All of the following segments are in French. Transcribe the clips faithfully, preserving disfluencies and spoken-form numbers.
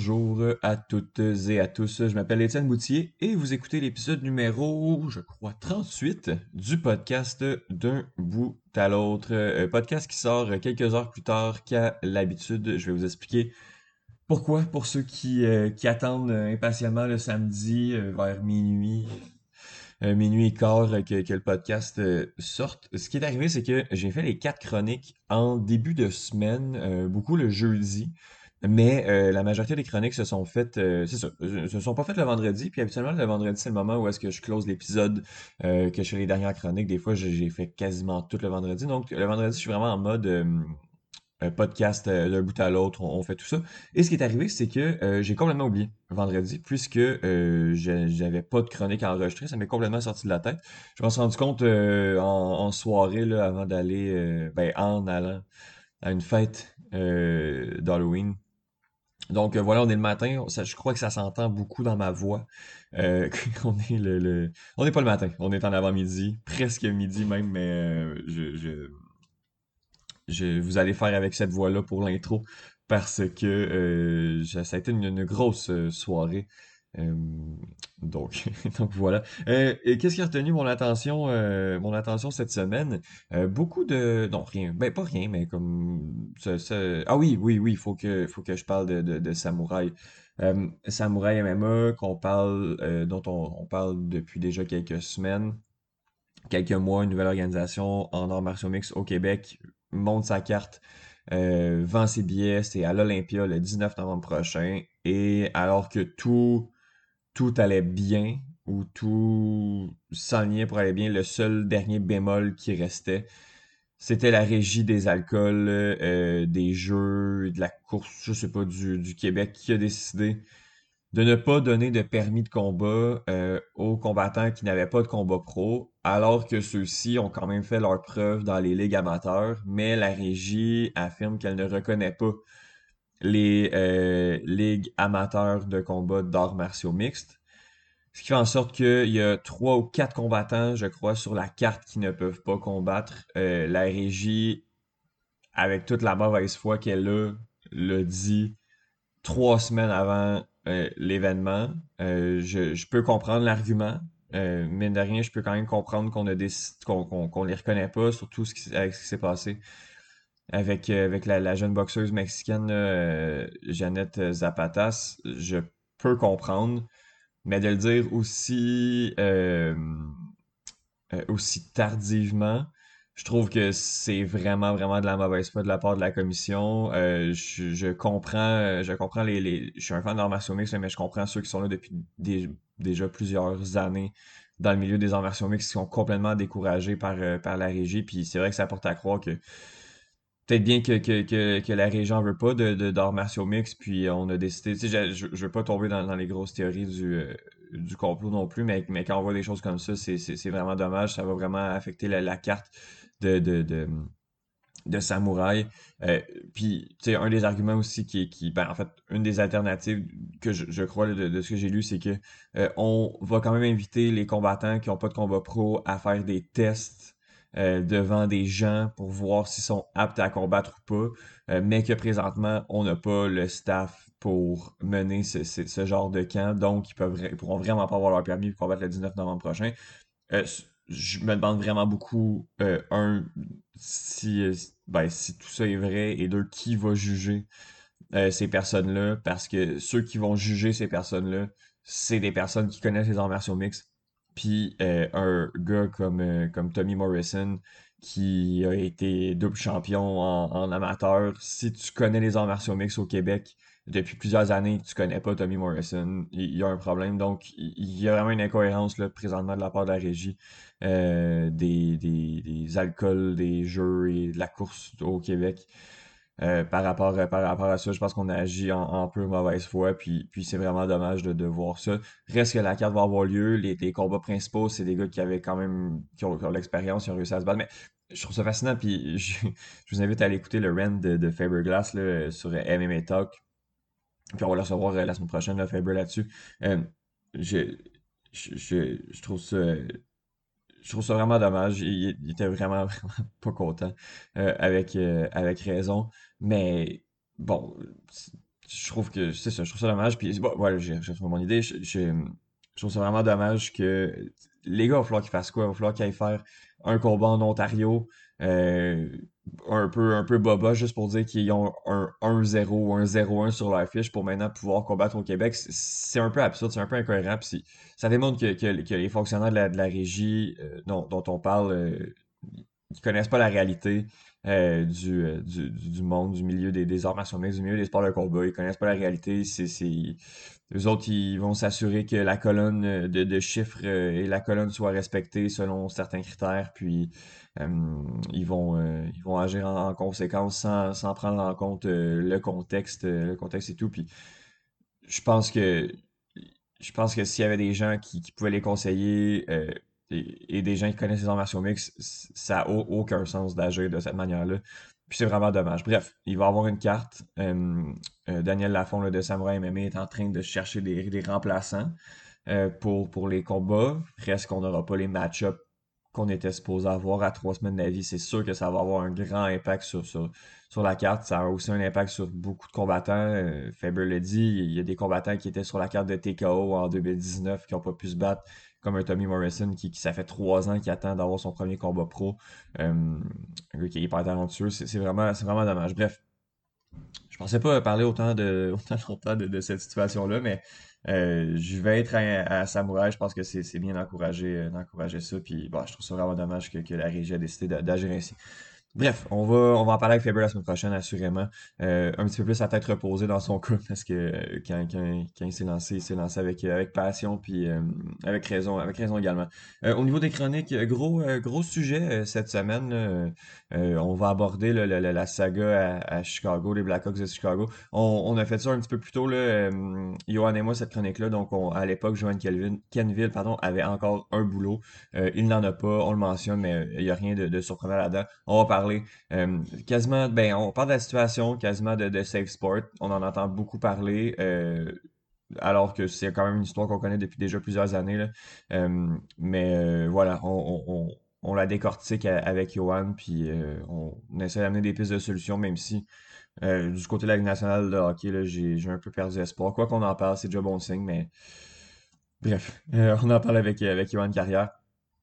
bonjour à toutes et à tous. Je m'appelle Étienne Boutier et vous écoutez l'épisode numéro, je crois, trente-huit du podcast D'un bout à l'autre. Euh, podcast qui sort quelques heures plus tard qu'à l'habitude. Je vais vous expliquer pourquoi, pour ceux qui, euh, qui attendent euh, impatiemment le samedi euh, vers minuit, euh, minuit et quart euh, que, que le podcast euh, sorte. Ce qui est arrivé, c'est que j'ai fait les quatre chroniques en début de semaine, euh, beaucoup le jeudi. Mais euh, la majorité des chroniques se sont faites, euh, c'est ça, euh, se sont pas faites le vendredi. Puis habituellement, le vendredi, c'est le moment où est-ce que je close l'épisode, euh, que je fais les dernières chroniques. Des fois, j'ai j'ai fait quasiment tout le vendredi. Donc, le vendredi, je suis vraiment en mode euh, euh, podcast euh, d'un bout à l'autre. On, on fait tout ça. Et ce qui est arrivé, c'est que euh, j'ai complètement oublié vendredi, puisque euh, j'ai- j'avais pas de chronique à enregistrer. Ça m'est complètement sorti de la tête. Je m'en suis rendu compte euh, en, en soirée, là, avant d'aller, euh, ben, en allant à une fête euh, d'Halloween. Donc euh, voilà, on est le matin. Ça- je crois que ça s'entend beaucoup dans ma voix. Euh, qu'on est le, le- On n'est pas le matin, on est en avant-midi, presque midi même, mais euh, je, je, je- vous allez faire avec cette voix-là pour l'intro parce que euh, ça ça a été une, une grosse euh, soirée. Euh, donc, donc voilà. Euh, et qu'est-ce qui a retenu mon attention, euh, mon attention cette semaine? Euh, beaucoup de, non rien, ben pas rien, mais comme ça, ça- ah oui, oui, oui, faut que, faut que je parle de, de, de Samouraï. Euh, Samouraï M M A qu'on parle, euh, dont on, on parle depuis déjà quelques semaines, quelques mois, une nouvelle organisation en arts martiaux mix au Québec monte sa carte, euh, vend ses billets, c'est à l'Olympia le dix-neuf novembre prochain. Et alors que tout tout allait bien, ou tout s'enlignait pour aller bien. Le seul dernier bémol qui restait, c'était la régie des alcools, euh, des jeux, de la course, je sais pas, du, du Québec, qui a décidé de ne pas donner de permis de combat euh, aux combattants qui n'avaient pas de combat pro, alors que ceux-ci ont quand même fait leurs preuves dans les ligues amateurs, mais la régie affirme qu'elle ne reconnaît pas les euh, ligues amateurs de combat d'arts martiaux mixtes. Ce qui fait en sorte qu'il y a trois ou quatre combattants, je crois, sur la carte qui ne peuvent pas combattre. Euh, la régie, avec toute la mauvaise foi qu'elle a, l'a dit trois semaines avant euh, l'événement. Euh, je, je peux comprendre l'argument. Euh, mine de rien, je peux quand même comprendre qu'on a décidé qu'on qu'on, qu'on les reconnaît pas, surtout ce qui, avec ce qui s'est passé avec, euh, avec la, la jeune boxeuse mexicaine là, euh, Jeannette Zapatas. Je peux comprendre. Mais de le dire aussi, euh, euh, aussi tardivement, je trouve que c'est vraiment, vraiment de la mauvaise foi de la part de la commission. Euh, je, je comprends, euh, je comprends les, les, je suis un fan d'arts martiaux mixtes, mais je comprends ceux qui sont là depuis des- déjà plusieurs années dans le milieu des arts martiaux mixtes qui sont complètement découragés par, euh, par la régie. Puis c'est vrai que ça porte à croire que peut-être bien que, que, que, que la région en veut pas de, de, d'arts martiaux mixtes, puis on a décidé, tu sais, je, je, je veux pas tomber dans, dans les grosses théories du, euh, du complot non plus, mais, mais quand on voit des choses comme ça, c'est, c'est, c'est vraiment dommage, ça va vraiment affecter la, la carte de, de, de, de samouraï. Euh, puis, tu sais, un des arguments aussi qui, qui ben, en fait, une des alternatives que je, je crois de, de ce que j'ai lu, c'est que euh, on va quand même inviter les combattants qui ont pas de combat pro à faire des tests euh, devant des gens pour voir s'ils sont aptes à combattre ou pas, euh, mais que présentement, on n'a pas le staff pour mener ce, ce, ce genre de camp, donc ils peuvent, ils pourront vraiment pas avoir leur permis pour combattre le dix-neuf novembre prochain. Euh, je me demande vraiment beaucoup, euh, un, si, euh, ben, si tout ça est vrai, et deux, qui va juger euh, ces personnes-là, parce que ceux qui vont juger ces personnes-là, c'est des personnes qui connaissent les arts martiaux mixtes. Puis euh, un gars comme, euh, comme Tommy Morrison, qui a été double champion en, en amateur, si tu connais les arts martiaux mixtes au Québec depuis plusieurs années, tu connais pas Tommy Morrison, il il y a un problème. Donc, il il y a vraiment une incohérence là, présentement de la part de la régie, euh, des, des, des alcools, des jeux et de la course au Québec. Euh, par rapport, euh, par rapport à ça, je pense qu'on a agi en, en peu mauvaise foi, puis, puis c'est vraiment dommage de, de voir ça. Reste que la carte va avoir lieu, les, les combats principaux, c'est des gars qui avaient quand même, qui ont, qui ont de l'expérience, qui ont réussi à se battre, mais je trouve ça fascinant, puis je, je vous invite à aller écouter le rant de, de Faber Glass là, sur M M A Talk, puis on va le recevoir euh, la semaine prochaine, là, Faber là-dessus. Euh, je, je, je, je trouve ça, je trouve ça vraiment dommage. Il, il était vraiment, vraiment pas content, euh, avec, euh, avec raison. Mais bon, je trouve que c'est ça, je trouve ça dommage. Puis bon, voilà, j'ai j'ai retrouvé mon idée. Je, je, je trouve ça vraiment dommage que les gars, il va falloir qu'ils fassent quoi? Il va falloir qu'ils aillent faire un combat en Ontario, euh, un peu, un peu boba, juste pour dire qu'ils ont un un zéro ou un zéro un sur leur fiche pour maintenant pouvoir combattre au Québec. C'est c'est un peu absurde, c'est un peu incohérent. Puis c'est- ça démontre que, que, que les fonctionnaires de la, de la régie euh, dont, dont on parle, euh, ils connaissent pas la réalité euh, du, euh, du, du du monde, du milieu des, des arts martiaux mixtes, du milieu des sports de combat. Ils connaissent pas la réalité. C'est, c'est... Eux autres, ils vont s'assurer que la colonne euh, de, de chiffres euh, et la colonne soient respectées selon certains critères. Puis euh, ils vont, euh, ils vont agir en, en conséquence sans, sans prendre en compte euh, le contexte, euh, le contexte et tout. Puis je pense que je pense que s'il y avait des gens qui, qui pouvaient les conseiller euh, et, et des gens qui connaissent les arts martiaux mixtes, c- ça n'a aucun sens d'agir de cette manière-là. Puis c'est vraiment dommage. Bref, il va y avoir une carte. Euh, euh, Daniel Lafont là, de Samurai M M A est en train de chercher des, des remplaçants euh, pour, pour les combats. Reste qu'on n'aura pas les match-ups qu'on était supposé avoir à trois semaines d'avis. C'est sûr que ça va avoir un grand impact sur, sur, sur la carte. Ça a aussi un impact sur beaucoup de combattants. Euh, Faber l'a dit, il y a des combattants qui étaient sur la carte de T K O en deux mille dix-neuf qui n'ont pas pu se battre, comme un Tommy Morrison qui, qui ça fait trois ans qu'il attend d'avoir son premier combat pro. Euh, un gars qui est hyper talentueux. C'est c'est vraiment, c'est vraiment dommage. Bref, je pensais pas parler autant de autant longtemps de, de cette situation-là, mais euh, je vais être à, à Samouraï. Je pense que c'est c'est bien d'encourager euh, d'encourager ça. Puis bon, je trouve ça vraiment dommage que, que la régie a décidé d'a- d'agir ainsi. Bref, on va, on va en parler avec Faber la semaine prochaine, assurément. Euh, un petit peu plus à tête reposée dans son cas, parce que euh, quand, quand, quand il s'est lancé, il s'est lancé avec, euh, avec passion, puis euh, avec raison, avec raison également. Euh, au niveau des chroniques, euh, gros, euh, gros sujet euh, cette semaine. Là, euh, euh, on va aborder là, la, la- la saga à, à Chicago, les Blackhawks de Chicago. On, on a fait ça un petit peu plus tôt, là, euh, Johan et moi, cette chronique-là. Donc, on- à l'époque, Johan Kelvin, Kenville pardon, avait encore un boulot. Euh, il n'en a pas, on le mentionne, mais euh, il n'y a rien de, de surprenant là-dedans. On va parler euh, quasiment, ben, on parle de la situation quasiment de, de Safe Sport. On en entend beaucoup parler, euh, alors que c'est quand même une histoire qu'on connaît depuis déjà plusieurs années, là. Euh, mais euh, voilà, on, on, on, on la décortique a- avec Johan, puis euh, on essaie d'amener des pistes de solutions, même si euh, du côté de la Ligue nationale de hockey, là, j'ai, j'ai un peu perdu espoir. Quoi qu'on en parle, c'est déjà bon signe, mais bref, euh, on en parle avec, avec Johan Carrière.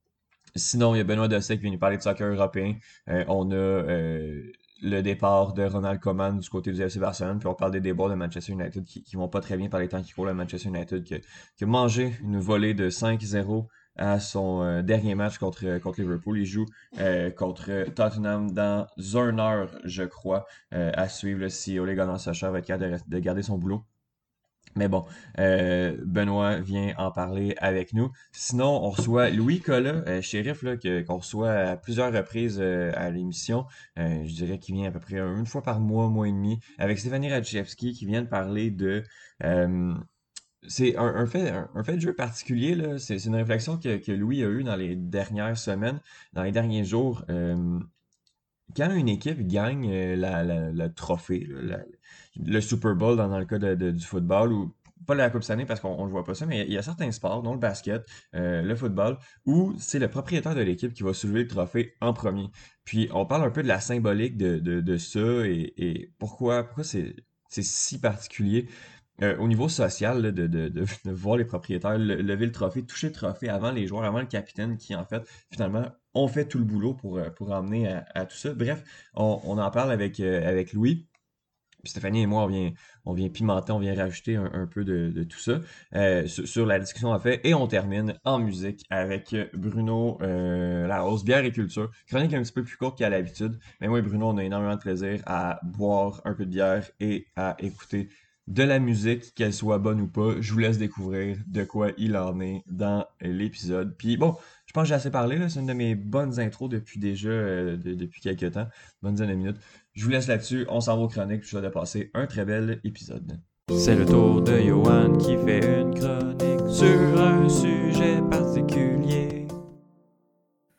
Sinon, il y a Benoît Dossek qui vient nous parler de soccer européen. Euh, on a euh, le départ de Ronald Koeman du côté du F C Barcelone, puis on parle des débats de Manchester United qui, qui vont pas très bien par les temps qui courent. Le Manchester United qui, a qui a mangé une volée de cinq zéro à son euh, dernier match contre, contre Liverpool. Il joue euh, contre Tottenham dans une heure, je crois, euh, à suivre là, si Ole Gunnar Solskjaer va être capable de, rest- de garder son boulot. Mais bon, euh, Benoît vient en parler avec nous. Sinon, on reçoit Louis Collat, euh, shérif, là, que- qu'on reçoit à plusieurs reprises euh, à l'émission. Euh, je dirais qu'il vient à peu près une fois par mois, mois et demi, avec Stéphanie Radchevski qui vient de parler de... euh, c'est un, un fait, un, un fait de jeu particulier, là. C'est c'est une réflexion que, que Louis a eue dans les dernières semaines, dans les derniers jours. Euh, quand une équipe gagne euh, la, la- le trophée, là, la- le Super Bowl dans, dans le cas de- de- du football, ou pas la Coupe Stanley parce qu'on ne le voit pas ça, mais il y a certains sports, dont le basket, euh, le football, où c'est le propriétaire de l'équipe qui va soulever le trophée en premier. Puis on parle un peu de la symbolique de, de, de ça et, et pourquoi, pourquoi c'est c'est si particulier. Euh, au niveau social, là, de, de, de, de voir les propriétaires le- lever le trophée, toucher le trophée avant les joueurs, avant le capitaine qui, en fait, finalement, ont fait tout le boulot pour, euh, pour emmener à, à tout ça. Bref, on, on en parle avec, euh, avec Louis. Puis Stéphanie et moi, on vient, on vient pimenter, on vient rajouter un, un peu de, de tout ça euh, sur, sur la discussion en fait. Et on termine en musique avec Bruno euh, Larose, bière et culture. Chronique un petit peu plus courte qu'à l'habitude. Mais moi et Bruno, on a énormément de plaisir à boire un peu de bière et à écouter de la musique, qu'elle soit bonne ou pas. Je vous laisse découvrir de quoi il en est dans l'épisode. Puis bon, je pense que j'ai assez parlé, là. C'est une de mes bonnes intros depuis déjà, euh, de- depuis quelques temps. Bonne dizaine de minutes. Je vous laisse là-dessus, on s'en va aux chroniques, puis je vous souhaite de passer un très bel épisode. C'est le tour de Johan qui fait une chronique sur un sujet particulier.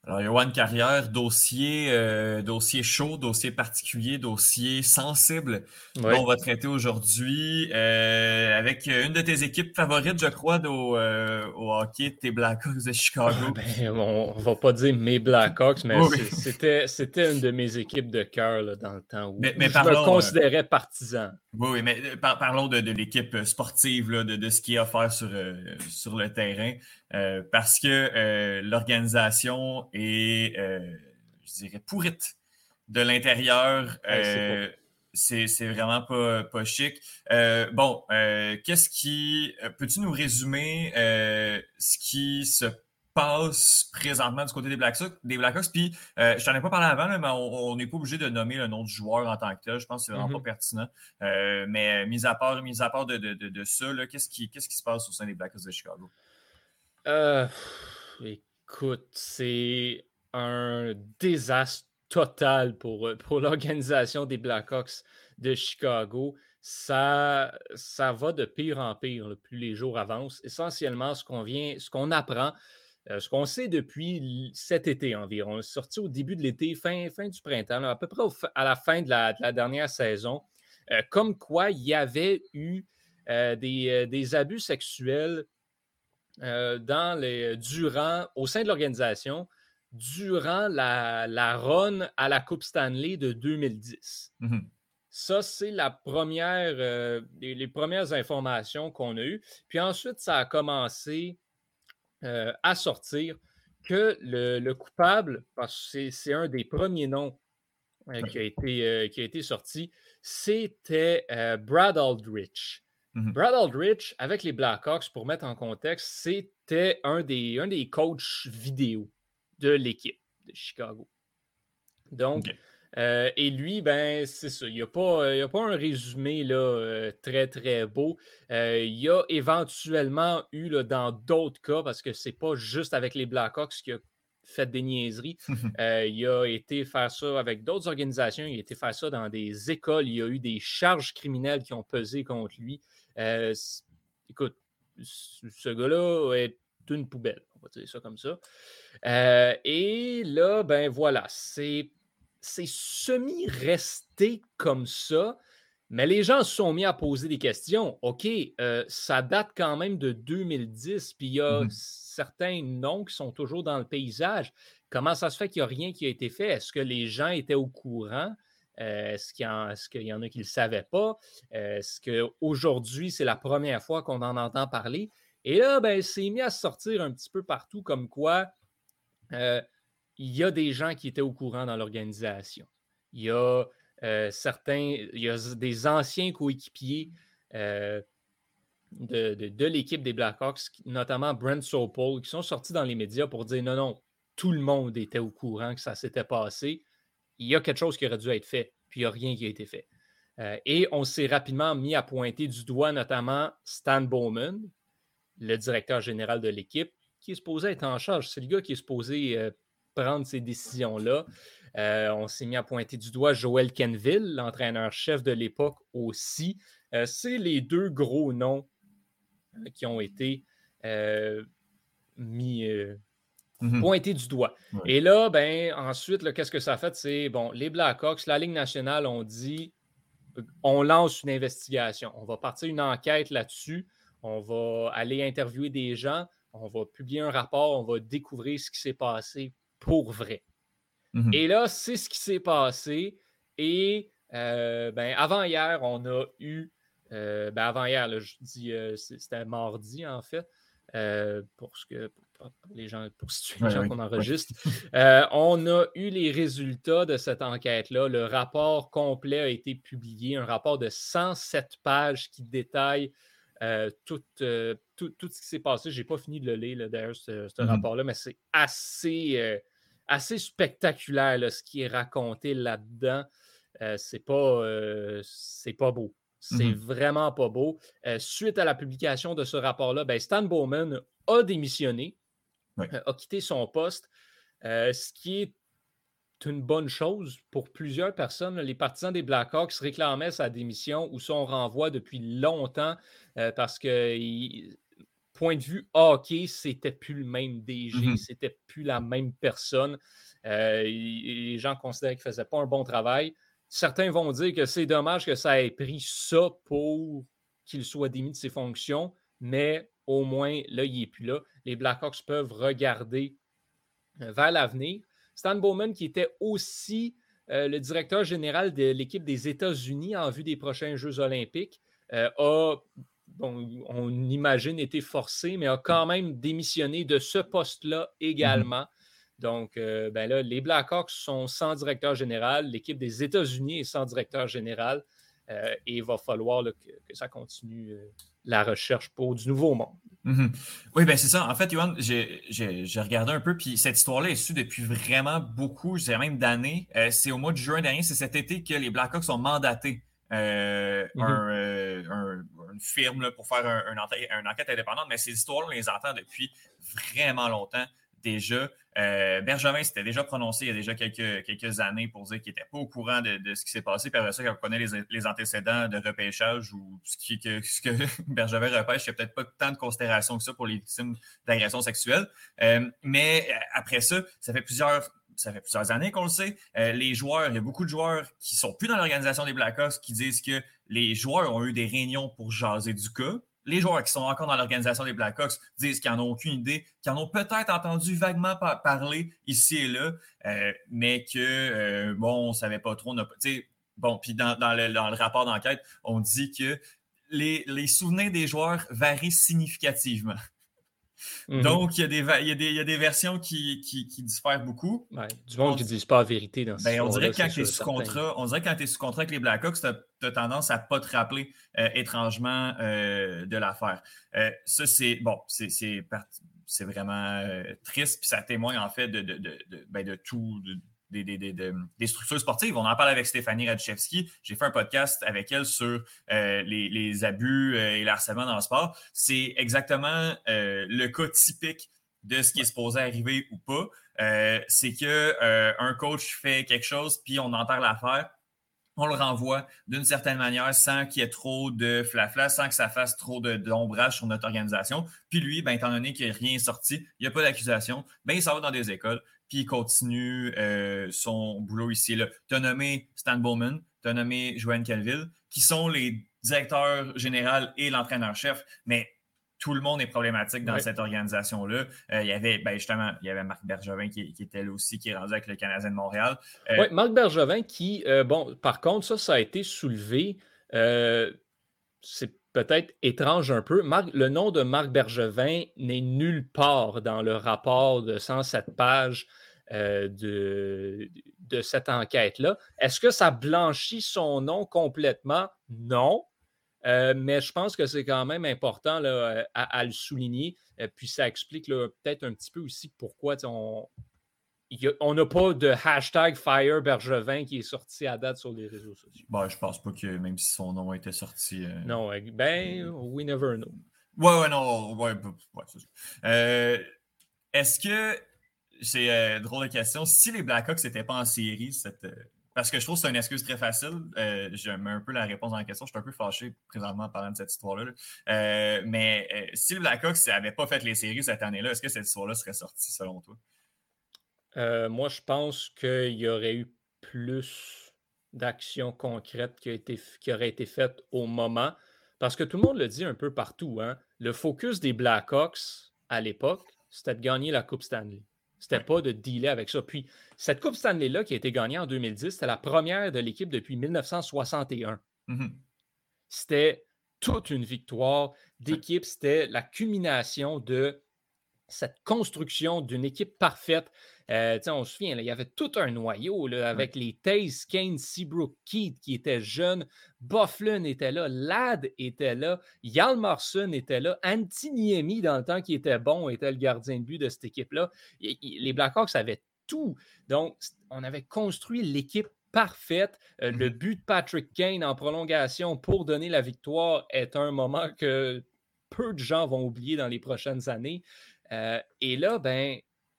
Alors, Yoann Carrière, dossier, euh, dossier chaud, dossier particulier, dossier sensible Oui. dont on va traiter aujourd'hui euh, avec une de tes équipes favorites, je crois, au, euh, au hockey, tes Blackhawks de Chicago. Ben, on, on va pas dire mes Blackhawks, mais Oui, c'est- c'était, c'était une de mes équipes de cœur là, dans le temps où, mais, où mais je me parlons, euh, considérais partisan. oui, oui, mais euh, par- parlons de, de l'équipe sportive, là, de, de ce qui est offert sur, euh, sur le terrain, euh, parce que euh, l'organisation est, euh, je dirais, pourrite de l'intérieur. Hey, c'est pas Euh, c'est, c'est vraiment pas, pas chic. Euh, bon, euh, qu'est-ce qui... euh, Peux-tu nous résumer euh, ce qui se passe présentement du côté des Blackhawks? Des Blackhawks? Puis, euh, je t'en ai pas parlé avant, là, mais on n'est pas obligé de nommer le nom du joueur en tant que tel. Je pense que c'est vraiment pas Mhm. pertinent. Euh, mais mis à part, mis à part de, de, de, de ça, là, qu'est-ce qui, qu'est-ce qui se passe au sein des Blackhawks de Chicago? Euh, écoute, c'est un désastre total pour, euh, pour l'organisation des Blackhawks de Chicago. Ça, ça va de pire en pire là, plus les jours avancent. Essentiellement, ce qu'on vient, ce qu'on apprend, euh, ce qu'on sait depuis l- cet été environ, sorti au début de l'été, fin, fin du printemps, là, à peu près au fa- à la fin de la, de la dernière saison, euh, comme quoi il y avait eu euh, des, euh, des abus sexuels euh, dans les, durant, au sein de l'organisation durant la, la run à la Coupe Stanley de deux mille dix. Mhm. Ça, c'est la première, euh, les, les premières informations qu'on a eues. Puis ensuite, ça a commencé euh, à sortir que le, le coupable, parce que c'est, c'est un des premiers noms euh, qui, a été, euh, qui a été sorti, c'était euh, Brad Aldrich. Mhm. Brad Aldrich, avec les Blackhawks, pour mettre en contexte, c'était un des, un des coachs vidéo de l'équipe de Chicago. Donc, OK. euh, et lui, ben, c'est ça. Il n'y a, a pas un résumé là, euh, très, très beau. Euh, il y a éventuellement eu là, dans d'autres cas, parce que c'est pas juste avec les Blackhawks qu'il a fait des niaiseries. Euh, il a été faire ça avec d'autres organisations. Il a été faire ça dans des écoles. Il y a eu des charges criminelles qui ont pesé contre lui. Euh, écoute, ce gars-là est une poubelle. On va dire ça comme ça. Euh, et là, ben voilà, c'est c'est semi-resté comme ça, mais les gens se sont mis à poser des questions. OK, euh, ça date quand même de deux mille dix, puis il y a Mhm. certains noms qui sont toujours dans le paysage. Comment ça se fait qu'il n'y a rien qui a été fait? Est-ce que les gens étaient au courant? Euh, est-ce qu'il y, en, est-ce qu'il y en a qui ne le savaient pas? Euh, est-ce qu'aujourd'hui, c'est la première fois qu'on en entend parler? Et là, ben, c'est mis à sortir un petit peu partout comme quoi euh, il y a des gens qui étaient au courant dans l'organisation. Il y a euh, certains, il y a des anciens coéquipiers euh, de, de, de l'équipe des Blackhawks, notamment Brent Sopel, qui sont sortis dans les médias pour dire non, non, tout le monde était au courant que ça s'était passé. Il y a quelque chose qui aurait dû être fait, puis il n'y a rien qui a été fait. Euh, et on s'est rapidement mis à pointer du doigt notamment Stan Bowman, le directeur général de l'équipe, qui est supposé être en charge. C'est le gars qui est supposé euh, prendre ces décisions-là. Euh, on s'est mis à pointer du doigt Joel Kenville, l'entraîneur-chef de l'époque aussi. Euh, c'est les deux gros noms euh, qui ont été euh, mis, euh, Mhm. pointés du doigt. Ouais. Et là, ben, ensuite, là, qu'est-ce que ça a fait? C'est, bon, les Blackhawks, la Ligue nationale, ont dit, on lance une investigation. On va partir une enquête là-dessus. On va aller interviewer des gens. On va publier un rapport. On va découvrir ce qui s'est passé pour vrai. Mhm. Et là, c'est ce qui s'est passé. Et euh, ben, avant-hier, on a eu. Euh, ben, avant-hier, là, je dis, euh, c'était mardi en fait. Euh, pour, ce que, pour, pour les gens, pour situer les Ouais, gens ouais, qu'on ouais. enregistre. Euh, on a eu les résultats de cette enquête-là. Le rapport complet a été publié, un rapport de cent sept pages qui détaille euh, tout, euh, tout, tout ce qui s'est passé. Je n'ai pas fini de le lire, là, d'ailleurs, ce, ce Mhm. rapport-là, mais c'est assez, euh, assez spectaculaire là, ce qui est raconté là-dedans. Euh, c'est pas, euh, c'est pas beau. C'est Mhm. vraiment pas beau. Euh, suite à la publication de ce rapport-là, ben Stan Bowman a démissionné, Ouais. euh, a quitté son poste, euh, ce qui est une bonne chose pour plusieurs personnes. Les partisans des Blackhawks réclamaient sa démission ou son renvoi depuis longtemps euh, parce que il, point de vue hockey, c'était plus le même D G, Mhm. c'était plus la même personne. Euh, les gens considéraient qu'il ne faisait pas un bon travail. Certains vont dire que c'est dommage que ça ait pris ça pour qu'il soit démis de ses fonctions, mais au moins, là, il n'est plus là. Les Blackhawks peuvent regarder euh, vers l'avenir. Stan Bowman, qui était aussi euh, le directeur général de l'équipe des États-Unis en vue des prochains Jeux olympiques, euh, a, bon, on imagine, été forcé, mais a quand même démissionné de ce poste-là également. Mhm. Donc, euh, ben là, les Blackhawks sont sans directeur général, l'équipe des États-Unis est sans directeur général, euh, et il va falloir là, que, que ça continue euh, la recherche pour du nouveau monde. Mhm. Oui, ben c'est ça. En fait, Yohan, j'ai, j'ai, j'ai regardé un peu, puis cette histoire-là est su depuis vraiment beaucoup, je dirais même d'années. Euh, c'est au mois de juin dernier, c'est cet été que les Blackhawks ont mandaté euh, Mhm. un, euh, un- une firme là, pour faire un, un enquête, une enquête indépendante, mais ces histoires-là, on les entend depuis vraiment longtemps déjà. Euh, Bergevin s'était déjà prononcé il y a déjà quelques, quelques années pour dire qu'il n'était pas au courant de, de ce qui s'est passé. Puis après ça, quand on connaît les, les antécédents de repêchage ou ce, qui, que, ce que Bergevin repêche, il n'y a peut-être pas tant de considération que ça pour les victimes d'agressions sexuelles. Euh, mais après ça, ça fait plusieurs ça fait plusieurs années qu'on le sait. Euh, les joueurs, il y a beaucoup de joueurs qui ne sont plus dans l'organisation des Blackhawks qui disent que les joueurs ont eu des réunions pour jaser du cas. Les joueurs qui sont encore dans l'organisation des Blackhawks disent qu'ils n'en ont aucune idée, qu'ils en ont peut-être entendu vaguement par- parler ici et là, euh, mais que, euh, bon, on ne savait pas trop. Bon, puis dans, dans, le, dans le rapport d'enquête, on dit que les, les souvenirs des joueurs varient significativement. Mm-hmm. Donc, il y a des, il y a des, il y a des versions qui, qui, qui diffèrent beaucoup. Ouais, du monde on, qui ne disent pas la vérité dans ce ben, on dirait que quand tu es sous contrat, on dirait que quand tu es sous contrat avec les Blackhawks, tu as tendance à ne pas te rappeler euh, étrangement euh, de l'affaire. Euh, ça, c'est bon, c'est, c'est, c'est vraiment euh, triste, puis ça témoigne en fait de, de, de, de, ben, de tout. De, Des, des, des, des structures sportives. On en parle avec Stéphanie Radchevski. J'ai fait un podcast avec elle sur euh, les, les abus euh, et l'harcèlement dans le sport. C'est exactement euh, le cas typique de ce qui est supposé arriver ou pas. Euh, c'est que euh, un coach fait quelque chose, puis on enterre l'affaire. On le renvoie d'une certaine manière sans qu'il y ait trop de flafla, sans que ça fasse trop de, d'ombrage sur notre organisation. Puis lui, ben, étant donné qu'il n'y a rien sorti, il n'y a pas d'accusation, ben, il s'en va dans des écoles, puis il continue euh, son boulot ici et là. Tu as nommé Stan Bowman, tu as nommé Joanne Calville, qui sont les directeurs généraux et l'entraîneur-chef, mais tout le monde est problématique dans ouais. cette organisation-là. Euh, il y avait, ben justement, il y avait Marc Bergevin qui, qui était là aussi, qui est rendu avec le Canadien de Montréal. Euh, oui, Marc Bergevin qui, euh, bon, par contre, ça, ça a été soulevé. Euh, c'est peut-être étrange un peu. Marc, le nom de Marc Bergevin n'est nulle part dans le rapport de cent sept pages euh, de, de cette enquête-là. Est-ce que ça blanchit son nom complètement? Non. Euh, mais je pense que c'est quand même important là, à, à le souligner. Euh, puis ça explique là, peut-être un petit peu aussi pourquoi on on n'a pas de hashtag Fire Bergevin qui est sorti à date sur les réseaux sociaux. Bon, je pense pas que même si son nom était sorti. Euh... Non, ben, we never know. Ouais, ouais, non, ouais, ouais c'est ça. Euh, est-ce que, c'est euh, drôle de question, si les Blackhawks n'étaient pas en série, cette. Euh... Parce que je trouve que c'est une excuse très facile. Euh, je mets un peu la réponse dans la question. Je suis un peu fâché présentement en parlant de cette histoire-là. Euh, mais euh, si les Blackhawks n'avaient pas fait les séries cette année-là, est-ce que cette histoire-là serait sortie selon toi? Euh, moi, je pense qu'il y aurait eu plus d'actions concrètes qui, a été, qui auraient été faites au moment. Parce que tout le monde le dit un peu partout. Hein? Le focus des Blackhawks à l'époque, c'était de gagner la Coupe Stanley. C'était ouais. pas de dealer avec ça. Puis, cette Coupe Stanley-là qui a été gagnée en deux mille dix, c'était la première de l'équipe depuis mille neuf cent soixante et un. Mm-hmm. C'était toute une victoire d'équipe. C'était la culmination de cette construction d'une équipe parfaite. Euh, on se souvient, là, il y avait tout un noyau là, avec ouais. les Taze, Kane, Seabrook, Keith qui étaient jeunes, Byfuglien était là, Ladd était là, Hjalmarsson était là, Antiniemi, dans le temps qui était bon, était le gardien de but de cette équipe-là. Et, et, les Blackhawks avaient tout. Donc, on avait construit l'équipe parfaite. Euh, mm-hmm. Le but de Patrick Kane en prolongation pour donner la victoire est un moment que peu de gens vont oublier dans les prochaines années. Euh, et là, ben,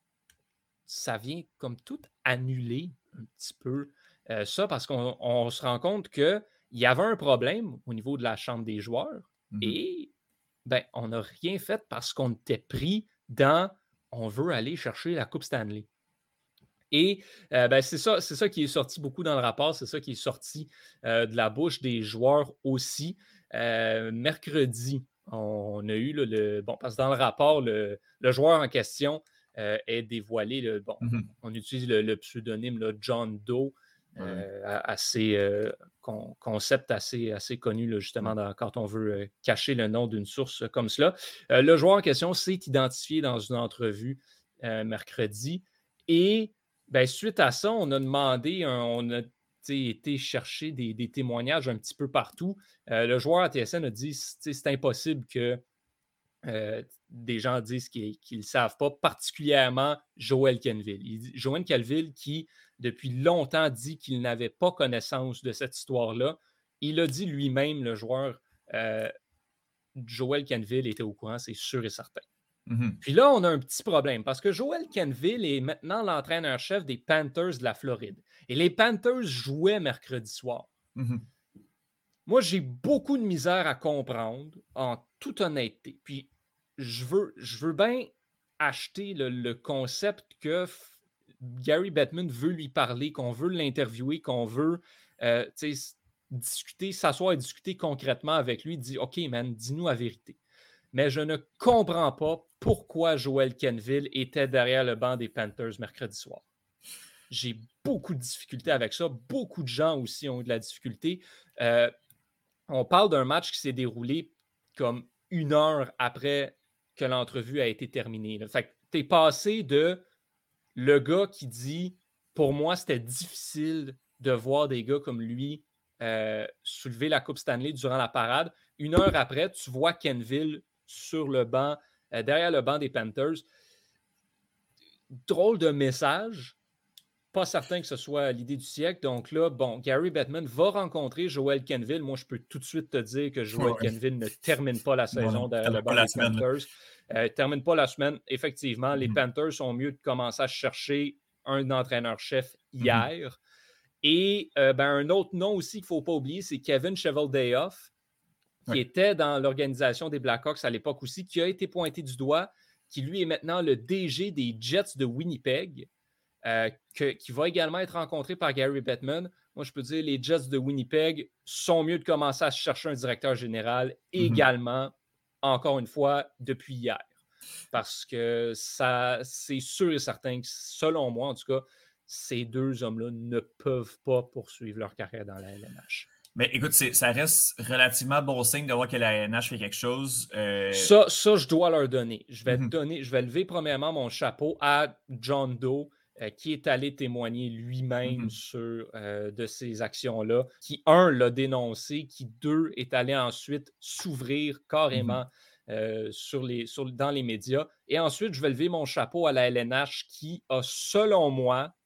ça vient comme tout annuler un petit peu euh, ça parce qu'on on se rend compte qu'il y avait un problème au niveau de la chambre des joueurs mm-hmm. et ben, on n'a rien fait parce qu'on était pris dans « on veut aller chercher la Coupe Stanley ». Et euh, ben, c'est ça, c'est ça qui est sorti beaucoup dans le rapport, c'est ça qui est sorti euh, de la bouche des joueurs aussi. Euh, mercredi, on a eu là, le. Bon, parce que dans le rapport, le, le joueur en question euh, est dévoilé. Le, bon, Mm-hmm. on utilise le, le pseudonyme là, John Doe, euh, ouais. assez euh, con, concept assez, assez connu là, justement ouais. dans, quand on veut euh, cacher le nom d'une source comme cela. Euh, le joueur en question s'est identifié dans une entrevue euh, mercredi et ben, suite à ça, on a demandé, un, on a été chercher des, des témoignages un petit peu partout. Euh, le joueur A T S N a dit que c'est impossible que euh, des gens disent qu'ils ne le savent pas, particulièrement Joel Quenneville. Il, Joel Quenneville qui, depuis longtemps, dit qu'il n'avait pas connaissance de cette histoire-là. Il a dit lui-même, le joueur, euh, Joel Quenneville était au courant, c'est sûr et certain. Mm-hmm. Puis là, on a un petit problème parce que Joel Quenneville est maintenant l'entraîneur-chef des Panthers de la Floride. Et les Panthers jouaient mercredi soir. Mm-hmm. Moi, j'ai beaucoup de misère à comprendre, en toute honnêteté. Puis, je veux, je veux bien acheter le, le concept que Gary Bettman veut lui parler, qu'on veut l'interviewer, qu'on veut euh, discuter, s'asseoir et discuter concrètement avec lui. Dire, OK, man, dis-nous la vérité. Mais je ne comprends pas pourquoi Joel Quenneville était derrière le banc des Panthers mercredi soir. J'ai beaucoup de difficultés avec ça. Beaucoup de gens aussi ont eu de la difficulté. Euh, on parle d'un match qui s'est déroulé comme une heure après que l'entrevue a été terminée. Là. Fait que t'es passé de le gars qui dit « Pour moi, c'était difficile de voir des gars comme lui euh, soulever la Coupe Stanley durant la parade. » Une heure après, tu vois Quenneville sur le banc, euh, derrière le banc des Panthers. Drôle de message. Pas certain que ce soit l'idée du siècle. Donc là, bon, Gary Bettman va rencontrer Joel Quenneville. Moi, je peux tout de suite te dire que Joel ouais. Quenneville ne termine pas la saison non, derrière le banc des semaine, Panthers. Il ne euh, termine pas la semaine. Effectivement, mm-hmm. les Panthers sont mieux de commencer à chercher un entraîneur-chef hier. Mm-hmm. Et euh, ben, un autre nom aussi qu'il ne faut pas oublier, c'est Kevin Cheveldayoff, qui oui. était dans l'organisation des Blackhawks à l'époque aussi, qui a été pointé du doigt, qui lui est maintenant le D G des Jets de Winnipeg, euh, que, qui va également être rencontré par Gary Bettman. Moi, je peux dire les Jets de Winnipeg sont mieux de commencer à chercher un directeur général mm-hmm. également, encore une fois, depuis hier. Parce que ça, c'est sûr et certain que, selon moi, en tout cas, ces deux hommes-là ne peuvent pas poursuivre leur carrière dans la L N H. Mais écoute, c'est, ça reste relativement bon signe de voir que la L N H fait quelque chose. Euh... Ça, ça, je dois leur donner. Je vais, mm-hmm. donner. je vais lever premièrement mon chapeau à John Doe, euh, qui est allé témoigner lui-même mm-hmm. sur euh, de ces actions-là, qui, un, l'a dénoncé, qui, deux, est allé ensuite s'ouvrir carrément mm-hmm. euh, sur les, sur, dans les médias. Et ensuite, je vais lever mon chapeau à la L N H qui a, selon moi,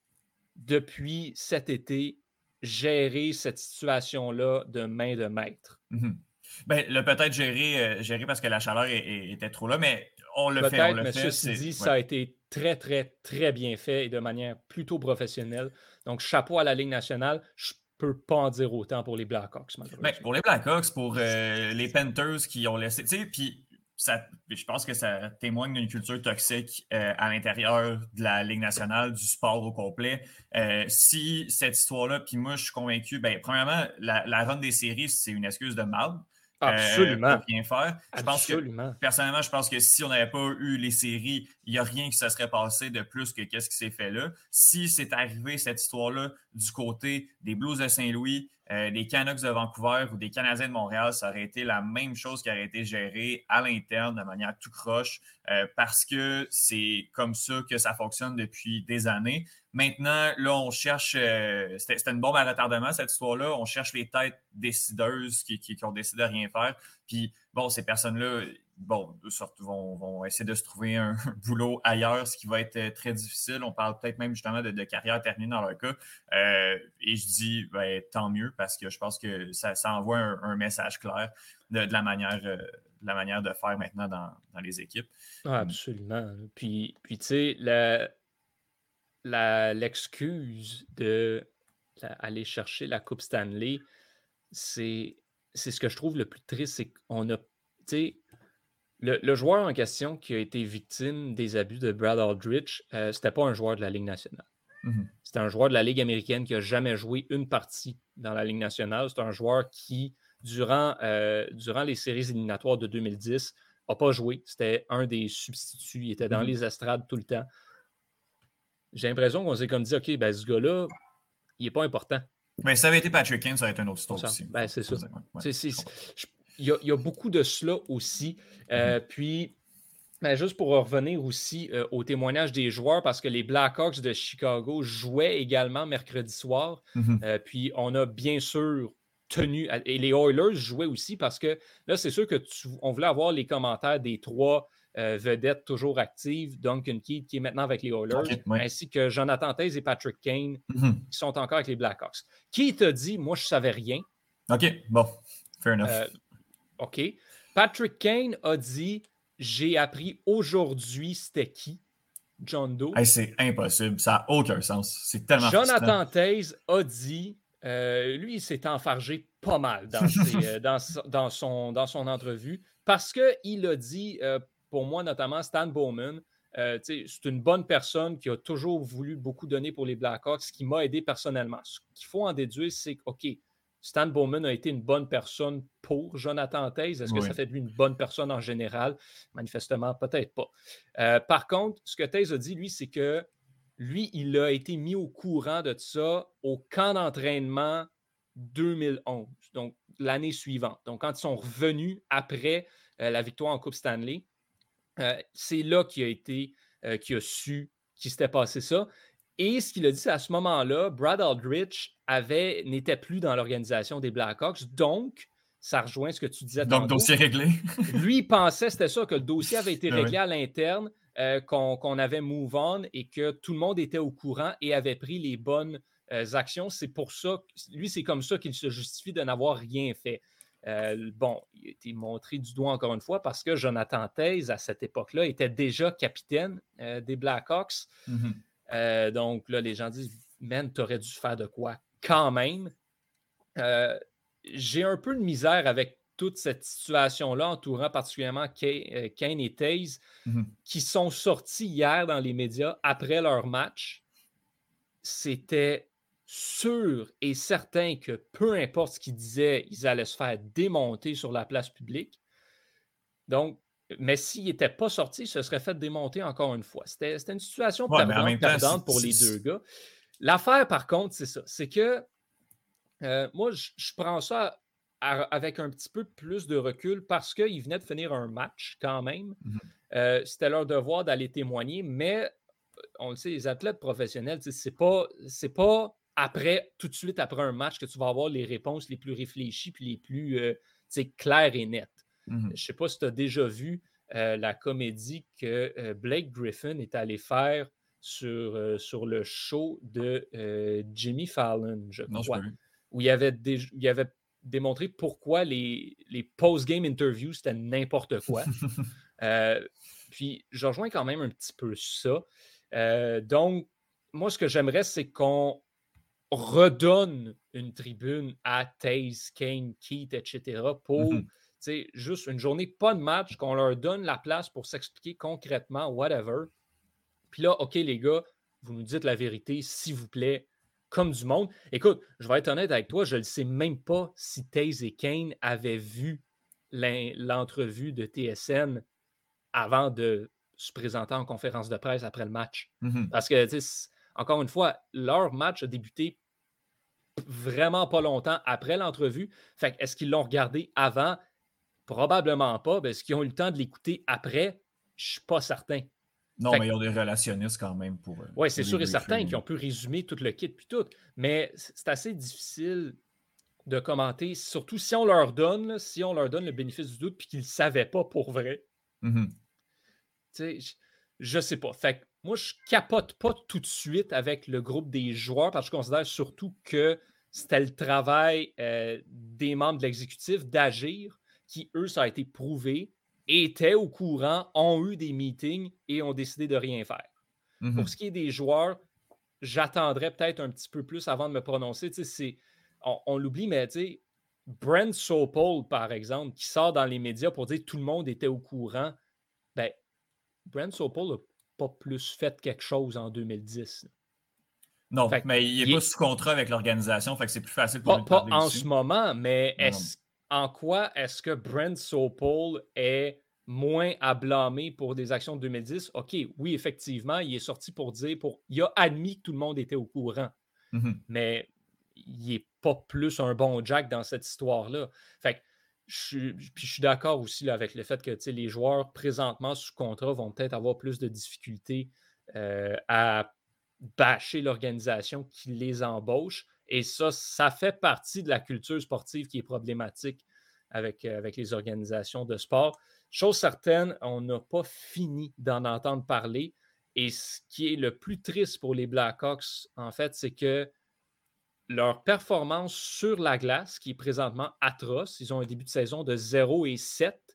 depuis cet été, gérer cette situation-là de main de maître. Mm-hmm. Ben, le peut-être gérer, euh, gérer parce que la chaleur est, est, était trop là, mais on le peut-être, fait. On le mais fait, ceci c'est... dit, ouais. ça a été très, très, très bien fait et de manière plutôt professionnelle. Donc, chapeau à la Ligue nationale. Je peux pas en dire autant pour les Blackhawks, malheureusement. Ben, pour les Blackhawks, pour euh, les Panthers qui ont laissé... Tu sais, puis... Ça, je pense que ça témoigne d'une culture toxique euh, à l'intérieur de la Ligue nationale, du sport au complet. Euh, si cette histoire-là, puis moi, je suis convaincu, bien, premièrement, la, la run des séries, c'est une excuse de marde. Absolument. Euh, pour rien faire. Je Absolument. Pense que, personnellement, je pense que si on n'avait pas eu les séries, il n'y a rien qui se serait passé de plus que qu'est-ce qui s'est fait là. Si c'est arrivé, cette histoire-là, du côté des Blues de Saint-Louis, euh, des Canucks de Vancouver ou des Canadiens de Montréal, ça aurait été la même chose qui aurait été gérée à l'interne de manière tout croche euh, parce que c'est comme ça que ça fonctionne depuis des années. Maintenant, là, on cherche... Euh, c'était, c'était une bombe à retardement, cette histoire-là. On cherche les têtes décideuses qui, qui, qui ont décidé de rien faire. Puis, bon, ces personnes-là, bon, vont, vont essayer de se trouver un boulot ailleurs, ce qui va être très difficile. On parle peut-être même justement de, de carrière terminée dans leur cas. Euh, et je dis, ben, tant mieux, parce que je pense que ça, ça envoie un, un message clair de, de, la manière, de la manière de faire maintenant dans, dans les équipes. Ah, absolument. Puis, puis tu sais, la... La, l'excuse d'aller chercher la Coupe Stanley, c'est, c'est ce que je trouve le plus triste, c'est qu'on a, tu sais, Le, le joueur en question qui a été victime des abus de Brad Aldrich, euh, c'était pas un joueur de la Ligue nationale. Mm-hmm. C'était un joueur de la Ligue américaine qui n'a jamais joué une partie dans la Ligue nationale. C'est un joueur qui, durant, euh, durant les séries éliminatoires de deux mille dix, n'a pas joué. C'était un des substituts. Il était dans mm-hmm. les estrades tout le temps. J'ai l'impression qu'on s'est comme dit, OK, ben, ce gars-là, il n'est pas important. Mais si ça avait été Patrick Kane, ça aurait été un autre histoire aussi. Ben, c'est ça. Ouais, c'est, c'est, il, y a, il y a beaucoup de cela aussi. Euh, mm-hmm. Puis, ben, juste pour revenir aussi euh, au témoignage des joueurs, parce que les Blackhawks de Chicago jouaient également mercredi soir. Mm-hmm. Euh, puis, on a bien sûr tenu, à, et les Oilers jouaient aussi, parce que là, c'est sûr que tu, on voulait avoir les commentaires des trois euh, vedettes toujours actives, Duncan Keith qui est maintenant avec les Oilers, okay, ouais. ainsi que Jonathan Toews et Patrick Kane mm-hmm. qui sont encore avec les Blackhawks. Keith a dit, moi, je ne savais rien. OK, bon, fair enough. Euh, OK. Patrick Kane a dit, j'ai appris aujourd'hui c'était qui, John Doe. Hey, c'est impossible, ça n'a aucun sens. C'est tellement Jonathan Toews a dit, euh, lui, il s'est enfargé pas mal dans, ses, euh, dans, dans, son, dans son entrevue parce qu'il a dit, euh, pour moi notamment, Stan Bowman, euh, c'est une bonne personne qui a toujours voulu beaucoup donner pour les Blackhawks, ce qui m'a aidé personnellement. Ce qu'il faut en déduire, c'est que, OK, Stan Bowman a été une bonne personne pour Jonathan Toews. Est-ce que oui. ça fait de lui une bonne personne en général? Manifestement, peut-être pas. Euh, par contre, ce que Toews a dit, lui, c'est que lui, il a été mis au courant de ça au camp d'entraînement deux mille onze, donc l'année suivante. Donc, quand ils sont revenus après euh, la victoire en Coupe Stanley, euh, c'est là qu'il a été, euh, qu'il a su qu'il s'était passé ça. Et ce qu'il a dit, c'est à ce moment-là, Brad Aldrich avait, n'était plus dans l'organisation des Blackhawks. Donc, ça rejoint ce que tu disais donc, tantôt. dossier réglé. Lui, il pensait, c'était ça, que le dossier avait été réglé oui. à l'interne, euh, qu'on, qu'on avait move on et que tout le monde était au courant et avait pris les bonnes euh, actions. C'est pour ça, lui, c'est comme ça qu'il se justifie de n'avoir rien fait. Euh, bon, il a été montré du doigt encore une fois parce que Jonathan Toews, à cette époque-là, était déjà capitaine euh, des Blackhawks. Mm-hmm. Euh, donc là, les gens disent, man, t'aurais dû faire de quoi quand même. Euh, j'ai un peu de misère avec toute cette situation-là, entourant particulièrement Kane et Toews, mm-hmm. qui sont sortis hier dans les médias après leur match. C'était sûr et certain que peu importe ce qu'ils disaient, ils allaient se faire démonter sur la place publique. Donc, mais s'ils n'étaient pas sortis, ils se seraient fait démonter encore une fois. C'était, c'était une situation ouais, perdante, temps, perdante pour c'est... les deux gars. L'affaire, par contre, c'est ça. C'est que euh, moi, je, je prends ça à, avec un petit peu plus de recul parce qu'ils venaient de finir un match quand même. Mm-hmm. Euh, c'était leur devoir d'aller témoigner, mais on le sait, les athlètes professionnels, c'est pas, c'est pas après, tout de suite après un match que tu vas avoir les réponses les plus réfléchies puis les plus euh, claires et nettes. Mm-hmm. Je ne sais pas si tu as déjà vu euh, la comédie que euh, Blake Griffin est allé faire sur, euh, sur le show de euh, Jimmy Fallon, je non, crois, je où il avait, dé- il avait démontré pourquoi les, les post-game interviews, c'était n'importe quoi. euh, puis, je rejoins quand même un petit peu ça. Euh, donc, moi, ce que j'aimerais, c'est qu'on redonne une tribune à Toews, Kane, Keith, et cetera pour... Mm-hmm. C'est juste une journée, pas de match, qu'on leur donne la place pour s'expliquer concrètement, whatever. Puis là, OK, les gars, vous nous dites la vérité, s'il vous plaît, comme du monde. Écoute, je vais être honnête avec toi, je ne sais même pas si Toews et Kane avaient vu l'entrevue de T S N avant de se présenter en conférence de presse après le match. Mm-hmm. Parce que, tu sais, encore une fois, leur match a débuté vraiment pas longtemps après l'entrevue. Fait que est-ce qu'ils l'ont regardé avant? Probablement pas. Ben, est-ce qu'ils ont eu le temps de l'écouter après? Je ne suis pas certain. Non, fait mais ils ont des relationnistes quand même pour... Oui, c'est sûr et certain qu'ils ont pu résumer tout le kit puis tout. Mais c'est assez difficile de commenter, surtout si on leur donne, là, si on leur donne le bénéfice du doute puis qu'ils ne le savaient pas pour vrai. Mm-hmm. Tu sais, je ne sais pas. Fait que moi, je ne capote pas tout de suite avec le groupe des joueurs parce que je considère surtout que c'était le travail euh, des membres de l'exécutif d'agir qui, eux, ça a été prouvé, étaient au courant, ont eu des meetings et ont décidé de rien faire. Mm-hmm. Pour ce qui est des joueurs, j'attendrai peut-être un petit peu plus avant de me prononcer. C'est, on, on l'oublie, mais Brent Sopel, par exemple, qui sort dans les médias pour dire que tout le monde était au courant, ben, Brent Sopel n'a pas plus fait quelque chose en deux mille dix. Non, Fait que mais il n'est il pas est- sous contrat avec l'organisation, fait que c'est plus facile pour Pas, lui de pas parler en aussi. ce moment, mais Non, est-ce, en quoi est-ce que Brent Sopel est moins à blâmer pour des actions de deux mille dix? OK, oui, effectivement, il est sorti pour dire, pour, il a admis que tout le monde était au courant, Mhm. mais il n'est pas plus un bon Jack dans cette histoire-là. Fait que je suis, puis je suis d'accord aussi là, avec le fait que tu sais, les joueurs présentement sous contrat vont peut-être avoir plus de difficultés euh, à bâcher l'organisation qui les embauche. Et ça, ça fait partie de la culture sportive qui est problématique avec, euh, avec les organisations de sport. Chose certaine, on n'a pas fini d'en entendre parler. Et ce qui est le plus triste pour les Blackhawks, en fait, c'est que leur performance sur la glace, qui est présentement atroce, ils ont un début de saison de zéro et sept,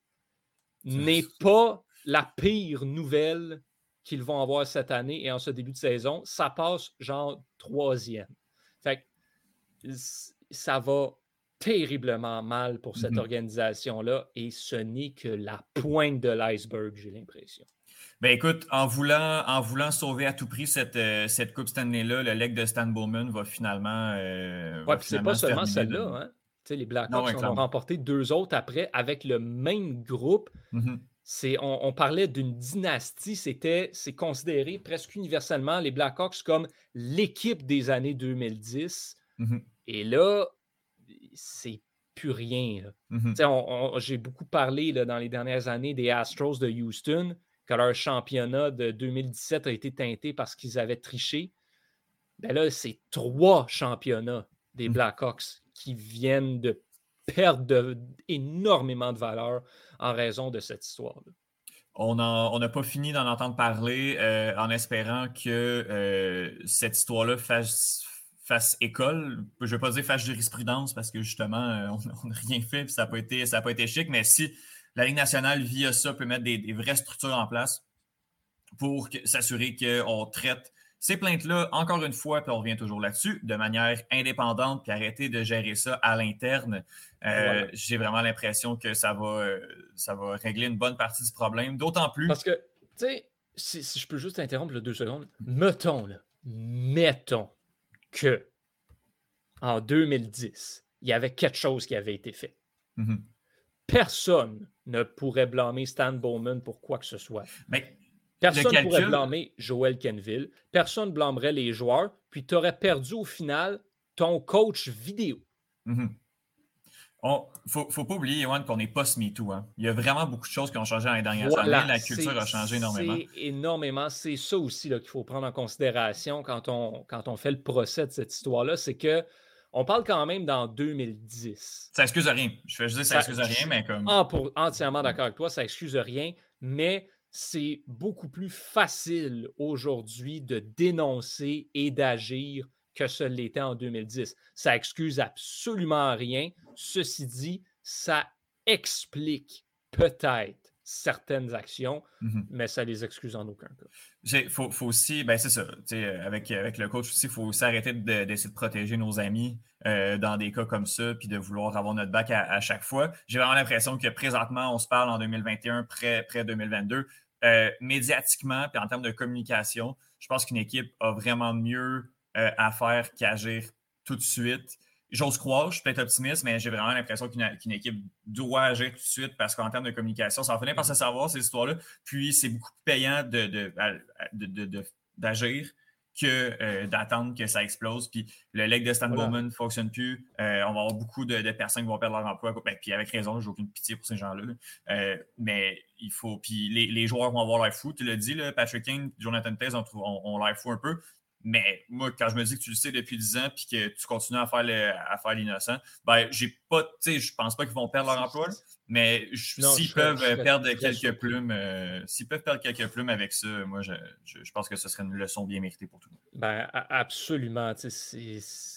n'est pas la pire nouvelle qu'ils vont avoir cette année et en ce début de saison. Ça passe genre troisième. Fait que ça va terriblement mal pour cette Mhm. organisation-là et ce n'est que la pointe de l'iceberg, j'ai l'impression. Ben écoute, en voulant, en voulant sauver à tout prix cette, euh, cette Coupe Stanley-là, le leg de Stan Bowman va finalement, euh, Ouais, va puis c'est finalement pas se seulement terminer. celle-là. De... Hein? Tu sais, les Non, Blackhawks ouais, en ont clairement. remporté deux autres après avec le même groupe. Mhm. C'est, on, on parlait d'une dynastie, c'était, c'est considéré presque universellement les Blackhawks comme l'équipe des années deux mille dix. Mhm. Et là, c'est plus rien. Là. Mhm. On, on, j'ai beaucoup parlé là, dans les dernières années des Astros de Houston, que leur championnat de deux mille dix-sept a été teinté parce qu'ils avaient triché. Ben là, c'est trois championnats des Mhm. Blackhawks qui viennent de perdre de, énormément de valeur en raison de cette histoire-là. On n'a pas fini d'en entendre parler euh, en espérant que euh, cette histoire-là fasse, fasse école. Je ne vais pas dire fasse jurisprudence parce que justement, euh, on n'a rien fait et ça n'a pas été, ça n'a pas été chic, mais si la Ligue nationale, via ça, peut mettre des, des vraies structures en place pour que, s'assurer qu'on traite ces plaintes-là, encore une fois, puis on revient toujours là-dessus, de manière indépendante, puis arrêter de gérer ça à l'interne. Euh, voilà. J'ai vraiment l'impression que ça va, euh, ça va régler une bonne partie du problème, d'autant plus... Parce que, tu sais, si, si je peux juste interrompre là, deux secondes, mettons, là, mettons que en deux mille dix, il y avait quelque chose qui avait été fait. Mm-hmm. Personne ne pourrait blâmer Stan Bowman pour quoi que ce soit. Mais... Personne ne pourrait blâmer Joel Kenville. Personne ne blâmerait les joueurs. Puis tu aurais perdu au final ton coach vidéo. Mm-hmm. Il ne faut, faut pas oublier, Yoann, qu'on n'est pas ce MeToo. Hein. Il y a vraiment beaucoup de choses qui ont changé dans les dernières voilà, années. La culture a changé énormément. C'est énormément. C'est ça aussi là, qu'il faut prendre en considération quand on, quand on fait le procès de cette histoire-là. C'est que on parle quand même dans deux mille dix. Ça excuse rien. Je fais juste dire ça, ça excuse rien, mais comme... En pour, entièrement d'accord avec toi, ça excuse rien, mais c'est beaucoup plus facile aujourd'hui de dénoncer et d'agir que ce l'était en deux mille dix. Ça excuse absolument rien. Ceci dit, ça explique peut-être certaines actions, mm-hmm. mais ça les excuse en aucun cas. Il faut, faut aussi, ben c'est ça, avec, avec le coach aussi, il faut aussi arrêter de, d'essayer de protéger nos amis euh, dans des cas comme ça, puis de vouloir avoir notre bac à, à chaque fois. J'ai vraiment l'impression que présentement, on se parle en deux mille vingt et un, près, près deux mille vingt-deux. Euh, médiatiquement, puis en termes de communication, je pense qu'une équipe a vraiment mieux euh, à faire qu'agir tout de suite. J'ose croire, je suis peut-être optimiste, mais j'ai vraiment l'impression qu'une, qu'une équipe doit agir tout de suite parce qu'en termes de communication, ça en finit par se savoir, ces histoires-là. Puis, c'est beaucoup plus payant de, de, de, de, de, d'agir que euh, d'attendre que ça explose. Puis, le leg de Stan voilà. Bowman ne fonctionne plus. Euh, on va avoir beaucoup de, de personnes qui vont perdre leur emploi. Ben, puis, avec raison, j'ai aucune pitié pour ces gens-là. Euh, mais il faut... Puis, les, les joueurs vont avoir l'air fou. Tu l'as dit, là, Patrick Kane, Jonathan Toews ont, ont, ont l'air fou un peu. Mais moi, quand je me dis que tu le sais depuis dix ans et que tu continues à faire, le, à faire l'innocent, ben, j'ai pas, tu sais, je pense pas qu'ils vont perdre leur emploi, mais je, non, s'ils je peuvent serais, perdre je quelques sûr. plumes, euh, s'ils peuvent perdre quelques plumes avec ça, moi, je, je, je pense que ce serait une leçon bien méritée pour tout le monde. Ben, absolument. C'est,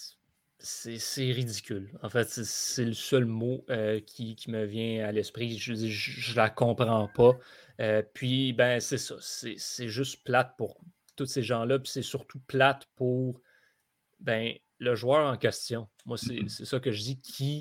c'est, c'est ridicule. En fait, c'est, c'est le seul mot euh, qui, qui me vient à l'esprit. Je, je, je la comprends pas. Euh, puis, ben, c'est ça. C'est, c'est juste plate pour tous ces gens-là, puis c'est surtout plate pour ben, le joueur en question. Moi, c'est, c'est ça que je dis, qui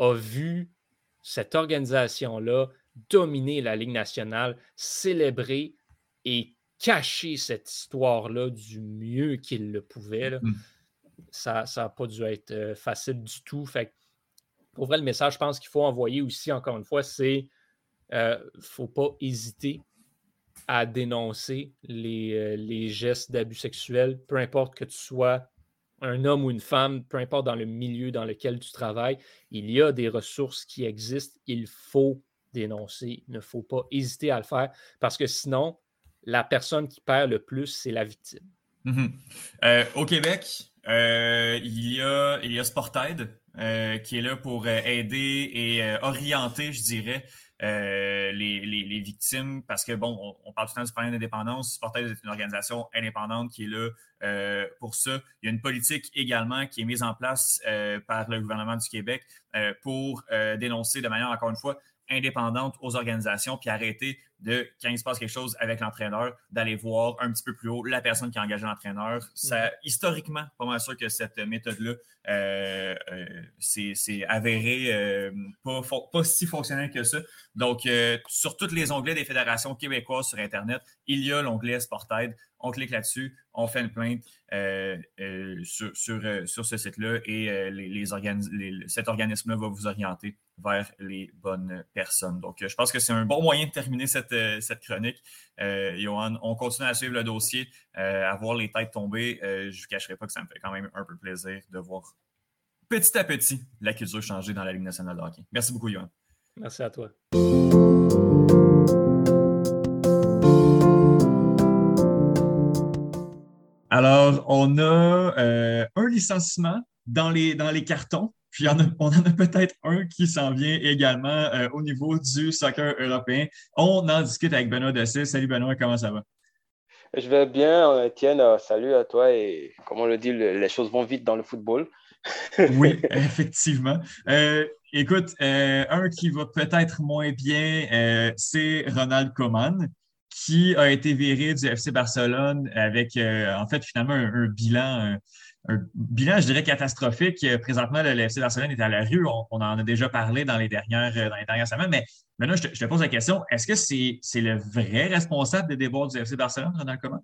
a vu cette organisation-là dominer la Ligue nationale, célébrer et cacher cette histoire-là du mieux qu'il le pouvait. Là. Mm. Ça n'a pas dû être facile du tout. Fait que, pour vrai, le message, je pense qu'il faut envoyer aussi, encore une fois, c'est qu'il euh, ne faut pas hésiter à dénoncer les, euh, les gestes d'abus sexuels, peu importe que tu sois un homme ou une femme, peu importe dans le milieu dans lequel tu travailles, il y a des ressources qui existent, il faut dénoncer, il ne faut pas hésiter à le faire, parce que sinon, la personne qui perd le plus, c'est la victime. Mm-hmm. Euh, au Québec, euh, il y a, il y a Sportaid euh, qui est là pour euh, aider et euh, orienter, je dirais, euh, les, les, les victimes, parce que, bon, on, on parle tout le temps du problème d'indépendance. Sportaid est une organisation indépendante qui est là euh, pour ça. Il y a une politique également qui est mise en place euh, par le gouvernement du Québec euh, pour euh, dénoncer de manière, encore une fois, indépendante aux organisations, puis arrêter de, quand il se passe quelque chose avec l'entraîneur, d'aller voir un petit peu plus haut la personne qui a engagé l'entraîneur. Ça, mm-hmm. Historiquement, pas mal sûr que cette méthode-là, euh, euh, c'est, c'est avéré euh, pas, pas si fonctionnel que ça. Donc, euh, sur tous les onglets des fédérations québécoises sur Internet, il y a l'onglet Sportaid. On clique là-dessus, on fait une plainte euh, euh, sur, sur, euh, sur ce site-là et euh, les, les organi- les, cet organisme-là va vous orienter vers les bonnes personnes. Donc, euh, je pense que c'est un bon moyen de terminer cette, euh, cette chronique. Euh, Johan, on continue à suivre le dossier, euh, à voir les têtes tomber. Euh, je ne vous cacherai pas que ça me fait quand même un peu plaisir de voir petit à petit la culture changer dans la Ligue nationale de hockey. Merci beaucoup, Johan. Merci à toi. Alors, on a euh, un licenciement dans les, dans les cartons, puis on, a, on en a peut-être un qui s'en vient également euh, au niveau du soccer européen. On en discute avec Benoît Dessay. Salut Benoît, comment ça va? Je vais bien, Étienne. Salut à toi. Et comme on le dit, les choses vont vite dans le football. Oui, effectivement. Euh, écoute, euh, un qui va peut-être moins bien, euh, c'est Ronald Koeman, qui a été viré du F C Barcelone avec, euh, en fait, finalement, un, un bilan, un, un bilan, je dirais, catastrophique. Présentement, le, le F C Barcelone est à la rue. On, on en a déjà parlé dans les dernières, dans les dernières semaines, mais maintenant, je te, je te pose la question, est-ce que c'est, c'est le vrai responsable des déboires du F C Barcelone, Ronald Koeman?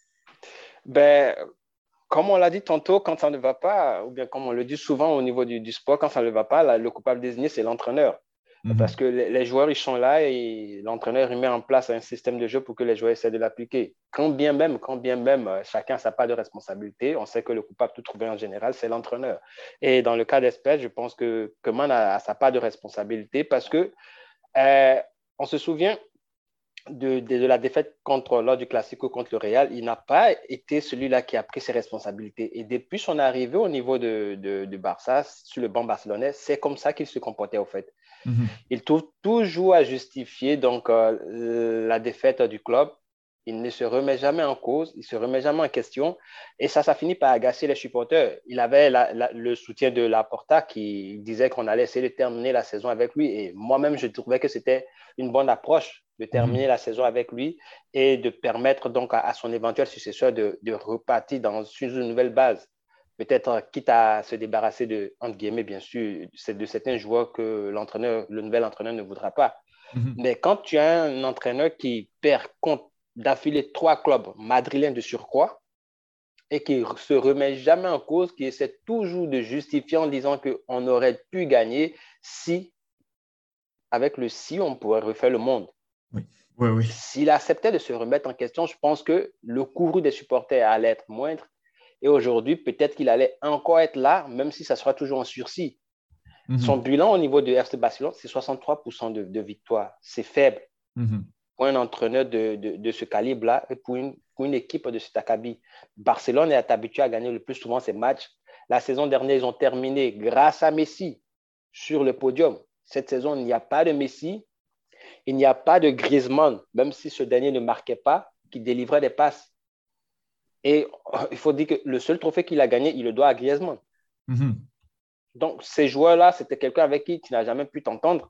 Ben, comme on l'a dit tantôt, quand ça ne va pas, ou bien comme on le dit souvent au niveau du, du sport, quand ça ne va pas, là, le coupable désigné, c'est l'entraîneur. Mm-hmm. Parce que les, les joueurs, ils sont là et l'entraîneur, il met en place un système de jeu pour que les joueurs essaient de l'appliquer. Quand bien même, quand bien même, chacun a sa part de responsabilité, on sait que le coupable, tout trouvé en général, c'est l'entraîneur. Et dans le cas d'Espèce, je pense que Koeman a, a sa part de responsabilité parce que euh, on se souvient De, de, de la défaite contre, lors du Classico contre le Real, il n'a pas été celui-là qui a pris ses responsabilités. Et depuis son arrivée au niveau de, de, de Barça, sur le banc barcelonais, c'est comme ça qu'il se comportait au fait. Mm-hmm. Il trouve toujours à justifier donc, euh, la défaite du club. Il ne se remet jamais en cause, il ne se remet jamais en question. Et ça, ça finit par agacer les supporters. Il avait la, la, le soutien de Laporta qui disait qu'on allait essayer de terminer la saison avec lui. Et moi-même, je trouvais que c'était une bonne approche de terminer mmh. la saison avec lui et de permettre donc à, à son éventuel successeur de, de repartir dans une nouvelle base. Peut-être quitte à se débarrasser de, entre guillemets, bien sûr, de certains joueurs que l'entraîneur, le nouvel entraîneur ne voudra pas. Mmh. Mais quand tu as un entraîneur qui perd compte d'affilée trois clubs madrilènes de surcroît et qui ne se remet jamais en cause, qui essaie toujours de justifier en disant qu'on aurait pu gagner si, avec le si, on pourrait refaire le monde. Oui. Oui, oui. S'il acceptait de se remettre en question, je pense que le courroux des supporters allait être moindre et aujourd'hui, peut-être qu'il allait encore être là, même si ça sera toujours en sursis. Mm-hmm. Son bilan au niveau de F C Barcelone, c'est soixante-trois pour cent de, de victoire. C'est faible. Mm-hmm. Pour un entraîneur de, de, de ce calibre-là et pour une, pour une équipe de cet acabit. Barcelone est habitué à gagner le plus souvent ses matchs. La saison dernière, ils ont terminé grâce à Messi sur le podium. Cette saison, il n'y a pas de Messi. Il n'y a pas de Griezmann, même si ce dernier ne marquait pas, qui délivrait des passes. Et il faut dire que le seul trophée qu'il a gagné, il le doit à Griezmann. Mm-hmm. Donc, ces joueurs-là, c'était quelqu'un avec qui tu n'as jamais pu t'entendre.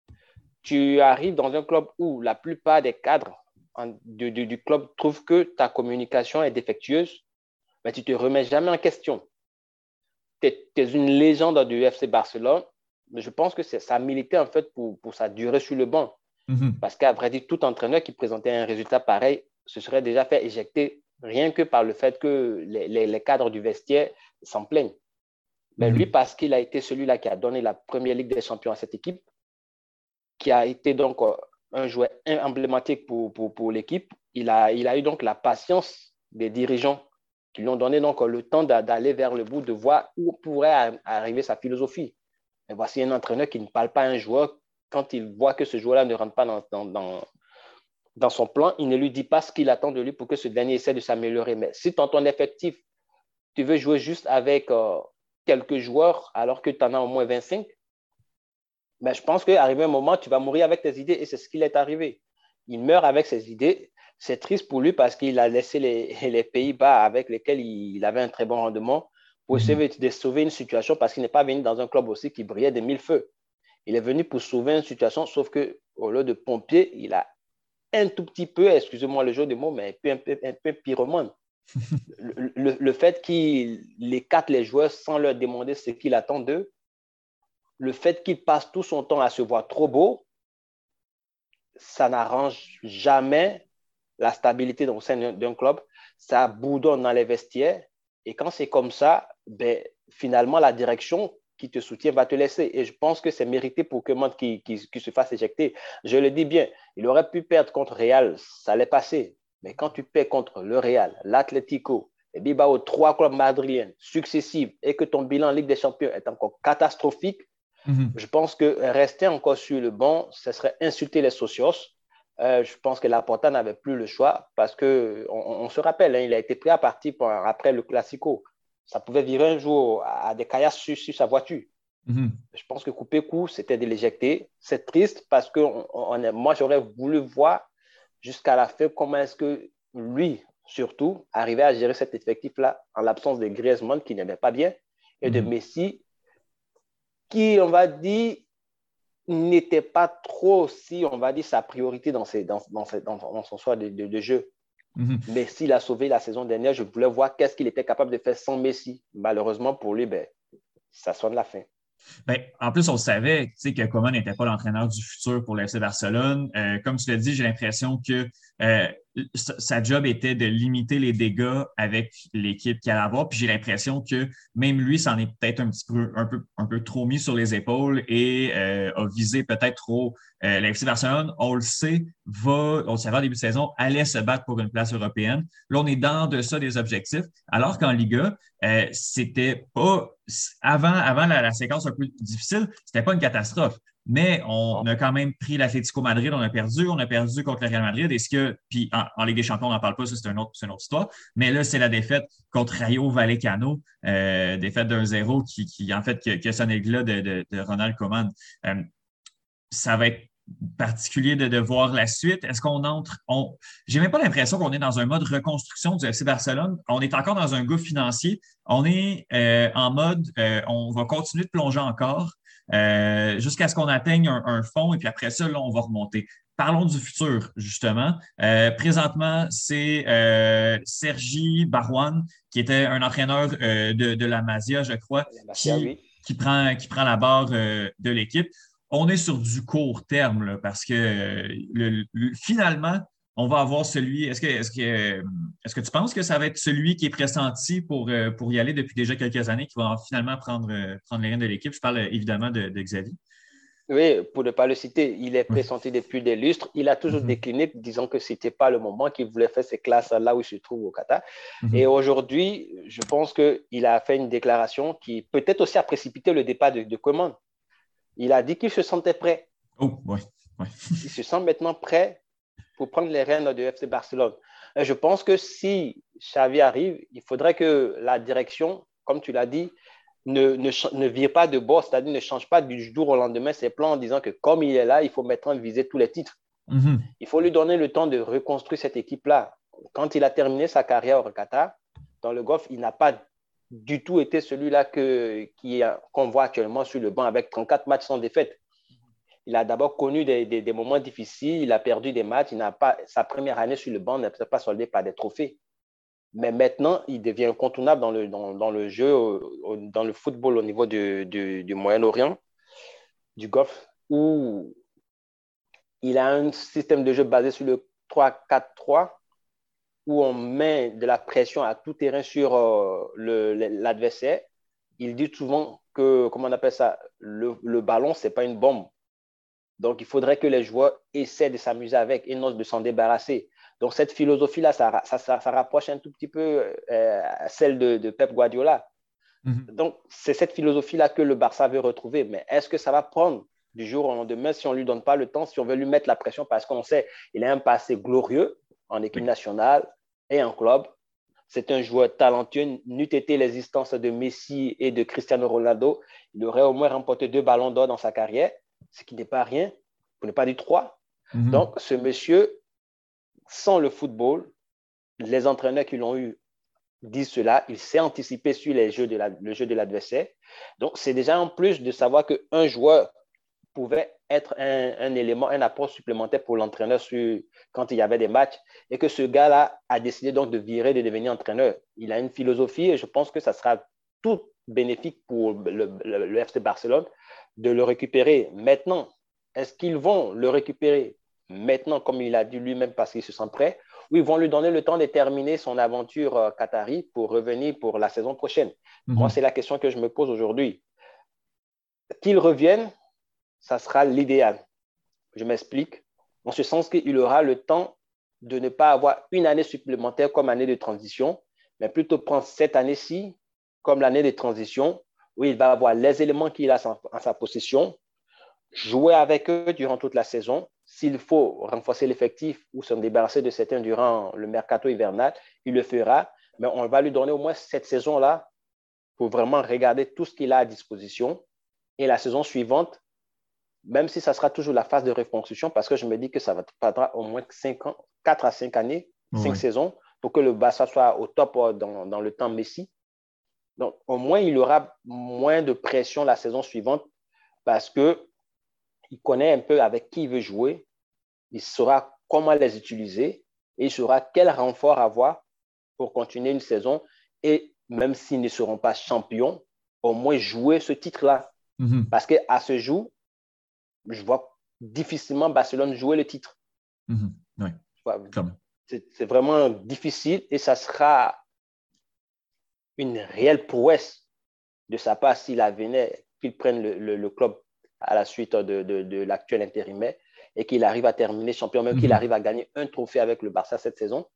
Tu arrives dans un club où la plupart des cadres du, du, du club trouvent que ta communication est défectueuse, mais tu ne te remets jamais en question. Tu es, tu es une légende du F C Barcelone. je pense que ça a milité en fait pour, pour sa durée sur le banc. Mm-hmm. Parce qu'à vrai dire, tout entraîneur qui présentait un résultat pareil se serait déjà fait éjecter rien que par le fait que les, les, les cadres du vestiaire s'en plaignent. Mais mm-hmm. lui, parce qu'il a été celui-là qui a donné la première Ligue des Champions à cette équipe, qui a été donc un joueur emblématique pour, pour, pour l'équipe, il a, il a eu donc la patience des dirigeants qui lui ont donné donc le temps d'aller vers le bout, de voir où pourrait arriver sa philosophie. Mais voici un entraîneur qui ne parle pas à un joueur. Quand il voit que ce joueur-là ne rentre pas dans, dans, dans, dans son plan, il ne lui dit pas ce qu'il attend de lui pour que ce dernier essaie de s'améliorer. Mais si dans ton effectif, tu veux jouer juste avec euh, quelques joueurs alors que tu en as au moins vingt-cinq, ben, je pense qu'arrivé un moment, tu vas mourir avec tes idées et c'est ce qu'il est arrivé. Il meurt avec ses idées. C'est triste pour lui parce qu'il a laissé les, les Pays-Bas avec lesquels il, il avait un très bon rendement pour essayer de sauver une situation parce qu'il n'est pas venu dans un club aussi qui brillait de mille feux. Il est venu pour sauver une situation, sauf qu'au lieu de pompier, il a un tout petit peu, excusez-moi le jeu de mots, mais un peu, un peu, un peu pyromane. le, le, le fait qu'il écarte les joueurs sans leur demander ce qu'il attend d'eux, le fait qu'il passe tout son temps à se voir trop beau, ça n'arrange jamais la stabilité au sein d'un club. Ça bourdonne dans les vestiaires. Et quand c'est comme ça, ben, finalement, la direction qui te soutient va te laisser. Et je pense que c'est mérité pour Koeman qui, qui, qui se fasse éjecter. Je le dis bien, il aurait pu perdre contre Real, ça allait passer. Mais quand tu perds contre le Real, l'Atlético, et Bilbao, trois clubs madriens successifs, et que ton bilan en Ligue des Champions est encore catastrophique, mm-hmm. je pense que rester encore sur le banc, ce serait insulter les socios. Euh, je pense que Laporta n'avait plus le choix parce qu'on on se rappelle, hein, il a été pris à partie pour, après le Classico. Ça pouvait virer un jour à, à des caillasses sur, sur sa voiture. Mm-hmm. Je pense que couper coup, c'était de l'éjecter. C'est triste parce que on, on est, moi, j'aurais voulu voir jusqu'à la fin comment est-ce que lui, surtout, arrivait à gérer cet effectif-là en l'absence de Griezmann qui n'aimait pas bien et mm-hmm. de Messi qui, on va dire, n'était pas trop aussi, on va dire, sa priorité dans, ses, dans, dans, ses, dans, dans son choix de, de, de jeu. Mm-hmm. Messi l'a sauvé la saison dernière. Je voulais voir qu'est-ce qu'il était capable de faire sans Messi. Malheureusement pour lui, ben, ça sonne la fin. Ben, en plus, on le savait que Koeman n'était pas l'entraîneur du futur pour l'F C Barcelone. Euh, comme tu l'as dit, j'ai l'impression que euh, sa job était de limiter les dégâts avec l'équipe qu'il allait avoir. Puis j'ai l'impression que même lui s'en est peut-être un petit peu, un peu, un peu trop mis sur les épaules et euh, a visé peut-être trop euh, l'F C Barcelone. On le sait, va, on le savait en début de saison, allait se battre pour une place européenne. Là, on est dans de ça des objectifs. Alors qu'en Liga, euh, c'était pas avant, avant la, la séquence un peu difficile, c'était pas une catastrophe. Mais on a quand même pris l'Atlético Madrid, on a perdu, on a perdu contre le Real Madrid. Est-ce que, puis en, en Ligue des Champions, on n'en parle pas, ça c'est une autre, c'est une autre histoire. Mais là, c'est la défaite contre Rayo Vallecano, euh, défaite d'un zéro qui, qui, en fait, qui, qui a sonné le glas de, de, de Ronald Koeman. Euh, ça va être particulier de, de voir la suite. Est-ce qu'on entre... On... J'ai même pas l'impression qu'on est dans un mode reconstruction du F C Barcelone. On est encore dans un gouffre financier. On est euh, en mode, euh, on va continuer de plonger encore euh, jusqu'à ce qu'on atteigne un, un fond et puis après ça, là, on va remonter. Parlons du futur, justement. Euh, présentement, c'est euh, Sergi Barjuan, qui était un entraîneur euh, de, de la Masia, je crois, la Masia, qui, oui. qui, prend, qui prend la barre euh, de l'équipe. On est sur du court terme là, parce que euh, le, le, finalement, on va avoir celui. Est-ce que, est-ce que, est-ce que tu penses que ça va être celui qui est pressenti pour, euh, pour y aller depuis déjà quelques années, qui va finalement prendre, euh, prendre les rênes de l'équipe? Je parle euh, évidemment de, de Xavi. Oui, pour ne pas le citer, il est pressenti oui. depuis des lustres. Il a toujours mm-hmm. décliné, disant que ce n'était pas le moment qu'il voulait faire ses classes là où il se trouve au Qatar. Mm-hmm. Et aujourd'hui, je pense qu'il a fait une déclaration qui peut-être aussi a précipité le départ de, de Koeman. Il a dit qu'il se sentait prêt. Oh, ouais, ouais. Il se sent maintenant prêt pour prendre les rênes de F C Barcelone. Et je pense que si Xavi arrive, il faudrait que la direction, comme tu l'as dit, ne, ne, ne vire pas de bord, c'est-à-dire ne change pas du jour au lendemain ses plans en disant que comme il est là, il faut maintenant viser tous les titres. Mm-hmm. Il faut lui donner le temps de reconstruire cette équipe-là. Quand il a terminé sa carrière au Qatar, dans le Golfe, il n'a pas du tout été celui-là que, qui, qu'on voit actuellement sur le banc avec trente-quatre matchs sans défaite. Il a d'abord connu des, des, des moments difficiles, il a perdu des matchs, il n'a pas, sa première année sur le banc n'est peut-être pas soldée par des trophées. Mais maintenant, il devient incontournable dans le, dans, dans le jeu, dans le football au niveau du, du, du Moyen-Orient. du golf où il a un système de jeu basé sur le trois quatre trois où on met de la pression à tout terrain sur euh, le, l'adversaire. Il dit souvent que, comment on appelle ça, le, le ballon, ce n'est pas une bombe. Donc, il faudrait que les joueurs essaient de s'amuser avec et non de s'en débarrasser. Donc, cette philosophie-là, ça, ça, ça, ça rapproche un tout petit peu euh, celle de, de Pep Guardiola. Mm-hmm. Donc, c'est cette philosophie-là que le Barça veut retrouver. Mais est-ce que ça va prendre du jour au lendemain si on ne lui donne pas le temps, si on veut lui mettre la pression? Parce qu'on sait qu'il a un passé glorieux en équipe oui. nationale et en club. C'est un joueur talentueux. N'eût été l'existence de Messi et de Cristiano Ronaldo, il aurait au moins remporté deux ballons d'or dans sa carrière, ce qui n'est pas rien, pour ne pas dire trois. Mm-hmm. Donc, ce monsieur, sans le football, les entraîneurs qui l'ont eu disent cela, il sait anticiper sur les jeux de la, le jeu de l'adversaire. Donc, c'est déjà en plus de savoir qu'un joueur pouvait être un, un élément, un apport supplémentaire pour l'entraîneur sur, quand il y avait des matchs, et que ce gars-là a décidé donc de virer, de devenir entraîneur. Il a une philosophie et je pense que ça sera tout bénéfique pour le, le, le F C Barcelone de le récupérer. Maintenant, est-ce qu'ils vont le récupérer maintenant, comme il a dit lui-même, parce qu'il se sent prêt, ou ils vont lui donner le temps de terminer son aventure euh, qatari pour revenir pour la saison prochaine? Mm-hmm. Moi, c'est la question que je me pose aujourd'hui. Qu'il revienne, ça sera l'idéal. Je m'explique. En ce sens qu'il aura le temps de ne pas avoir une année supplémentaire comme année de transition, mais plutôt prendre cette année-ci comme l'année de transition où il va avoir les éléments qu'il a en sa possession, jouer avec eux durant toute la saison. S'il faut renforcer l'effectif ou se débarrasser de certains durant le mercato hivernal, il le fera. Mais on va lui donner au moins cette saison-là pour vraiment regarder tout ce qu'il a à disposition. Et la saison suivante, même si ça sera toujours la phase de reconstruction, parce que je me dis que ça va prendra au moins cinq ans, quatre à cinq années, cinq oui. saisons, pour que le Barça soit au top dans, dans le temps Messi. Donc, au moins, il aura moins de pression la saison suivante parce qu'il connaît un peu avec qui il veut jouer, il saura comment les utiliser et il saura quel renfort avoir pour continuer une saison. Et même s'ils ne seront pas champions, au moins jouer ce titre-là. Mm-hmm. Parce qu'à ce jour, je vois difficilement Barcelone jouer le titre. Mmh. Oui. C'est, c'est vraiment difficile et ça sera une réelle prouesse de sa part s'il venait, qu'il prenne le, le, le club à la suite de, de, de l'actuel intérimaire et qu'il arrive à terminer champion, même mmh. qu'il arrive à gagner un trophée avec le Barça cette saison.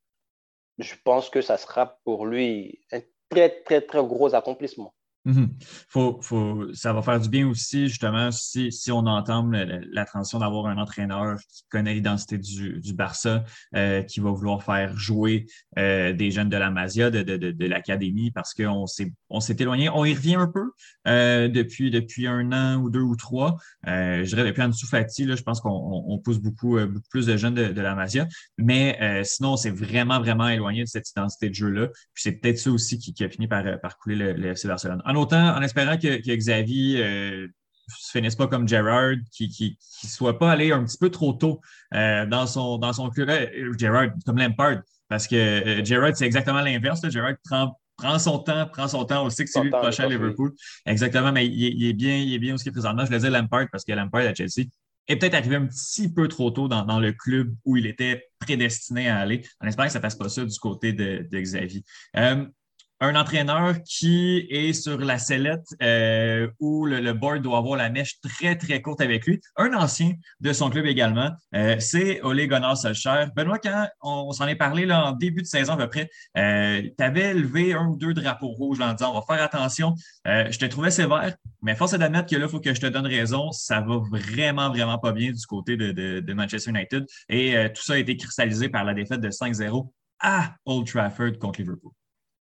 Je pense que ça sera pour lui un très, très, très gros accomplissement. Mm-hmm. Faut, faut, ça va faire du bien aussi, justement, si, si on entame la, la transition d'avoir un entraîneur qui connaît l'identité du, du Barça, euh, qui va vouloir faire jouer euh, des jeunes de la Masia, de, de, de, de l'académie, parce qu'on s'est, on s'est éloigné. On y revient un peu euh, depuis, depuis un an ou deux ou trois. Euh, je dirais depuis Ansu Fati, là, je pense qu'on on, on pousse beaucoup, euh, beaucoup plus de jeunes de, de la Masia, mais euh, sinon, on s'est vraiment, vraiment éloigné de cette identité de jeu-là. Puis c'est peut-être ça aussi qui, qui a fini par, par couler le, le F C Barcelone. En autant, en espérant que, que Xavi euh, se finisse pas comme Gerrard, qui qui qui soit pas allé un petit peu trop tôt euh, dans son dans son club. Euh, Gerrard, comme Lampard, parce que euh, Gerrard, c'est exactement l'inverse. Là. Gerrard prend prend son temps, prend son temps. On sait que c'est lui le prochain à Liverpool. Exactement, mais il est, il est bien, il est bien aussi présentement. Je le disais Lampard parce que Lampard à Chelsea est peut-être arrivé un petit peu trop tôt dans, dans le club où il était prédestiné à aller. En espérant que ça ne fasse pas ça du côté de, de Xavi. Euh, Un entraîneur qui est sur la sellette euh, où le, le board doit avoir la mèche très, très courte avec lui. Un ancien de son club également, euh, c'est Ole Gunnar Solskjaer. Benoît, quand on, on s'en est parlé là, en début de saison à peu près, euh, tu avais levé un ou deux drapeaux rouges là, en disant on va faire attention. Euh, je te trouvais sévère, mais force est d'admettre que là, il faut que je te donne raison. Ça va vraiment, vraiment pas bien du côté de, de, de Manchester United. Et euh, tout ça a été cristallisé par la défaite de cinq zéro à Old Trafford contre Liverpool.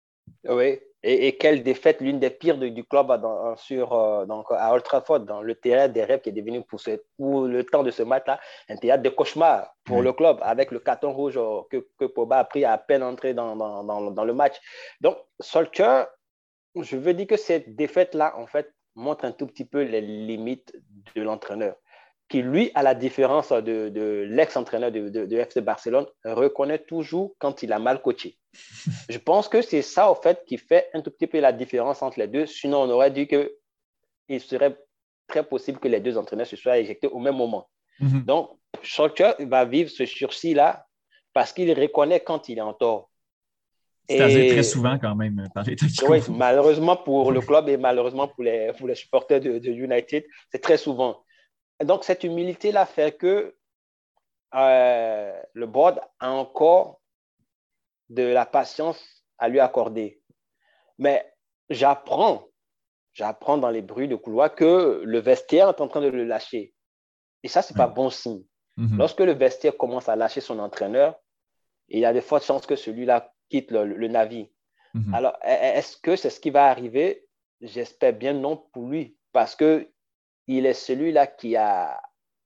Oui, et, et quelle défaite, l'une des pires de, du club dans, sur, euh, donc, à Old Trafford, dans le terrain des rêves qui est devenu pour, ce, pour le temps de ce match-là un théâtre de cauchemar pour oui. le club, avec le carton rouge que, que Pogba a pris à peine entré dans, dans, dans, dans le match. Donc, Solskjaer, je veux dire que cette défaite-là, en fait, montre un tout petit peu les limites de l'entraîneur, qui, lui, à la différence de, de l'ex-entraîneur de, de, de F C Barcelone, reconnaît toujours quand il a mal coaché. Je pense que c'est ça, au fait, qui fait un tout petit peu la différence entre les deux. Sinon, on aurait dit qu'il serait très possible que les deux entraîneurs se soient éjectés au même moment. Mm-hmm. Donc, Solskjaer va vivre ce sursis-là parce qu'il reconnaît quand il est en tort. C'est à dire très souvent quand même par les tactiques. Oui, malheureusement pour le club et malheureusement pour les, pour les supporters de, de United, c'est très souvent. Et donc, cette humilité-là fait que euh, le board a encore de la patience à lui accorder. Mais j'apprends, j'apprends dans les bruits de couloir que le vestiaire est en train de le lâcher. Et ça, ce n'est ouais. pas bon signe. Mm-hmm. Lorsque le vestiaire commence à lâcher son entraîneur, il y a de fortes chances que celui-là quitte le, le navire. Mm-hmm. Alors, est-ce que c'est ce qui va arriver? J'espère bien non pour lui, parce qu'il est celui-là qui a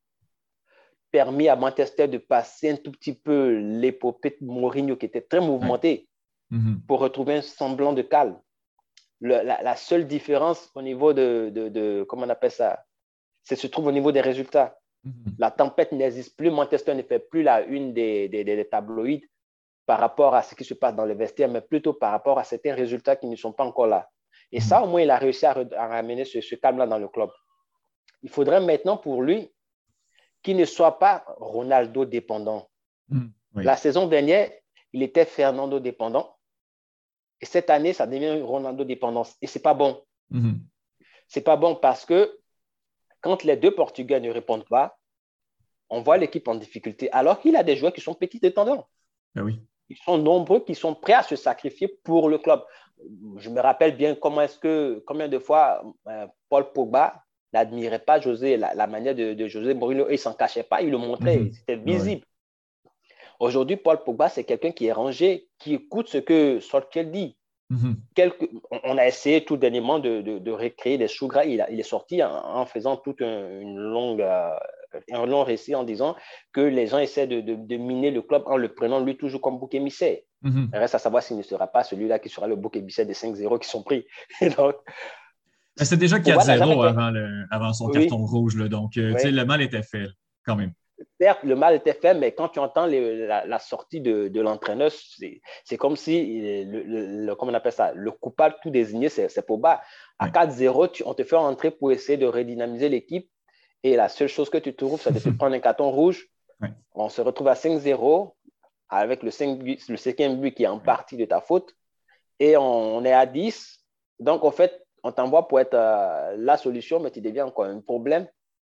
permis à Manchester de passer un tout petit peu l'épopée de Mourinho, qui était très mouvementée, ouais. mm-hmm. pour retrouver un semblant de calme. Le, la, la seule différence au niveau de, de, de, comment on appelle ça, c'est se trouve au niveau des résultats. Mm-hmm. La tempête n'existe plus, Manchester ne fait plus la une des, des, des tabloïds par rapport à ce qui se passe dans le vestiaire, mais plutôt par rapport à certains résultats qui ne sont pas encore là. Et mmh. ça, au moins, il a réussi à, à ramener ce, ce calme-là dans le club. Il faudrait maintenant pour lui qu'il ne soit pas Ronaldo dépendant. Mmh. Oui. La saison dernière, il était Fernando dépendant. Et cette année, ça devient Ronaldo dépendance. Et ce n'est pas bon. Mmh. Ce n'est pas bon parce que quand les deux Portugais ne répondent pas, on voit l'équipe en difficulté, alors qu'il a des joueurs qui sont petits et tendants. Ben oui. Ils sont nombreux qui sont prêts à se sacrifier pour le club. Je me rappelle bien comment est-ce que, combien de fois euh, Paul Pogba n'admirait pas José, la, la manière de, de José Mourinho, et il ne s'en cachait pas, il le montrait, mm-hmm. c'était visible. Ouais. Aujourd'hui, Paul Pogba, c'est quelqu'un qui est rangé, qui écoute ce que Solskjaer dit. Mm-hmm. Quelque, on a essayé tout dernièrement de, de, de recréer des choux gras. Il, a, il est sorti en, en faisant toute un, une longue, euh, un long récit en disant que les gens essaient de, de, de miner le club en le prenant lui toujours comme bouc émissaire. Mm-hmm. Il reste à savoir s'il ne sera pas celui-là qui sera le bouc émissaire des cinq zéro qui sont pris. Donc, c'est déjà quatre zéro avant, le, avant son oui. carton rouge. Là, donc, euh, oui. le mal était fait quand même. Certes, le mal était fait, mais quand tu entends les, la, la sortie de, de l'entraîneur, c'est, c'est comme si, le, le, le, comment on appelle ça, le coupable tout désigné, c'est, c'est Pogba. À oui. quatre zéro, tu, on te fait entrer pour essayer de redynamiser l'équipe et la seule chose que tu trouves, c'est de te prendre un carton rouge. Oui. On se retrouve à cinq zéro avec le, cinq but, le cinquième but qui est en oui. partie de ta faute et on, on est à dix. Donc, en fait, on t'envoie pour être euh, la solution, mais tu deviens encore un problème.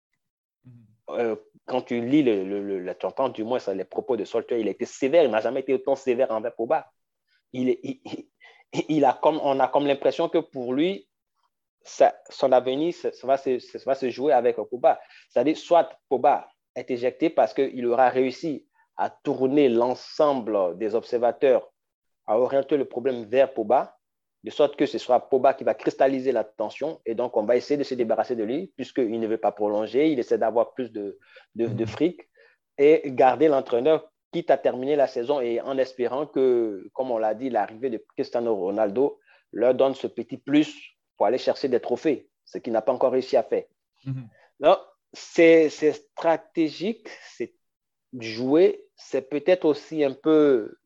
Euh, quand tu lis, le, le, le, tu entends du moins ça, les propos de Solskjaer, il a été sévère, il n'a jamais été autant sévère envers Pogba. Il, il, il, il a comme, on a comme l'impression que pour lui, ça, son avenir ça, ça, va se, ça va se jouer avec Pogba. C'est-à-dire, soit Pogba est éjecté parce qu'il aura réussi à tourner l'ensemble des observateurs, à orienter le problème vers Pogba, de sorte que ce sera Pogba qui va cristalliser l'attention et donc on va essayer de se débarrasser de lui puisqu'il ne veut pas prolonger, il essaie d'avoir plus de, de, de fric et garder l'entraîneur quitte à terminer la saison et en espérant que, comme on l'a dit, l'arrivée de Cristiano Ronaldo leur donne ce petit plus pour aller chercher des trophées, ce qu'il n'a pas encore réussi à faire. Mm-hmm. Donc, c'est, c'est stratégique, c'est jouer, c'est peut-être aussi un peu,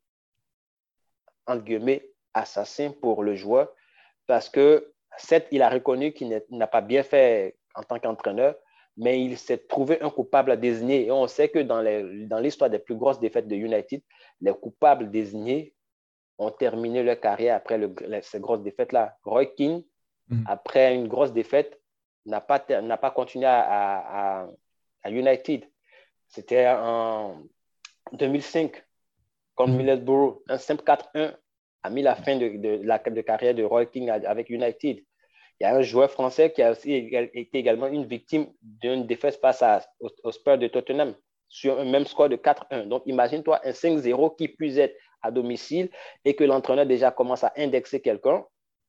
entre guillemets, assassin pour le joueur parce que certes, il a reconnu qu'il n'a pas bien fait en tant qu'entraîneur, mais il s'est trouvé un coupable à désigner. Et on sait que dans, les, dans l'histoire des plus grosses défaites de United, les coupables désignés ont terminé leur carrière après le, ces grosses défaites-là. Roy Keane, mm-hmm. après une grosse défaite, n'a pas, n'a pas continué à, à, à United. C'était en deux mille cinq, contre mm-hmm. Middlesbrough, un simple quatre un a mis la fin de, de la de carrière de Roy Keane avec United. Il y a un joueur français qui a aussi été également une victime d'une défaite face à, aux, aux Spurs de Tottenham sur un même score de quatre un. Donc, imagine-toi un cinq zéro qui puisse être à domicile et que l'entraîneur déjà commence à indexer quelqu'un.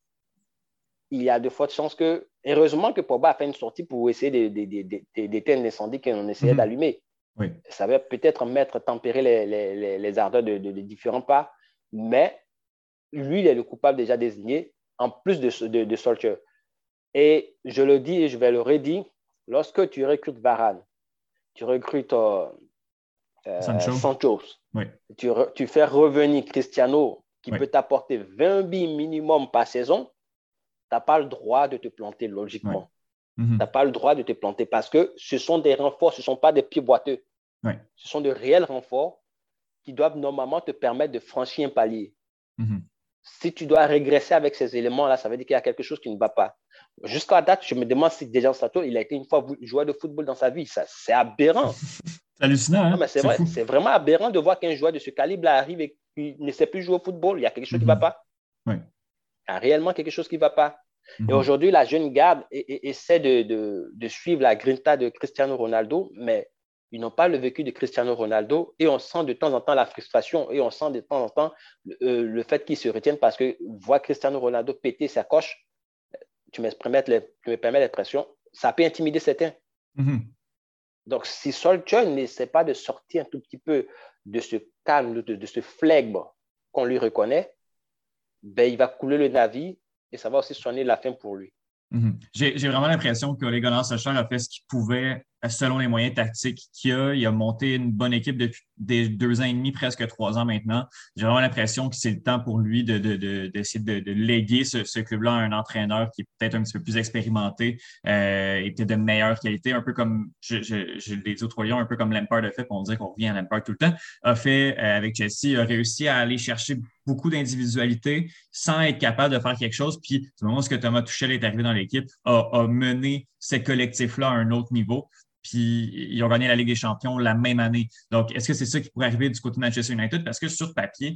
Il y a de fortes chances que, heureusement que Pogba a fait une sortie pour essayer d'éteindre l'incendie qu'on essayait mm-hmm. d'allumer. Oui. Ça va peut-être mettre, tempérer les, les, les, les ardeurs de, de, de différents pas, mais lui, il est le coupable déjà désigné, en plus de, de, de Solskjaer. Et je le dis et je vais le redire, lorsque tu recrutes Varane, tu recrutes euh, Sancho, Sancho oui. tu, re, tu fais revenir Cristiano, qui oui. peut t'apporter vingt billes minimum par saison, tu n'as pas le droit de te planter logiquement. Mm-hmm. Tu n'as pas le droit de te planter parce que ce sont des renforts, ce ne sont pas des pieds boiteux. Ouais. Ce sont de réels renforts qui doivent normalement te permettre de franchir un palier. Mm-hmm. Si tu dois régresser avec ces éléments-là, ça veut dire qu'il y a quelque chose qui ne va pas. Jusqu'à date, je me demande si Dejan Slato, il a été une fois joueur de football dans sa vie. Ça, c'est aberrant. C'est hallucinant, hein? Non, mais c'est, c'est, vrai, c'est vraiment aberrant de voir qu'un joueur de ce calibre arrive et qu'il ne sait plus jouer au football. Il y a quelque chose mm-hmm. qui ne va pas. Oui. Il y a réellement quelque chose qui ne va pas. Mm-hmm. Et aujourd'hui, la jeune garde et, et, essaie de, de, de suivre la grinta de Cristiano Ronaldo, mais ils n'ont pas le vécu de Cristiano Ronaldo et on sent de temps en temps la frustration et on sent de temps en temps euh, le fait qu'ils se retiennent parce que voir Cristiano Ronaldo péter sa coche, tu me permets, tu me permets l'expression, ça peut intimider certains. Mm-hmm. Donc, si Solskjaer n'essaie pas de sortir un tout petit peu de ce calme, de, de ce flegme qu'on lui reconnaît, ben, il va couler le navire et ça va aussi sonner la fin pour lui. Mm-hmm. J'ai, j'ai vraiment l'impression que Ole Gunnar Solskjaer a fait ce qu'il pouvait selon les moyens tactiques qu'il a. Il a monté une bonne équipe depuis des deux ans et demi, presque trois ans maintenant. J'ai vraiment l'impression que c'est le temps pour lui de, de, de, d'essayer de, de léguer ce, ce club-là à un entraîneur qui est peut-être un petit peu plus expérimenté euh, et peut-être de meilleure qualité, un peu comme je, je, je les autres voyons, un peu comme Lampard a fait, on dirait qu'on revient à Lampard tout le temps, a fait euh, avec Chelsea, a réussi à aller chercher beaucoup d'individualité sans être capable de faire quelque chose. Puis, du moment où Thomas Tuchel est arrivé dans l'équipe, a, a mené ce collectif-là à un autre niveau. Puis, ils ont gagné la Ligue des Champions la même année. Donc, est-ce que c'est ça qui pourrait arriver du côté de Manchester United? Parce que sur papier,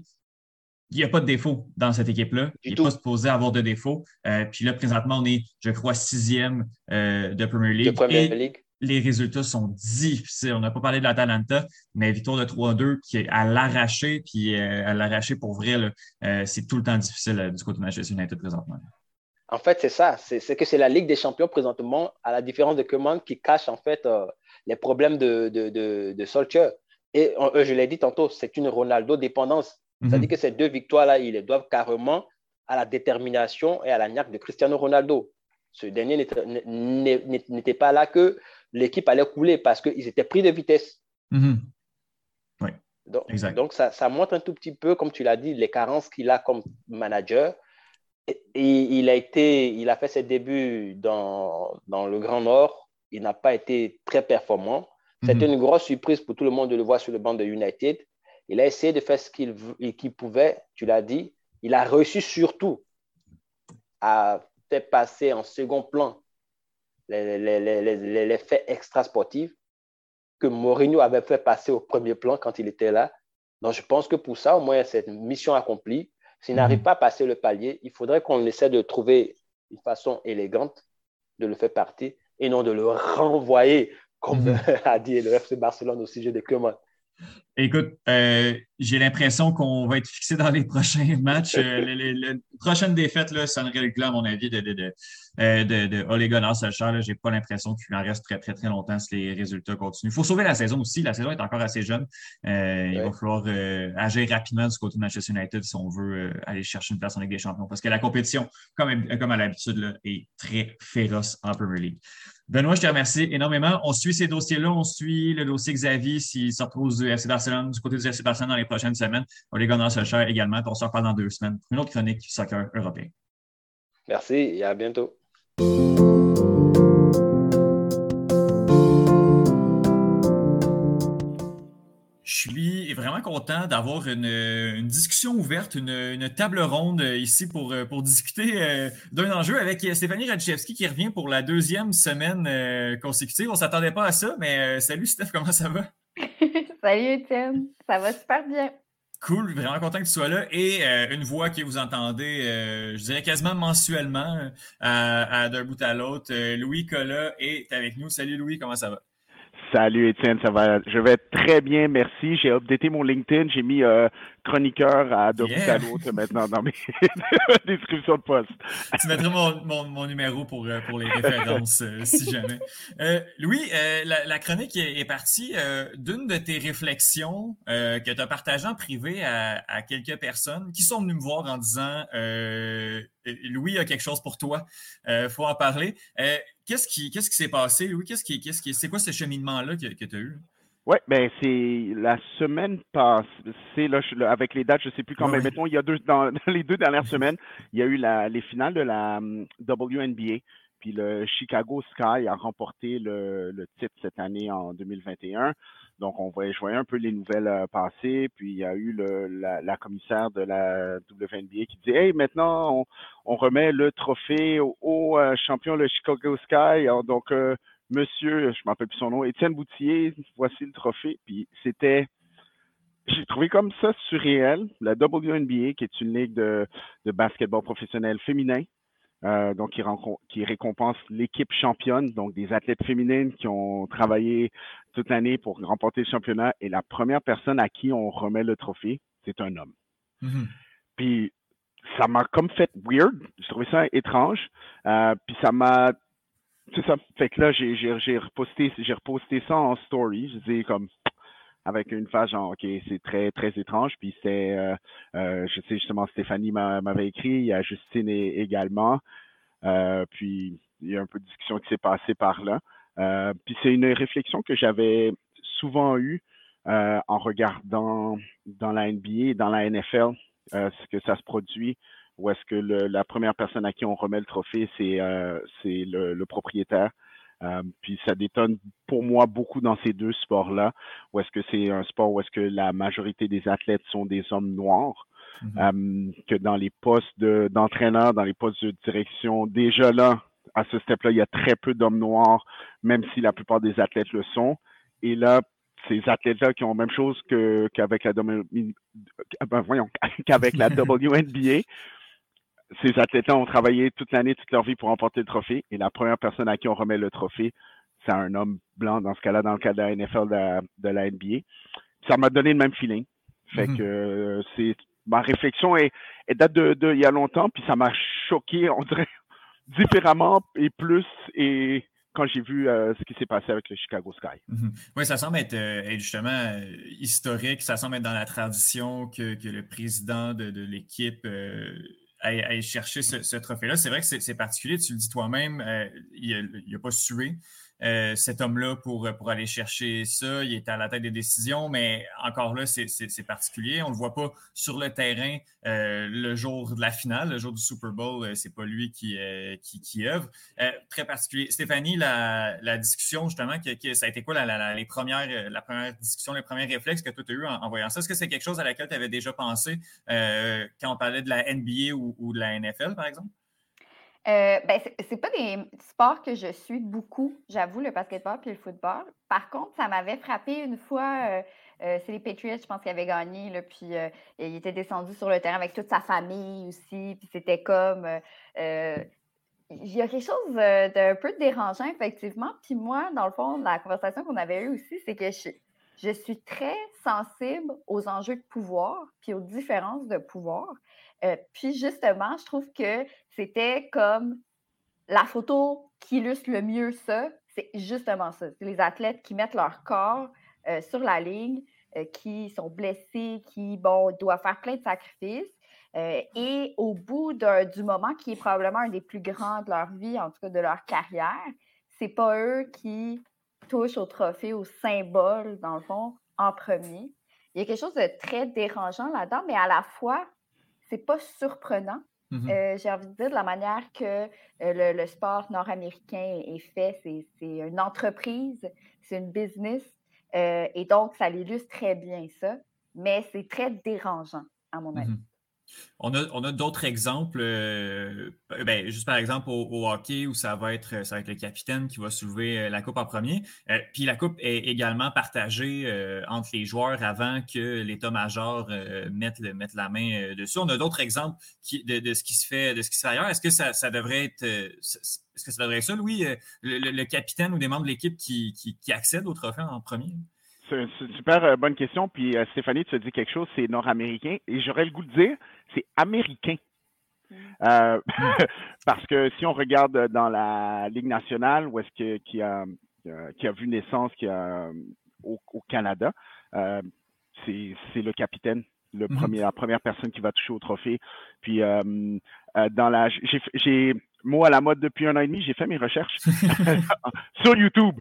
il n'y a pas de défaut dans cette équipe-là. Du il n'est pas supposé avoir de défaut. Euh, puis là, présentement, on est, je crois, sixième euh, de Premier League. De Premier et League. Les résultats sont difficiles. On n'a pas parlé de l'Atalanta, mais victoire de trois deux qui est à l'arracher. Puis euh, à l'arracher pour vrai, là, euh, c'est tout le temps difficile euh, du côté de Manchester United présentement. En fait, c'est ça. C'est, c'est que c'est la Ligue des Champions présentement, à la différence de Koeman, qui cache en fait euh, les problèmes de, de, de, de Solskjaer. Et euh, je l'ai dit tantôt, c'est une Ronaldo-dépendance. Mm-hmm. C'est-à-dire que ces deux victoires-là, ils les doivent carrément à la détermination et à la niaque de Cristiano Ronaldo. Ce dernier n'était, n'était pas là que l'équipe allait couler parce qu'ils étaient pris de vitesse. Mm-hmm. Oui, donc, exact. Donc, ça, ça montre un tout petit peu, comme tu l'as dit, les carences qu'il a comme manager. Et il a, été, il a fait ses débuts dans, dans le Grand Nord. Il n'a pas été très performant. C'était mm-hmm. une grosse surprise pour tout le monde de le voir sur le banc de United. Il a essayé de faire ce qu'il, qu'il pouvait, tu l'as dit. Il a réussi surtout à faire passer en second plan les, les, les, les, les faits extra-sportifs que Mourinho avait fait passer au premier plan quand il était là. Donc, je pense que pour ça, au moins, c'est une mission accomplie. S'il n'arrive pas à passer le palier, il faudrait qu'on essaie de trouver une façon élégante de le faire partir et non de le renvoyer, comme mm-hmm. a dit le F C Barcelone au sujet de Koeman. Écoute, euh, j'ai l'impression qu'on va être fixé dans les prochains matchs. Euh, les, les, les prochaines défaites là, sonnerait le glas, à mon avis, de, de, de, de, de Ole Gunnar Solskjaer. Je n'ai pas l'impression qu'il en reste très, très, très longtemps si les résultats continuent. Il faut sauver la saison aussi. La saison est encore assez jeune. Euh, ouais. Il va falloir euh, agir rapidement du côté de Manchester United si on veut euh, aller chercher une place en Ligue des Champions. Parce que la compétition, comme, comme à l'habitude, là, est très féroce en Premier League. Benoît, je te remercie énormément. On suit ces dossiers-là. On suit le dossier Xavi s'il se retrouve du F C Barcelone, du côté du F C Barcelone dans les prochaines semaines. Ole Gunnar Solskjaer également. On se reparle dans deux semaines pour une autre chronique soccer européen. Merci et à bientôt. Je suis vraiment content d'avoir une, une discussion ouverte, une, une table ronde ici pour, pour discuter euh, d'un enjeu avec Stéphanie Radchevski qui revient pour la deuxième semaine euh, consécutive. On ne s'attendait pas à ça, mais euh, salut Steph, comment ça va? Salut Étienne, ça va super bien. Cool, vraiment content que tu sois là. Et euh, une voix que vous entendez, euh, je dirais quasiment mensuellement à, à d'un bout à l'autre. Euh, Louis Colla est avec nous. Salut Louis, comment ça va? Salut Étienne, ça va, je vais très bien, merci. J'ai updaté mon LinkedIn, j'ai mis euh, chroniqueur à de bout à l'autre maintenant dans mes descriptions de poste. Tu mettras mon, mon, mon numéro pour, pour les références euh, si jamais. Euh, Louis, euh, la, la chronique est, est partie euh, d'une de tes réflexions euh, que tu as partagées en privé à, à quelques personnes qui sont venues me voir en disant euh, Louis a quelque chose pour toi, euh, faut en parler. Euh, Qu'est-ce qui, qu'est-ce qui s'est passé, Louis? Qu'est-ce qui, qu'est-ce qui, c'est quoi ce cheminement-là que, que tu as eu? Oui, ben c'est la semaine passée, là, je, là, avec les dates, je ne sais plus quand, oui, mais oui. mettons, il y a deux, dans, dans les deux dernières semaines, il y a eu la, les finales de la um, W N B A. Puis le Chicago Sky a remporté le, le titre cette année en deux mille vingt et un. Donc, on voyait, je voyais un peu les nouvelles euh, passer. Puis, il y a eu le, la, la commissaire de la W N B A qui dit « Hey, maintenant, on, on remet le trophée au, au euh, champion, le Chicago Sky. Alors, donc, euh, monsieur, je ne me rappelle plus son nom, Étienne Boutier, voici le trophée. » Puis, c'était... J'ai trouvé comme ça surréel. La W N B A, qui est une ligue de, de basketball professionnel féminin, Euh, donc, qui, rencon- qui récompense l'équipe championne, donc des athlètes féminines qui ont travaillé toute l'année pour remporter le championnat. Et la première personne à qui on remet le trophée, c'est un homme. Mm-hmm. Puis, ça m'a comme fait weird. J'ai trouvé ça étrange. Euh, puis, ça m'a... C'est ça. Fait que là, j'ai, j'ai, j'ai, reposté, j'ai reposté ça en story. Je disais comme... avec une phase genre, OK, c'est très, très étrange. Puis c'est, euh, euh, je sais justement, Stéphanie m'a, m'avait écrit, il y a Justine également. Euh, puis il y a un peu de discussion qui s'est passée par là. Euh, puis c'est une réflexion que j'avais souvent eue euh, en regardant dans la N B A et dans la N F L, euh, ce que ça se produit, où est-ce que le, la première personne à qui on remet le trophée, c'est, euh, c'est le, le propriétaire. Euh, puis ça détonne pour moi beaucoup dans ces deux sports-là, où est-ce que c'est un sport où est-ce que la majorité des athlètes sont des hommes noirs, mm-hmm. euh, que dans les postes de, d'entraîneur, dans les postes de direction, déjà là, à ce step-là, il y a très peu d'hommes noirs, même si la plupart des athlètes le sont. Et là, ces athlètes-là qui ont la même chose que, qu'avec la, ben, voyons, qu'avec la W N B A, ces athlètes-là ont travaillé toute l'année, toute leur vie pour remporter le trophée. Et la première personne à qui on remet le trophée, c'est un homme blanc, dans ce cas-là, dans le cas de la N F L, de la, de la N B A. Ça m'a donné le même feeling. Fait mm-hmm. que euh, c'est ma réflexion est, est date de, de il y a longtemps, puis ça m'a choqué, on dirait, différemment et plus. Et quand j'ai vu euh, ce qui s'est passé avec le Chicago Sky. Mm-hmm. Oui, ça semble être, euh, être justement euh, historique. Ça semble être dans la tradition que, que le président de, de l'équipe... Euh, aller chercher ce, ce trophée-là. C'est vrai que c'est, c'est particulier, tu le dis toi-même, euh, il n'a pas sué, euh, cet homme-là, pour, pour aller chercher ça. Il était à la tête des décisions, mais encore là, c'est, c'est, c'est particulier. On ne le voit pas sur le terrain euh, le jour de la finale, le jour du Super Bowl, euh, c'est pas lui qui, euh, qui, qui œuvre. Euh, très particulier. Stéphanie, la, la discussion, justement, que, que, ça a été quoi la, la, les premières, la première discussion, les premiers réflexes que tu as eu en, en voyant ça? Est-ce que c'est quelque chose à laquelle tu avais déjà pensé euh, quand on parlait de la N B A ou, ou de la N F L, par exemple? Euh, ben, c'est, c'est pas des sports que je suis beaucoup, j'avoue, le basketball puis le football. Par contre, ça m'avait frappé une fois, euh, euh, c'est les Patriots, je pense, qui avaient gagné, là, puis euh, il était descendu sur le terrain avec toute sa famille aussi, puis c'était comme... Euh, il y a quelque chose d'un peu dérangeant, effectivement. Puis moi, dans le fond, la conversation qu'on avait eue aussi, c'est que je, je suis très sensible aux enjeux de pouvoir puis aux différences de pouvoir. Euh, puis justement, je trouve que c'était comme la photo qui illustre le mieux ça, c'est justement ça. C'est les athlètes qui mettent leur corps euh, sur la ligne, euh, qui sont blessés, qui, bon, doivent faire plein de sacrifices. Euh, et au bout du moment qui est probablement un des plus grands de leur vie, en tout cas de leur carrière, c'est pas eux qui touchent au trophée, au symbole, dans le fond, en premier. Il y a quelque chose de très dérangeant là-dedans, mais à la fois, c'est pas surprenant. Mm-hmm. Euh, j'ai envie de dire de la manière que euh, le, le sport nord-américain est fait, c'est, c'est une entreprise, c'est une business, euh, et donc ça l'illustre très bien ça, mais c'est très dérangeant, à mon avis. Mm-hmm. On a, on a d'autres exemples, euh, ben, juste par exemple au, au hockey où ça va, être, ça va être le capitaine qui va soulever la coupe en premier. Euh, puis la coupe est également partagée euh, entre les joueurs avant que l'état-major euh, mette, le, mette la main euh, dessus. On a d'autres exemples qui, de, de ce qui se fait, de ce qui se fait ailleurs. Est-ce que ça, ça devrait être, euh, est-ce que ça devrait être ça, Louis, euh, le, le capitaine ou des membres de l'équipe qui, qui, qui accèdent au trophée en premier? C'est une super euh, bonne question. Puis euh, Stéphanie, tu as dit quelque chose, c'est nord-américain. Et j'aurais le goût de dire, c'est américain. Mm. Euh, parce que si on regarde dans la Ligue nationale, où est-ce que qui a, euh, qui a vu naissance qui a, au, au Canada, euh, c'est, c'est le capitaine, le mm. premier, la première personne qui va toucher au trophée. Puis euh, euh, dans la, j'ai, j'ai mot à la mode depuis un an et demi, j'ai fait mes recherches sur YouTube.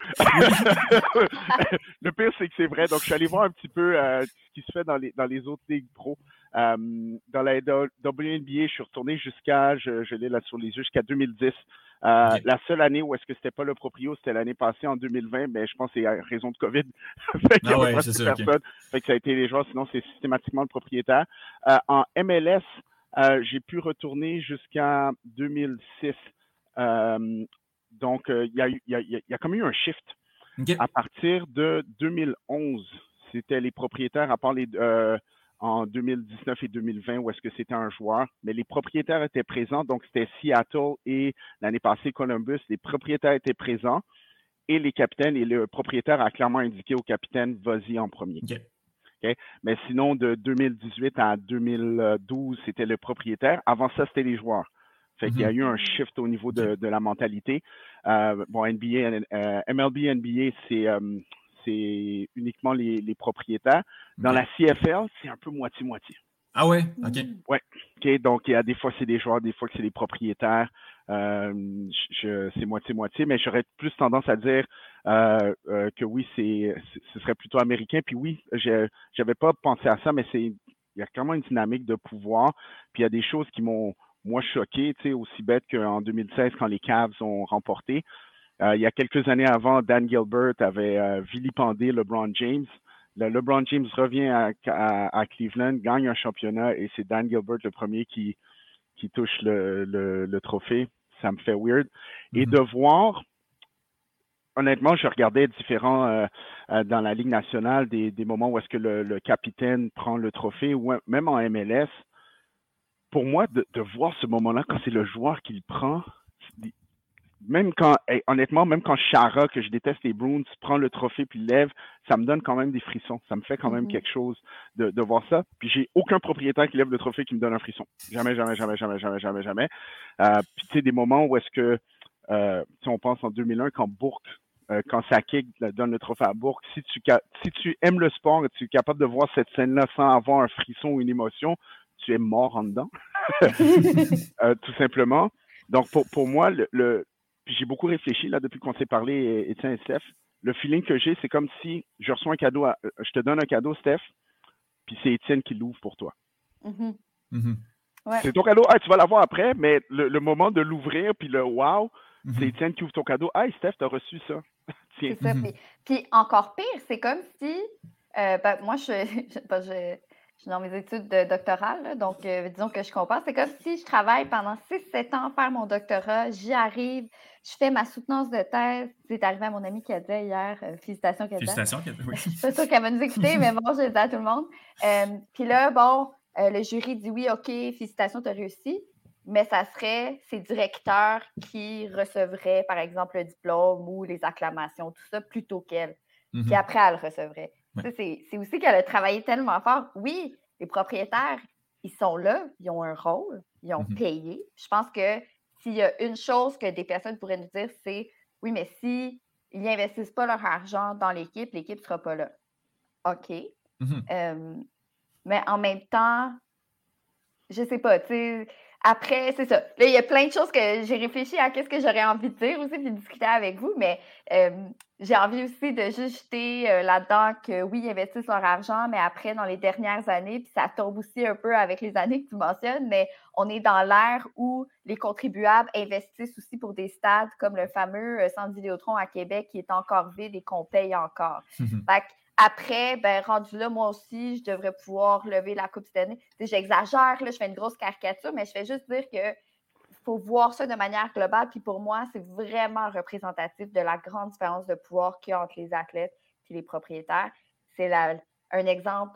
Le pire, c'est que c'est vrai. Donc, je suis allé voir un petit peu euh, ce qui se fait dans les, dans les autres ligues pro. Euh, dans la W N B A, je suis retourné jusqu'à, je, je l'ai là sur les yeux, jusqu'à deux mille dix. Euh, okay. La seule année où est-ce que c'était pas le proprio, c'était l'année passée en deux mille vingt, mais je pense que c'est à raison de COVID. Fait qu'il y ah avait ouais, pas c'est de ça, personne. Okay. Fait que ça a été les joueurs, sinon c'est systématiquement le propriétaire. Euh, en M L S, euh, j'ai pu retourner jusqu'à deux mille six. Euh, donc, il euh, y, a, y, a, y a comme eu un shift. Okay. À partir de deux mille onze, c'était les propriétaires, à part les... Euh, en deux mille dix-neuf et deux mille vingt, où est-ce que c'était un joueur, mais les propriétaires étaient présents, donc c'était Seattle et l'année passée Columbus, les propriétaires étaient présents et les capitaines, et le propriétaire a clairement indiqué au capitaine, vas-y en premier. Okay. Okay? Mais sinon, de deux mille dix-huit à deux mille douze, c'était le propriétaire. Avant ça, c'était les joueurs. Fait mm-hmm. qu'il y a eu un shift au niveau de, de la mentalité. Euh, bon, N B A, euh, M L B, N B A, c'est... Euh, c'est uniquement les, les propriétaires. Dans okay. la C F L, c'est un peu moitié-moitié. Ah ouais? OK. Oui. OK. Donc, il y a des fois, c'est des joueurs, des fois que c'est les propriétaires. Euh, je, c'est moitié-moitié, mais j'aurais plus tendance à dire euh, euh, que oui, c'est, ce serait plutôt américain. Puis oui, je n'avais pas pensé à ça, mais c'est, il y a quand même une dynamique de pouvoir. Puis il y a des choses qui m'ont, moi, choqué, tu sais, aussi bête qu'en deux mille seize, quand les Cavs ont remporté. Euh, il y a quelques années avant, Dan Gilbert avait euh, vilipendé LeBron James. Le LeBron James revient à, à, à Cleveland, gagne un championnat et c'est Dan Gilbert le premier qui, qui touche le, le, le trophée. Ça me fait weird. Mm-hmm. Et de voir, honnêtement, je regardais différents euh, euh, dans la Ligue nationale des, des moments où est-ce que le, le capitaine prend le trophée, ou même en M L S. Pour moi, de, de voir ce moment-là, quand c'est le joueur qui le prend, même quand, hey, honnêtement, même quand Chara, que je déteste les Bruins, prend le trophée puis lève, ça me donne quand même des frissons. Ça me fait quand même mm-hmm. quelque chose de, de voir ça. Puis j'ai aucun propriétaire qui lève le trophée qui me donne un frisson. Jamais, jamais, jamais, jamais, jamais, jamais, jamais. Euh, puis tu sais, des moments où est-ce que, euh, si on pense en deux mille un, quand Bourque, euh, quand Sakic donne le trophée à Bourque, si tu, si tu aimes le sport et tu es capable de voir cette scène-là sans avoir un frisson ou une émotion, tu es mort en dedans. euh, tout simplement. Donc, pour, pour moi, le, le puis j'ai beaucoup réfléchi là depuis qu'on s'est parlé, Étienne et Steph. Le feeling que j'ai, c'est comme si je reçois un cadeau, à, je te donne un cadeau, Steph, puis c'est Étienne qui l'ouvre pour toi. Mm-hmm. Mm-hmm. Ouais. C'est ton cadeau, hey, tu vas l'avoir après, mais le, le moment de l'ouvrir, puis le wow, mm-hmm. c'est Étienne qui ouvre ton cadeau. Hey, Steph, t'as reçu ça. C'est ça. Mm-hmm. Puis, puis encore pire, c'est comme si, euh, ben, moi, je, je, ben, je Je suis dans mes études de doctorales, là, donc euh, disons que je compare. C'est comme si je travaille pendant six sept ans à faire mon doctorat, j'y arrive, je fais ma soutenance de thèse. C'est arrivé à mon amie qui a dit hier, euh, félicitations Keda. Félicitations Keda, oui. Je suis pas sûre qu'elle va nous écouter, mais bon, je le dis à tout le monde. Euh, Puis là, bon, euh, le jury dit oui, OK, félicitations, tu as réussi, mais ça serait ces directeurs qui recevraient, par exemple, le diplôme ou les acclamations, tout ça, plutôt qu'elle. Mm-hmm. Puis après, elle le recevrait. Ouais. C'est, c'est aussi qu'elle a travaillé tellement fort. Oui, les propriétaires, ils sont là, ils ont un rôle, ils ont mm-hmm. payé. Je pense que s'il y a une chose que des personnes pourraient nous dire, c'est oui, mais s'ils n'investissent pas leur argent dans l'équipe, l'équipe ne sera pas là. OK. Mm-hmm. Euh, mais en même temps, je ne sais pas, tu sais. Après, c'est ça. Là, il y a plein de choses que j'ai réfléchi à qu'est-ce que j'aurais envie de dire aussi, puis de discuter avec vous, mais euh, j'ai envie aussi de juste jeter euh, là-dedans que oui, ils investissent leur argent, mais après, dans les dernières années, puis ça tombe aussi un peu avec les années que tu mentionnes, mais on est dans l'ère où les contribuables investissent aussi pour des stades comme le fameux Centre Vidéotron à Québec qui est encore vide et qu'on paye encore. Mm-hmm. Fait que, après, ben, rendu là, moi aussi, je devrais pouvoir lever la coupe cette année. Tu sais, j'exagère, là, je fais une grosse caricature, mais je fais juste dire qu'il faut voir ça de manière globale. Puis pour moi, c'est vraiment représentatif de la grande différence de pouvoir qu'il y a entre les athlètes et les propriétaires. C'est la, un exemple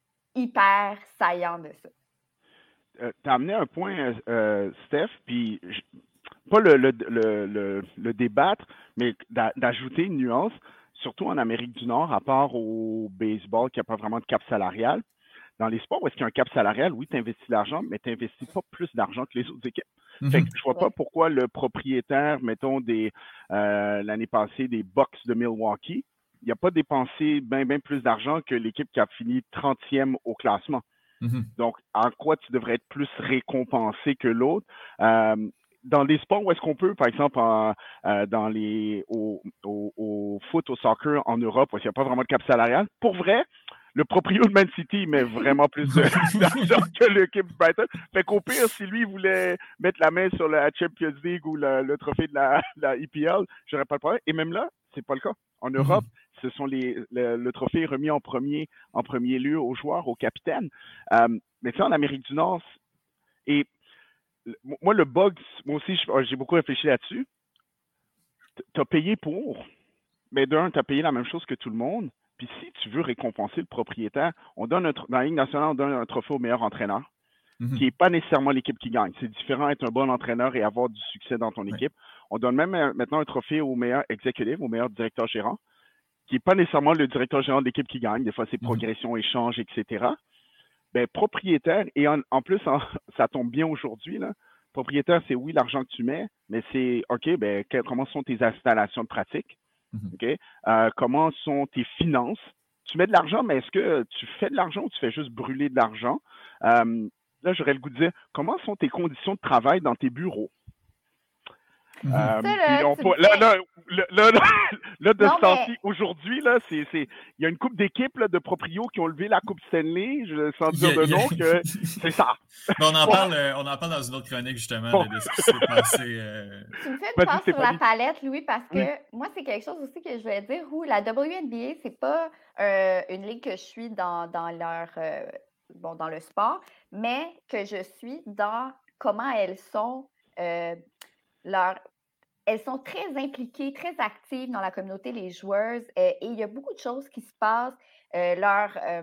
hyper saillant de ça. Euh, tu as amené un point, euh, Steph, puis je, pas le, le, le, le, le débattre, mais d'a, d'ajouter une nuance. Surtout en Amérique du Nord, à part au baseball, qui n'a pas vraiment de cap salarial. Dans les sports où est-ce qu'il y a un cap salarial, oui, tu investis de l'argent, mais tu n'investis pas plus d'argent que les autres équipes. Mm-hmm. Fait que je ne vois pas pourquoi le propriétaire, mettons, des euh, l'année passée, des Bucks de Milwaukee, il n'a pas dépensé bien, bien plus d'argent que l'équipe qui a fini trentième au classement. Mm-hmm. Donc, en quoi tu devrais être plus récompensé que l'autre? Euh, dans les sports où est-ce qu'on peut, par exemple, en, euh, dans les, au, au, au foot, au soccer en Europe, où il n'y a pas vraiment de cap salarial, pour vrai, le proprio de Man City met vraiment plus d'argent que l'équipe de Brighton. Fait qu'au pire, si lui voulait mettre la main sur la Champions League ou le, le trophée de la, la E P L, j'aurais pas le problème. Et même là, c'est pas le cas. En Europe, mm-hmm. ce sont les, le, le trophée remis en premier, en premier lieu aux joueurs, aux capitaines. Euh, mais tu sais, en Amérique du Nord, et moi, le bug, moi aussi, j'ai beaucoup réfléchi là-dessus. Tu as payé pour, mais d'un, tu as payé la même chose que tout le monde. Puis si tu veux récompenser le propriétaire, on donne un, dans la Ligue nationale, on donne un trophée au meilleur entraîneur, mm-hmm. qui n'est pas nécessairement l'équipe qui gagne. C'est différent d'être un bon entraîneur et avoir du succès dans ton ouais. équipe. On donne même euh, maintenant un trophée au meilleur exécutif, au meilleur directeur gérant, qui n'est pas nécessairement le directeur gérant de l'équipe qui gagne. Des fois, c'est mm-hmm. progression, échange, et cetera. Ben, propriétaire, et en, en plus, en, ça tombe bien aujourd'hui, là. Propriétaire, c'est oui, l'argent que tu mets, mais c'est OK, ben, que, comment sont tes installations de pratique? Mm-hmm. Okay? Euh, comment sont tes finances? Tu mets de l'argent, mais est-ce que tu fais de l'argent ou tu fais juste brûler de l'argent? Euh, là, j'aurais le goût de dire, comment sont tes conditions de travail dans tes bureaux? Mm-hmm. Euh, là, on, là, là, là, là, là, là, de ce temps-ci, mais... aujourd'hui, là, c'est, c'est, il y a une couple d'équipes là, de proprios qui ont levé la Coupe Stanley, je sans dire de nom, que c'est ça. Mais on, en bon. parle, on en parle dans une autre chronique, justement, bon. de, de ce qui s'est passé. Euh... Tu me fais une passe sur la palette, Louis, parce que oui. moi, c'est quelque chose aussi que je voulais dire, où la W N B A, c'est pas euh, une ligue que je suis dans, dans leur, euh, bon, dans le sport, mais que je suis dans comment elles sont... Euh, Leur, elles sont très impliquées, très actives dans la communauté, les joueuses, euh, et il y a beaucoup de choses qui se passent. Euh, leur, euh,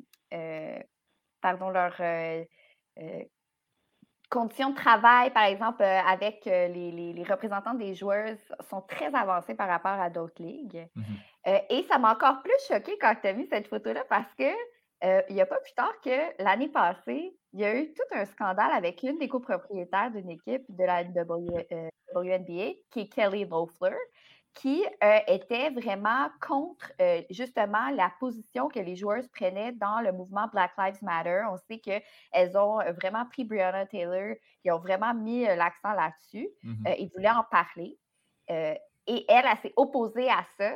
euh, pardon, leurs euh, euh, conditions de travail, par exemple, euh, avec euh, les, les, les représentants des joueuses, sont très avancées par rapport à d'autres ligues. Mm-hmm. Euh, et ça m'a encore plus choquée quand tu as mis cette photo-là parce que Euh, il n'y a pas plus tard que l'année passée, il y a eu tout un scandale avec une des copropriétaires d'une équipe de la w, euh, W N B A, qui est Kelly Loeffler, qui euh, était vraiment contre euh, justement la position que les joueuses prenaient dans le mouvement Black Lives Matter. On sait qu'elles ont vraiment pris Breonna Taylor, ils ont vraiment mis euh, l'accent là-dessus. Mm-hmm. Euh, ils voulaient en parler. Euh, et elle, elle s'est opposée à ça.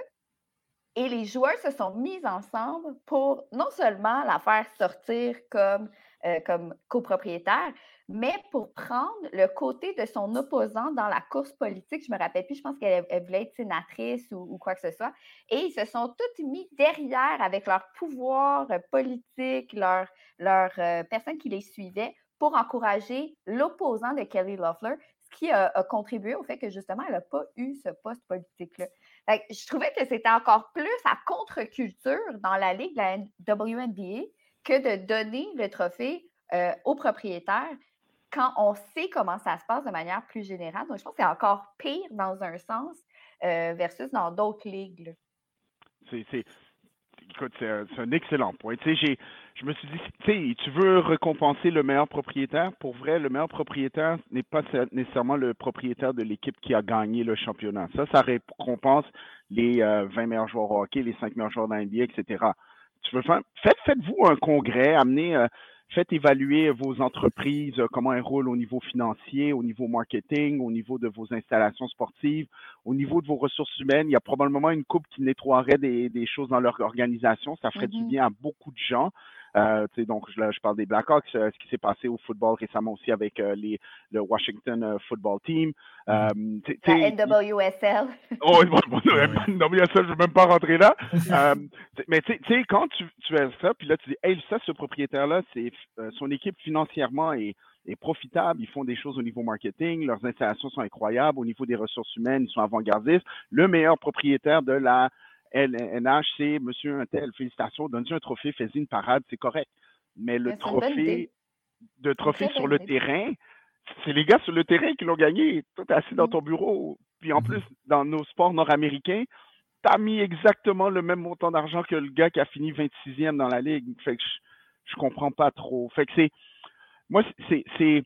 Et les joueurs se sont mis ensemble pour non seulement la faire sortir comme, euh, comme copropriétaire, mais pour prendre le côté de son opposant dans la course politique. Je ne me rappelle plus, je pense qu'elle elle voulait être sénatrice ou, ou quoi que ce soit. Et ils se sont tous mis derrière avec leur pouvoir politique, leur, leur euh, personne qui les suivait pour encourager l'opposant de Kelly Loeffler, ce qui a, a contribué au fait que justement, elle n'a pas eu ce poste politique-là. Fait que je trouvais que c'était encore plus à contre-culture dans la ligue de la W N B A que de donner le trophée euh, aux propriétaires quand on sait comment ça se passe de manière plus générale. Donc, je pense que c'est encore pire dans un sens euh, versus dans d'autres ligues. Là. C'est, c'est, écoute, c'est un, c'est un excellent point. Tu sais, j'ai, je me suis dit, tu sais, tu veux récompenser le meilleur propriétaire. Pour vrai, le meilleur propriétaire n'est pas nécessairement le propriétaire de l'équipe qui a gagné le championnat. Ça, ça récompense les euh, vingt meilleurs joueurs au hockey, les cinq meilleurs joueurs de la N B A, et cetera. Tu veux faire, faites, faites-vous un congrès, amenez, euh, faites évaluer vos entreprises, euh, comment elles roulent au niveau financier, au niveau marketing, au niveau de vos installations sportives, au niveau de vos ressources humaines. Il y a probablement une couple qui nettoierait des, des choses dans leur organisation. Ça ferait mm-hmm. du bien à beaucoup de gens. Euh, donc, je, là, je parle des Blackhawks, euh, ce qui s'est passé au football récemment aussi avec euh, les, le Washington euh, Football Team. Euh, la N W S L. Oh, bon, bon, la N W S L, je ne vais même pas rentrer là. euh, mais tu sais, quand tu, tu as ça, puis là, tu dis, hey, ça, ce propriétaire-là, c'est euh, son équipe financièrement est, est profitable. Ils font des choses au niveau marketing. Leurs installations sont incroyables. Au niveau des ressources humaines, ils sont avant-gardistes. Le meilleur propriétaire de la L N H, c'est monsieur un tel, félicitations, donne-lui un trophée, fais-y une parade, c'est correct. Mais le c'est trophée, de trophée sur le idée. terrain, c'est les gars sur le terrain qui l'ont gagné. Toi, t'es assis mmh. dans ton bureau. Puis en mmh. plus, dans nos sports nord-américains, t'as mis exactement le même montant d'argent que le gars qui a fini vingt-sixième dans la ligue. Fait que je, je comprends pas trop. Fait que c'est, moi, c'est, c'est,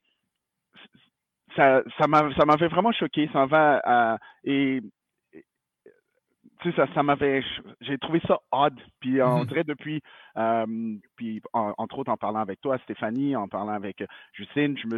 ça, ça m'a, ça m'avait vraiment choqué. Ça va à, et Ça, ça m'avait, j'ai trouvé ça odd. Puis on mm-hmm. dirait depuis, euh, puis en, entre autres en parlant avec toi, Stéphanie, en parlant avec Justine, je me suis,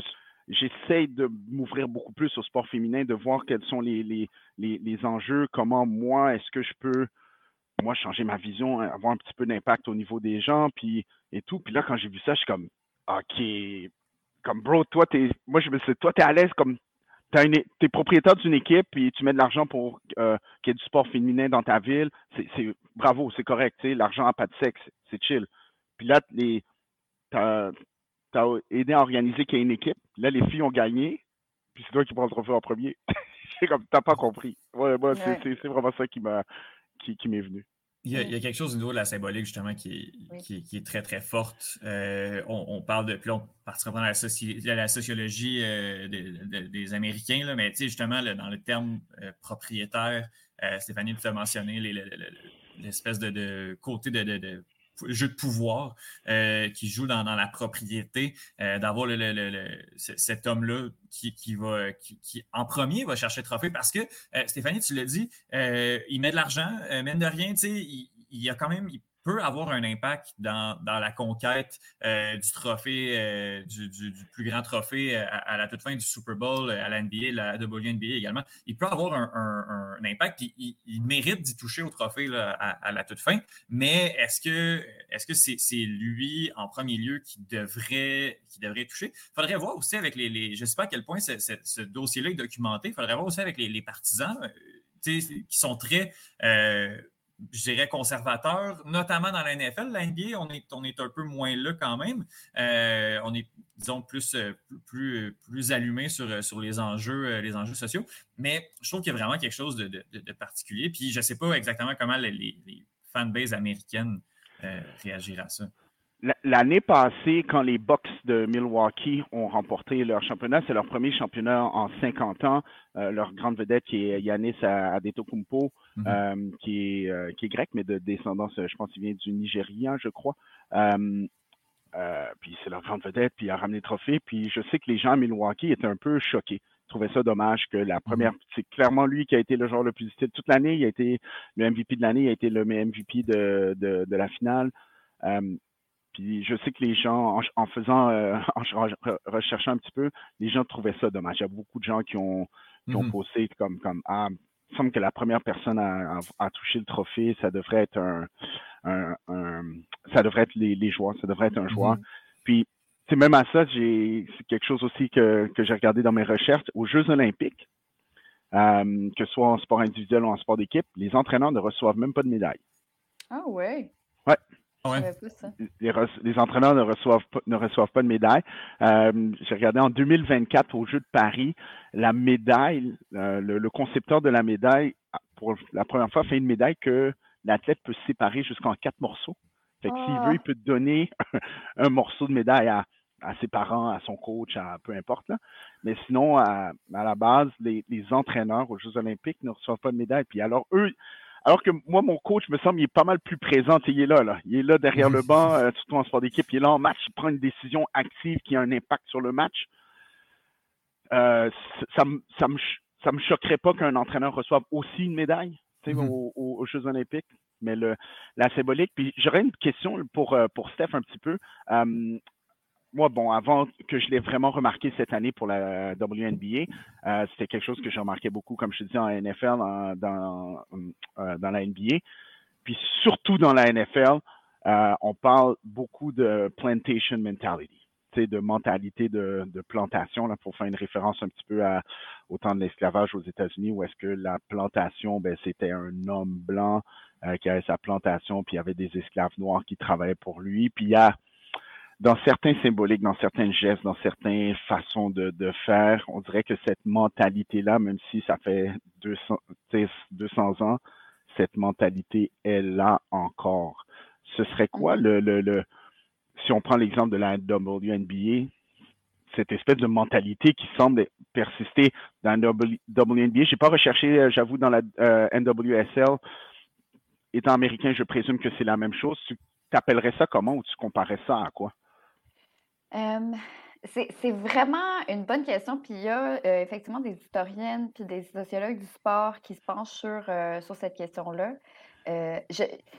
j'essaie de m'ouvrir beaucoup plus au sport féminin, de voir quels sont les, les, les, les enjeux, comment moi, est-ce que je peux, moi, changer ma vision, avoir un petit peu d'impact au niveau des gens, puis et tout. Puis là, quand j'ai vu ça, je suis comme, OK, comme bro, toi, t'es, moi, je me suis dit, toi, t'es à l'aise comme, t'as une, t'es propriétaire d'une équipe, puis tu mets de l'argent pour euh, qu'il y ait du sport féminin dans ta ville. C'est, c'est bravo, c'est correct, tu sais, l'argent n'a pas de sexe, c'est chill. Puis là, les, t'as, t'as aidé à organiser qu'il y ait une équipe. Là, les filles ont gagné, puis c'est toi qui prends le trophée en premier. C'est comme, t'as pas compris. Ouais, moi, c'est, Ouais. c'est, c'est vraiment ça qui m'a, qui, qui m'est venu. Il y, a, il y a quelque chose au niveau de la symbolique, justement, qui est, Oui. qui est, qui est très, très forte. Euh, on, on parle de. Puis là, on partira dans la, soci, la sociologie euh, de, de, des Américains, là, mais tu sais, justement, là, dans le terme euh, propriétaire, euh, Stéphanie, tu as mentionné les, les, les, l'espèce de, de côté de, de, de jeu de pouvoir euh, qui joue dans, dans la propriété, euh, d'avoir le, le, le, le, cet homme-là qui, qui va, qui, qui en premier va chercher le trophée parce que, euh, Stéphanie, tu l'as dit, euh, il met de l'argent, euh, mine de rien, tu sais, il, il y a quand même, il peut avoir un impact dans, dans la conquête euh, du trophée, euh, du, du, du plus grand trophée à, à la toute fin du Super Bowl, à la N B A, la W N B A également. Il peut avoir un, un, un impact, puis il, il mérite d'y toucher au trophée là, à, à la toute fin. Mais est-ce que est-ce que c'est, c'est lui en premier lieu qui devrait, qui devrait toucher? Il faudrait voir aussi avec les, les. Je ne sais pas à quel point ce, ce, ce dossier-là est documenté. Il faudrait voir aussi avec les, les partisans euh, qui sont très. Euh, je dirais conservateur, notamment dans la N F L. La N B A, on est, on est un peu moins là quand même. Euh, on est, disons, plus, plus, plus allumé sur, sur les enjeux, les enjeux sociaux. Mais je trouve qu'il y a vraiment quelque chose de, de, de particulier. Puis je ne sais pas exactement comment les, les, les fanbases américaines euh, réagiraient à ça. L'année passée, quand les Bucks de Milwaukee ont remporté leur championnat, c'est leur premier championnat en cinquante ans. Euh, leur grande vedette, qui est Giannis Antetokounmpo, mm-hmm. euh, qui, est, euh, qui est grec, mais de descendance, je pense qu'il vient du Nigeria, je crois. Euh, euh, puis c'est leur grande vedette, puis il a ramené le trophée. Puis je sais que les gens à Milwaukee étaient un peu choqués. Ils trouvaient ça dommage que la première... Mm-hmm. C'est clairement lui qui a été le joueur le plus utile toute l'année. Il a été le M V P de l'année, il a été le M V P de, de, de la finale. Euh, Puis je sais que les gens, en, en faisant, euh, en recherchant un petit peu, les gens trouvaient ça dommage. Il y a beaucoup de gens qui ont, qui ont mm-hmm. posté comme, comme ah, il me semble que la première personne à, à, à toucher le trophée, ça devrait être un, un, un ça devrait être les, les joueurs, ça devrait être un joueur. Mm-hmm. Puis c'est même à ça, j'ai, c'est quelque chose aussi que, que j'ai regardé dans mes recherches aux Jeux Olympiques, euh, que ce soit en sport individuel ou en sport d'équipe, les entraîneurs ne reçoivent même pas de médaille. Ah ouais. Ouais. Ouais. Les, les entraîneurs ne reçoivent pas, ne reçoivent pas de médaille. Euh, j'ai regardé en deux mille vingt-quatre aux Jeux de Paris, la médaille, euh, le, le concepteur de la médaille, pour la première fois, fait une médaille que l'athlète peut séparer jusqu'en quatre morceaux. Fait que oh. s'il veut, il peut donner un, un morceau de médaille à, à ses parents, à son coach, à peu importe. Là. Mais sinon, à, à la base, les, les entraîneurs aux Jeux olympiques ne reçoivent pas de médaille. Puis alors, eux, Alors que moi, mon coach, me semble, il est pas mal plus présent. Il est là, là. Il est là derrière le banc, euh, surtout en sport d'équipe. Il est là en match. Il prend une décision active qui a un impact sur le match. Euh, ça me ça me ça me choquerait pas qu'un entraîneur reçoive aussi une médaille, tu sais, mm-hmm. aux, aux, aux Jeux olympiques. Mais le la symbolique. Puis j'aurais une question pour pour Steph un petit peu. Euh, Moi, bon, avant que je l'ai vraiment remarqué cette année pour la W N B A, euh, c'était quelque chose que je remarquais beaucoup, comme je te dis, en N F L, en, dans, euh, dans la N B A. Puis surtout dans la N F L, euh, on parle beaucoup de plantation mentality, tu sais, de mentalité de, de plantation, là, pour faire une référence un petit peu à, au temps de l'esclavage aux États-Unis, où est-ce que la plantation, ben, c'était un homme blanc euh, qui avait sa plantation, puis il y avait des esclaves noirs qui travaillaient pour lui. Puis il y a dans certains symboliques, dans certains gestes, dans certaines façons de, de faire, on dirait que cette mentalité-là, même si ça fait deux cents, deux cents ans, cette mentalité est là encore. Ce serait quoi le, le, le si on prend l'exemple de la W N B A, cette espèce de mentalité qui semble persister dans la W N B A? J'ai pas recherché, j'avoue, dans la euh, N W S L. Étant américain, je présume que c'est la même chose. Tu t'appellerais ça comment ou tu comparais ça à quoi? Euh, c'est, c'est vraiment une bonne question. Puis il y a euh, effectivement des historiennes puis des sociologues du sport qui se penchent sur, euh, sur cette question-là. Euh, je,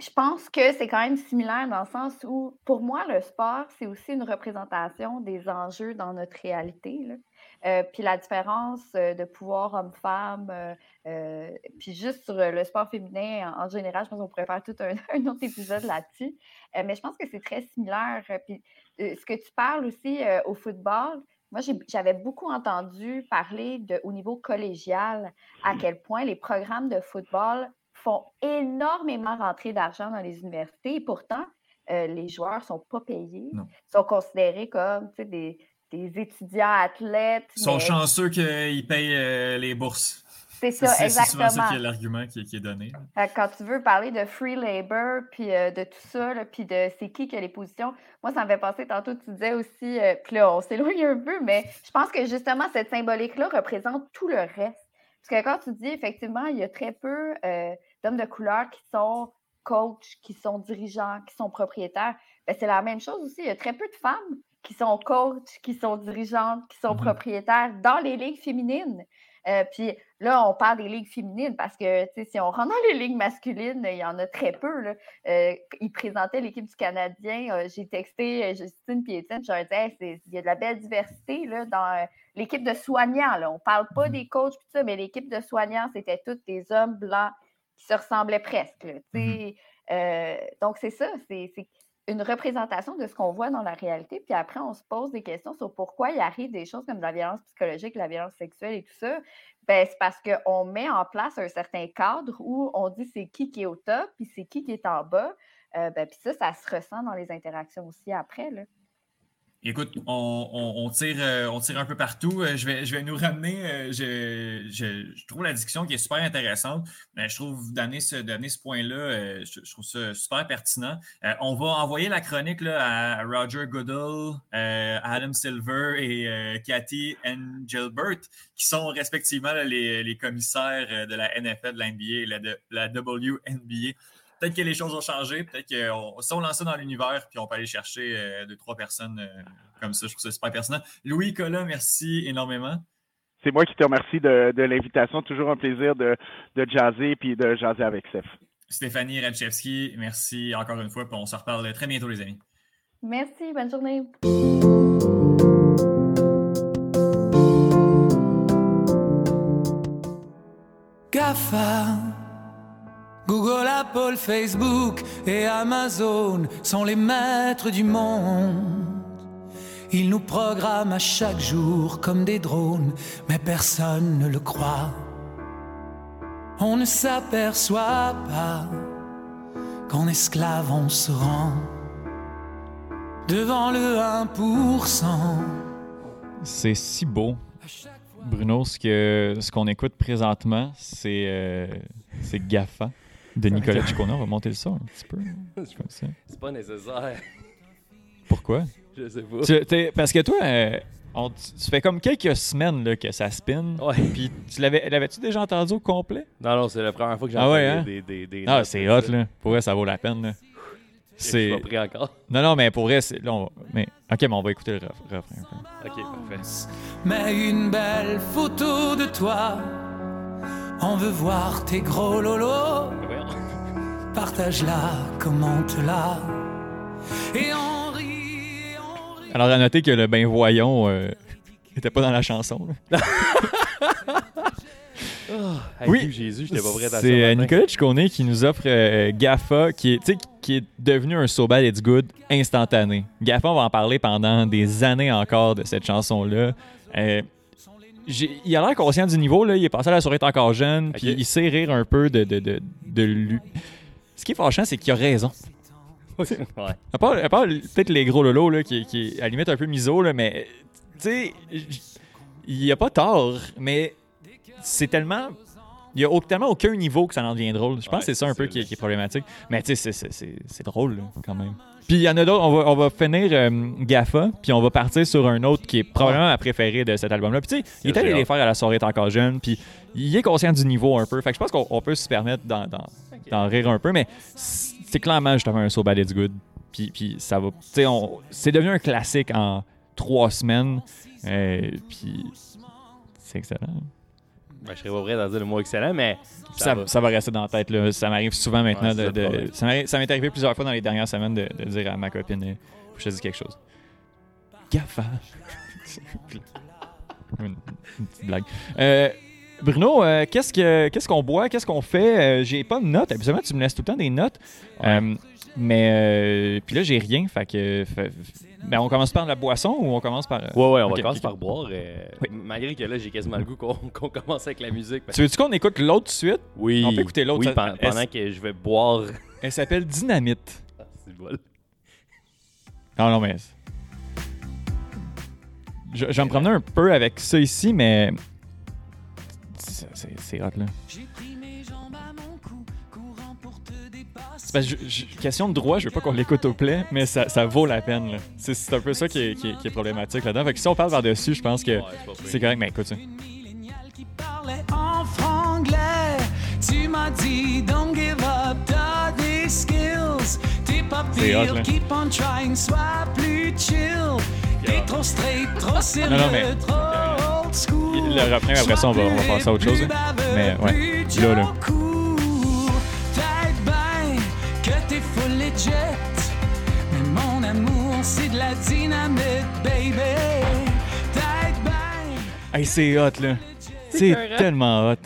je pense que c'est quand même similaire dans le sens où, pour moi, le sport, c'est aussi une représentation des enjeux dans notre réalité, là. Euh, puis la différence euh, de pouvoir homme-femme, euh, euh, puis juste sur euh, le sport féminin en, en général, je pense qu'on pourrait faire tout un, un autre épisode là-dessus. Euh, mais je pense que c'est très similaire. Euh, Puis euh, ce que tu parles aussi euh, au football, moi, j'ai- j'avais beaucoup entendu parler de, au niveau collégial à quel point les programmes de football font énormément rentrer d'argent dans les universités et pourtant, euh, les joueurs ne sont pas payés, Non. sont considérés comme tu sais, des, des étudiants athlètes. Ils sont mais chanceux qu'ils payent euh, les bourses. c'est C'est ça, c'est- c'est souvent ça exactement. qui est l'argument qui, est- qui est donné. Fait que Quand tu veux parler de free labor, puis euh, de tout ça, là, puis de c'est qui qui a les positions, moi, ça me fait penser, tantôt, tu disais aussi, euh, puis là, on s'éloigne un peu, mais je pense que justement, cette symbolique-là représente tout le reste. Parce que quand tu dis, effectivement, il y a très peu euh, d'hommes de couleur qui sont coachs, qui sont dirigeants, qui sont propriétaires. Ben, c'est la même chose aussi. Il y a très peu de femmes qui sont coachs, qui sont dirigeantes, qui sont Mhm. propriétaires dans les ligues féminines. Euh, puis là, on parle des ligues féminines parce que tu sais, si on rentre dans les ligues masculines, il y en a très peu, là. Euh, ils présentaient l'équipe du Canadien. euh, j'ai texté euh, Justine et Étienne. Je leur disais, Hey, c'est- il y a de la belle diversité là, dans euh, l'équipe de soignants. Là. On ne parle pas des coachs, pis ça, mais l'équipe de soignants, c'était tous des hommes blancs qui se ressemblaient presque. Là, tu sais. Euh, donc, c'est ça. C'est, c'est une représentation de ce qu'on voit dans la réalité. Puis après, on se pose des questions sur pourquoi il arrive des choses comme de la violence psychologique, la violence sexuelle et tout ça. Ben, c'est parce qu'on met en place un certain cadre où on dit c'est qui qui est au top, puis c'est qui qui est en bas. Euh, ben, puis ça, ça se ressent dans les interactions aussi après, là. Écoute, on, on, on tire, euh, on tire un peu partout. Euh, Je vais, je vais nous ramener. euh, je, je, je trouve la discussion qui est super intéressante. Euh, Je trouve d'amener ce, d'amener ce point-là, euh, je, je trouve ça super pertinent. Euh, on va envoyer la chronique là, à Roger Goodell, euh, Adam Silver et euh, Cathy Engelbert, qui sont respectivement là, les, les commissaires euh, de la N F L, de la N B A et la, de, la W N B A. Peut-être que les choses ont changé, peut-être qu'on si on lance ça dans l'univers, puis on peut aller chercher euh, deux, trois personnes euh, comme ça. Je trouve ça super pertinent. Louis Collat, merci énormément. C'est moi qui te remercie de, de l'invitation. Toujours un plaisir de, de jazzer puis de jazzer avec Steph. Stéphanie Radchevski, merci encore une fois, puis on se reparle très bientôt, les amis. Merci, bonne journée. GAFA, Google, Apple, Facebook et Amazon sont les maîtres du monde. Ils nous programment à chaque jour comme des drones, mais personne ne le croit. On ne s'aperçoit pas qu'en esclave on se rend devant le un pour cent. C'est si beau, Bruno, ce, que, ce qu'on écoute présentement, c'est, euh, c'est GAFA de Nicolas Ciccone. On va monter le son un petit peu. C'est comme ça. C'est pas nécessaire. Pourquoi? Je sais pas. Tu, t'es- parce que toi, euh, on, tu, tu fais comme quelques semaines là, que ça spin. Ouais. Puis tu l'avais, l'avais-tu déjà entendu au complet? Non, non, c'est la première fois que Ah j'entends ouais, hein? des, des, des, des Ah, notes c'est de hot, ça. là. Pour vrai, ça vaut la peine, là. Je C'est... suis pas pris encore. Non, non, mais pour vrai, c'est... Là, on va... mais... OK, mais on va écouter le ref- refrain un peu. Ok, parfait. Mais une belle photo de toi, on veut voir tes gros lolos. Voyons. Partage-la, commente-la. Et on rit, et on rit. Alors, à noter que le ben voyons euh, était pas dans la chanson. Là. Hey, Oui, Jésus, j'étais pas prêt à ça. c'est euh, matin. Nicolas Ciccone qui nous offre euh, GAFA, qui est, tu sais, qui est devenu un So Bad It's Good instantané. GAFA, on va en parler pendant des années encore de cette chanson-là. Euh, j'ai- il a l'air conscient du niveau, là. Il est passé à la soirée encore jeune, puis Ok. il sait rire un peu de, de, de, de lui. Ce qui est fâchant, c'est qu'il a raison. Ouais. À part, à part peut-être les gros lolos, là, qui, qui est à la limite un peu miso, là, mais tu sais, j- il a pas tort, mais c'est tellement. Il n'y a au- tellement aucun niveau que ça en devient drôle. Je pense Ouais, que c'est ça un c'est peu ça, qui, est- là. qui est problématique. Mais tu sais, c'est, c'est, c'est, c'est drôle là, quand même. Puis il y en a d'autres. On va, on va finir euh, GAFA, puis on va partir sur un autre qui est probablement ma préférée de cet album-là. Puis tu sais, il est allé j'ai les hâte. faire à la soirée est encore jeune, puis il est conscient du niveau un peu. Fait que je pense qu'on on peut se permettre d'en, d'en, d'en rire un peu, mais c'est c'est clairement justement un So Bad It's Good. Puis, puis ça va. Tu sais, on- c'est devenu un classique en trois semaines. Euh, puis c'est excellent. Ben, je serais pas prêt à dire le mot excellent, mais ça, Ça, va. ça va rester dans la tête. Là. Ça m'arrive souvent maintenant. Ouais, de, c'est de- le problème. ça, m'arrive- ça m'est arrivé plusieurs fois dans les dernières semaines de, de dire à ma copine euh, faut que je te dise quelque chose. Gafa. une, une petite blague. Euh, Bruno, euh, qu'est-ce, que, qu'est-ce qu'on boit? Qu'est-ce qu'on fait? Euh, j'ai pas de notes. Habituellement, tu me laisses tout le temps des notes. Ouais. Euh, mais euh, puis là, j'ai rien. Fait que. Fait, ben, on commence par la boisson ou on commence par. euh, Ouais, ouais, on ok, va commencer ok. par boire. euh, Oui. Malgré que là, j'ai quasiment le goût qu'on, qu'on commence avec la musique. parce- Tu veux-tu qu'on écoute l'autre tout de suite? Oui. On peut écouter l'autre. Oui, Ça- pen- elle- pendant que je vais boire. Elle s'appelle Dynamite. Ah, c'est bon. Non, non, mais. Je, je vais me promener un peu avec ça ici, mais. C'est, c'est, c'est hot, là. C'est parce que je- je- question de droit, je veux pas qu'on l'écoute au play, mais ça, ça vaut la peine, là. C'est, c'est un peu ça qui est, qui est- qui est problématique là-dedans. Fait que si on parle par-dessus, je pense que Ouais, c'est pas pire. c'est correct, mais écoute ça. Qui parlait en franglais. Tu m'as dit don't give up, t'as des skills. T'es pas C'est hot, pire, là. keep on trying, sois plus chill. T'es trop straight, trop sérieux, Non, non, mais- trop old school. Le refrain, après ça, on va, on va passer à autre chose, là. Mais ouais, là, là. Peut-être bien que t'es full legit. Mais mon amour, c'est de la dynamite, baby. Peut-être bien. Hey, c'est hot, là. C'est écœurant. tellement hot.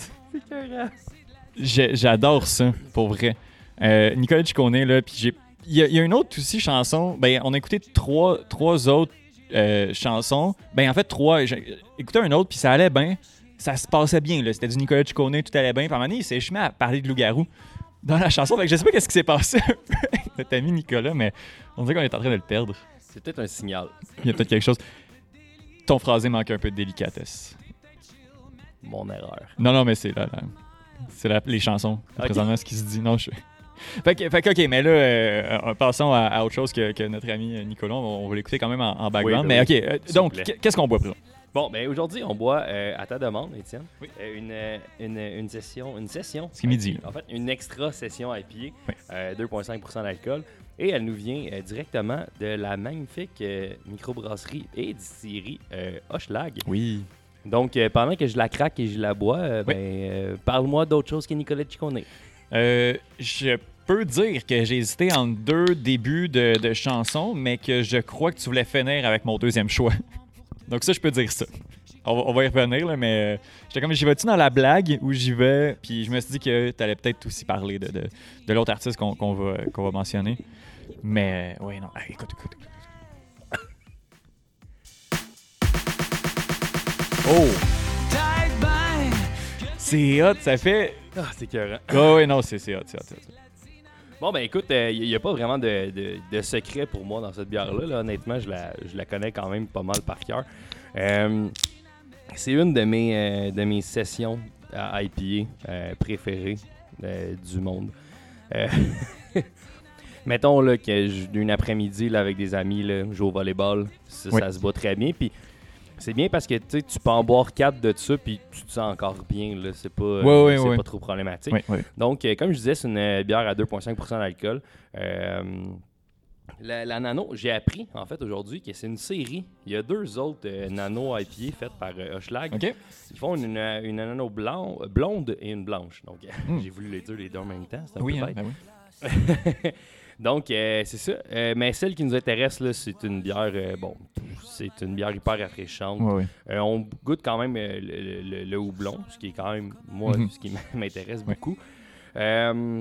J'ai- J'adore ça, pour vrai. Euh, Nicolas Ciccone, là, puis j'ai... Il y, a- il y a une autre aussi chanson. Ben, on a écouté trois, trois autres euh, chansons. Ben, en fait, trois. J'ai écouté un autre, puis ça allait bien. Ça se passait bien, là. C'était du Nicolas Ciccone, tout allait bien. Puis à un moment donné, il s'est chemin à parler de loup-garou dans la chanson. Fait que je sais pas qu'est-ce qui s'est passé un peu avec notre ami Nicolas, mais on dirait qu'on est en train de le perdre. C'est peut-être un signal. Il y a peut-être quelque chose. Ton phrasé manque un peu de délicatesse. Mon erreur. Non, non, mais c'est là, là. C'est la- les chansons. C'est Ok. présentement ce qui se dit. Non, je... fait, que, fait que, OK, mais là, euh, euh, passons à, à autre chose que, que notre ami euh, Nicolas. On va, on va l'écouter quand même en, en background. Oui, mais ben OK, euh, S'il donc, vous plaît. qu'est- qu'est-ce qu'on boit, Bruno? Bon, ben aujourd'hui, on boit euh, à ta demande, Étienne, Oui. euh, une, euh, une, une session, une session. C'est midi, là. En fait, une extra session I P A, Oui. euh, deux virgule cinq pour cent d'alcool. Et elle nous vient euh, directement de la magnifique euh, microbrasserie et distillerie euh, Hochelag. Oui. Donc, euh, pendant que je la craque et je la bois, euh, Oui. ben, euh, parle-moi d'autre chose que Nicolas Ciccone. Euh, je peux dire que j'ai hésité entre deux débuts de, de chansons, mais que je crois que tu voulais finir avec mon deuxième choix. Donc ça, je peux dire ça. On va, on va y revenir, là, mais euh, j'étais comme, j'y vais-tu dans la blague ou j'y vais? Puis je me suis dit que tu allais peut-être aussi parler de, de, de l'autre artiste qu'on qu'on va, qu'on va mentionner. Mais, euh, oui, non. Hey, écoute, écoute, écoute. Oh! Peut-être bien. C'est hot, ça fait... Ah, c'est écœurant. Oh, oui, non, c'est c'est hot, c'est hot, c'est hot. Bon, ben écoute, il n'y a pas vraiment de, de- de secret pour moi dans cette bière-là. là. Honnêtement, je la, je la connais quand même pas mal par cœur. Euh, c'est une de mes, euh, de mes sessions à I P A euh, préférées euh, du monde. Euh, mettons là, que je- une après-midi là, avec des amis, là, je joue au volleyball, ça, Oui. ça se bat très bien. Puis c'est bien parce que tu sais, tu peux en boire quatre de ça, puis tu te sens encore bien. Là. C'est pas, euh, Ouais, ouais, c'est ouais. pas trop problématique. Oui, oui. Donc, euh, comme je disais, c'est une euh, bière à deux virgule cinq pour cent d'alcool. Euh, la, la Nano, j'ai appris en fait aujourd'hui que c'est une série. Il y a deux autres euh, Nano I P A faites par euh, Hochelag. OK. Ils font une, une, une Nano blanc, blonde et une blanche. Donc, Mm. j'ai voulu les deux les deux en même temps. C'est un Oui, peu hein, bête. ben oui. Donc, euh, c'est ça. Euh, mais celle qui nous intéresse, là, c'est une bière, euh, bon, c'est une bière hyper rafraîchante. Oui, oui. Euh, on goûte quand même euh, le, le- le houblon, ce qui est quand même, moi, Mhm. ce qui m'intéresse Oui. beaucoup. Euh,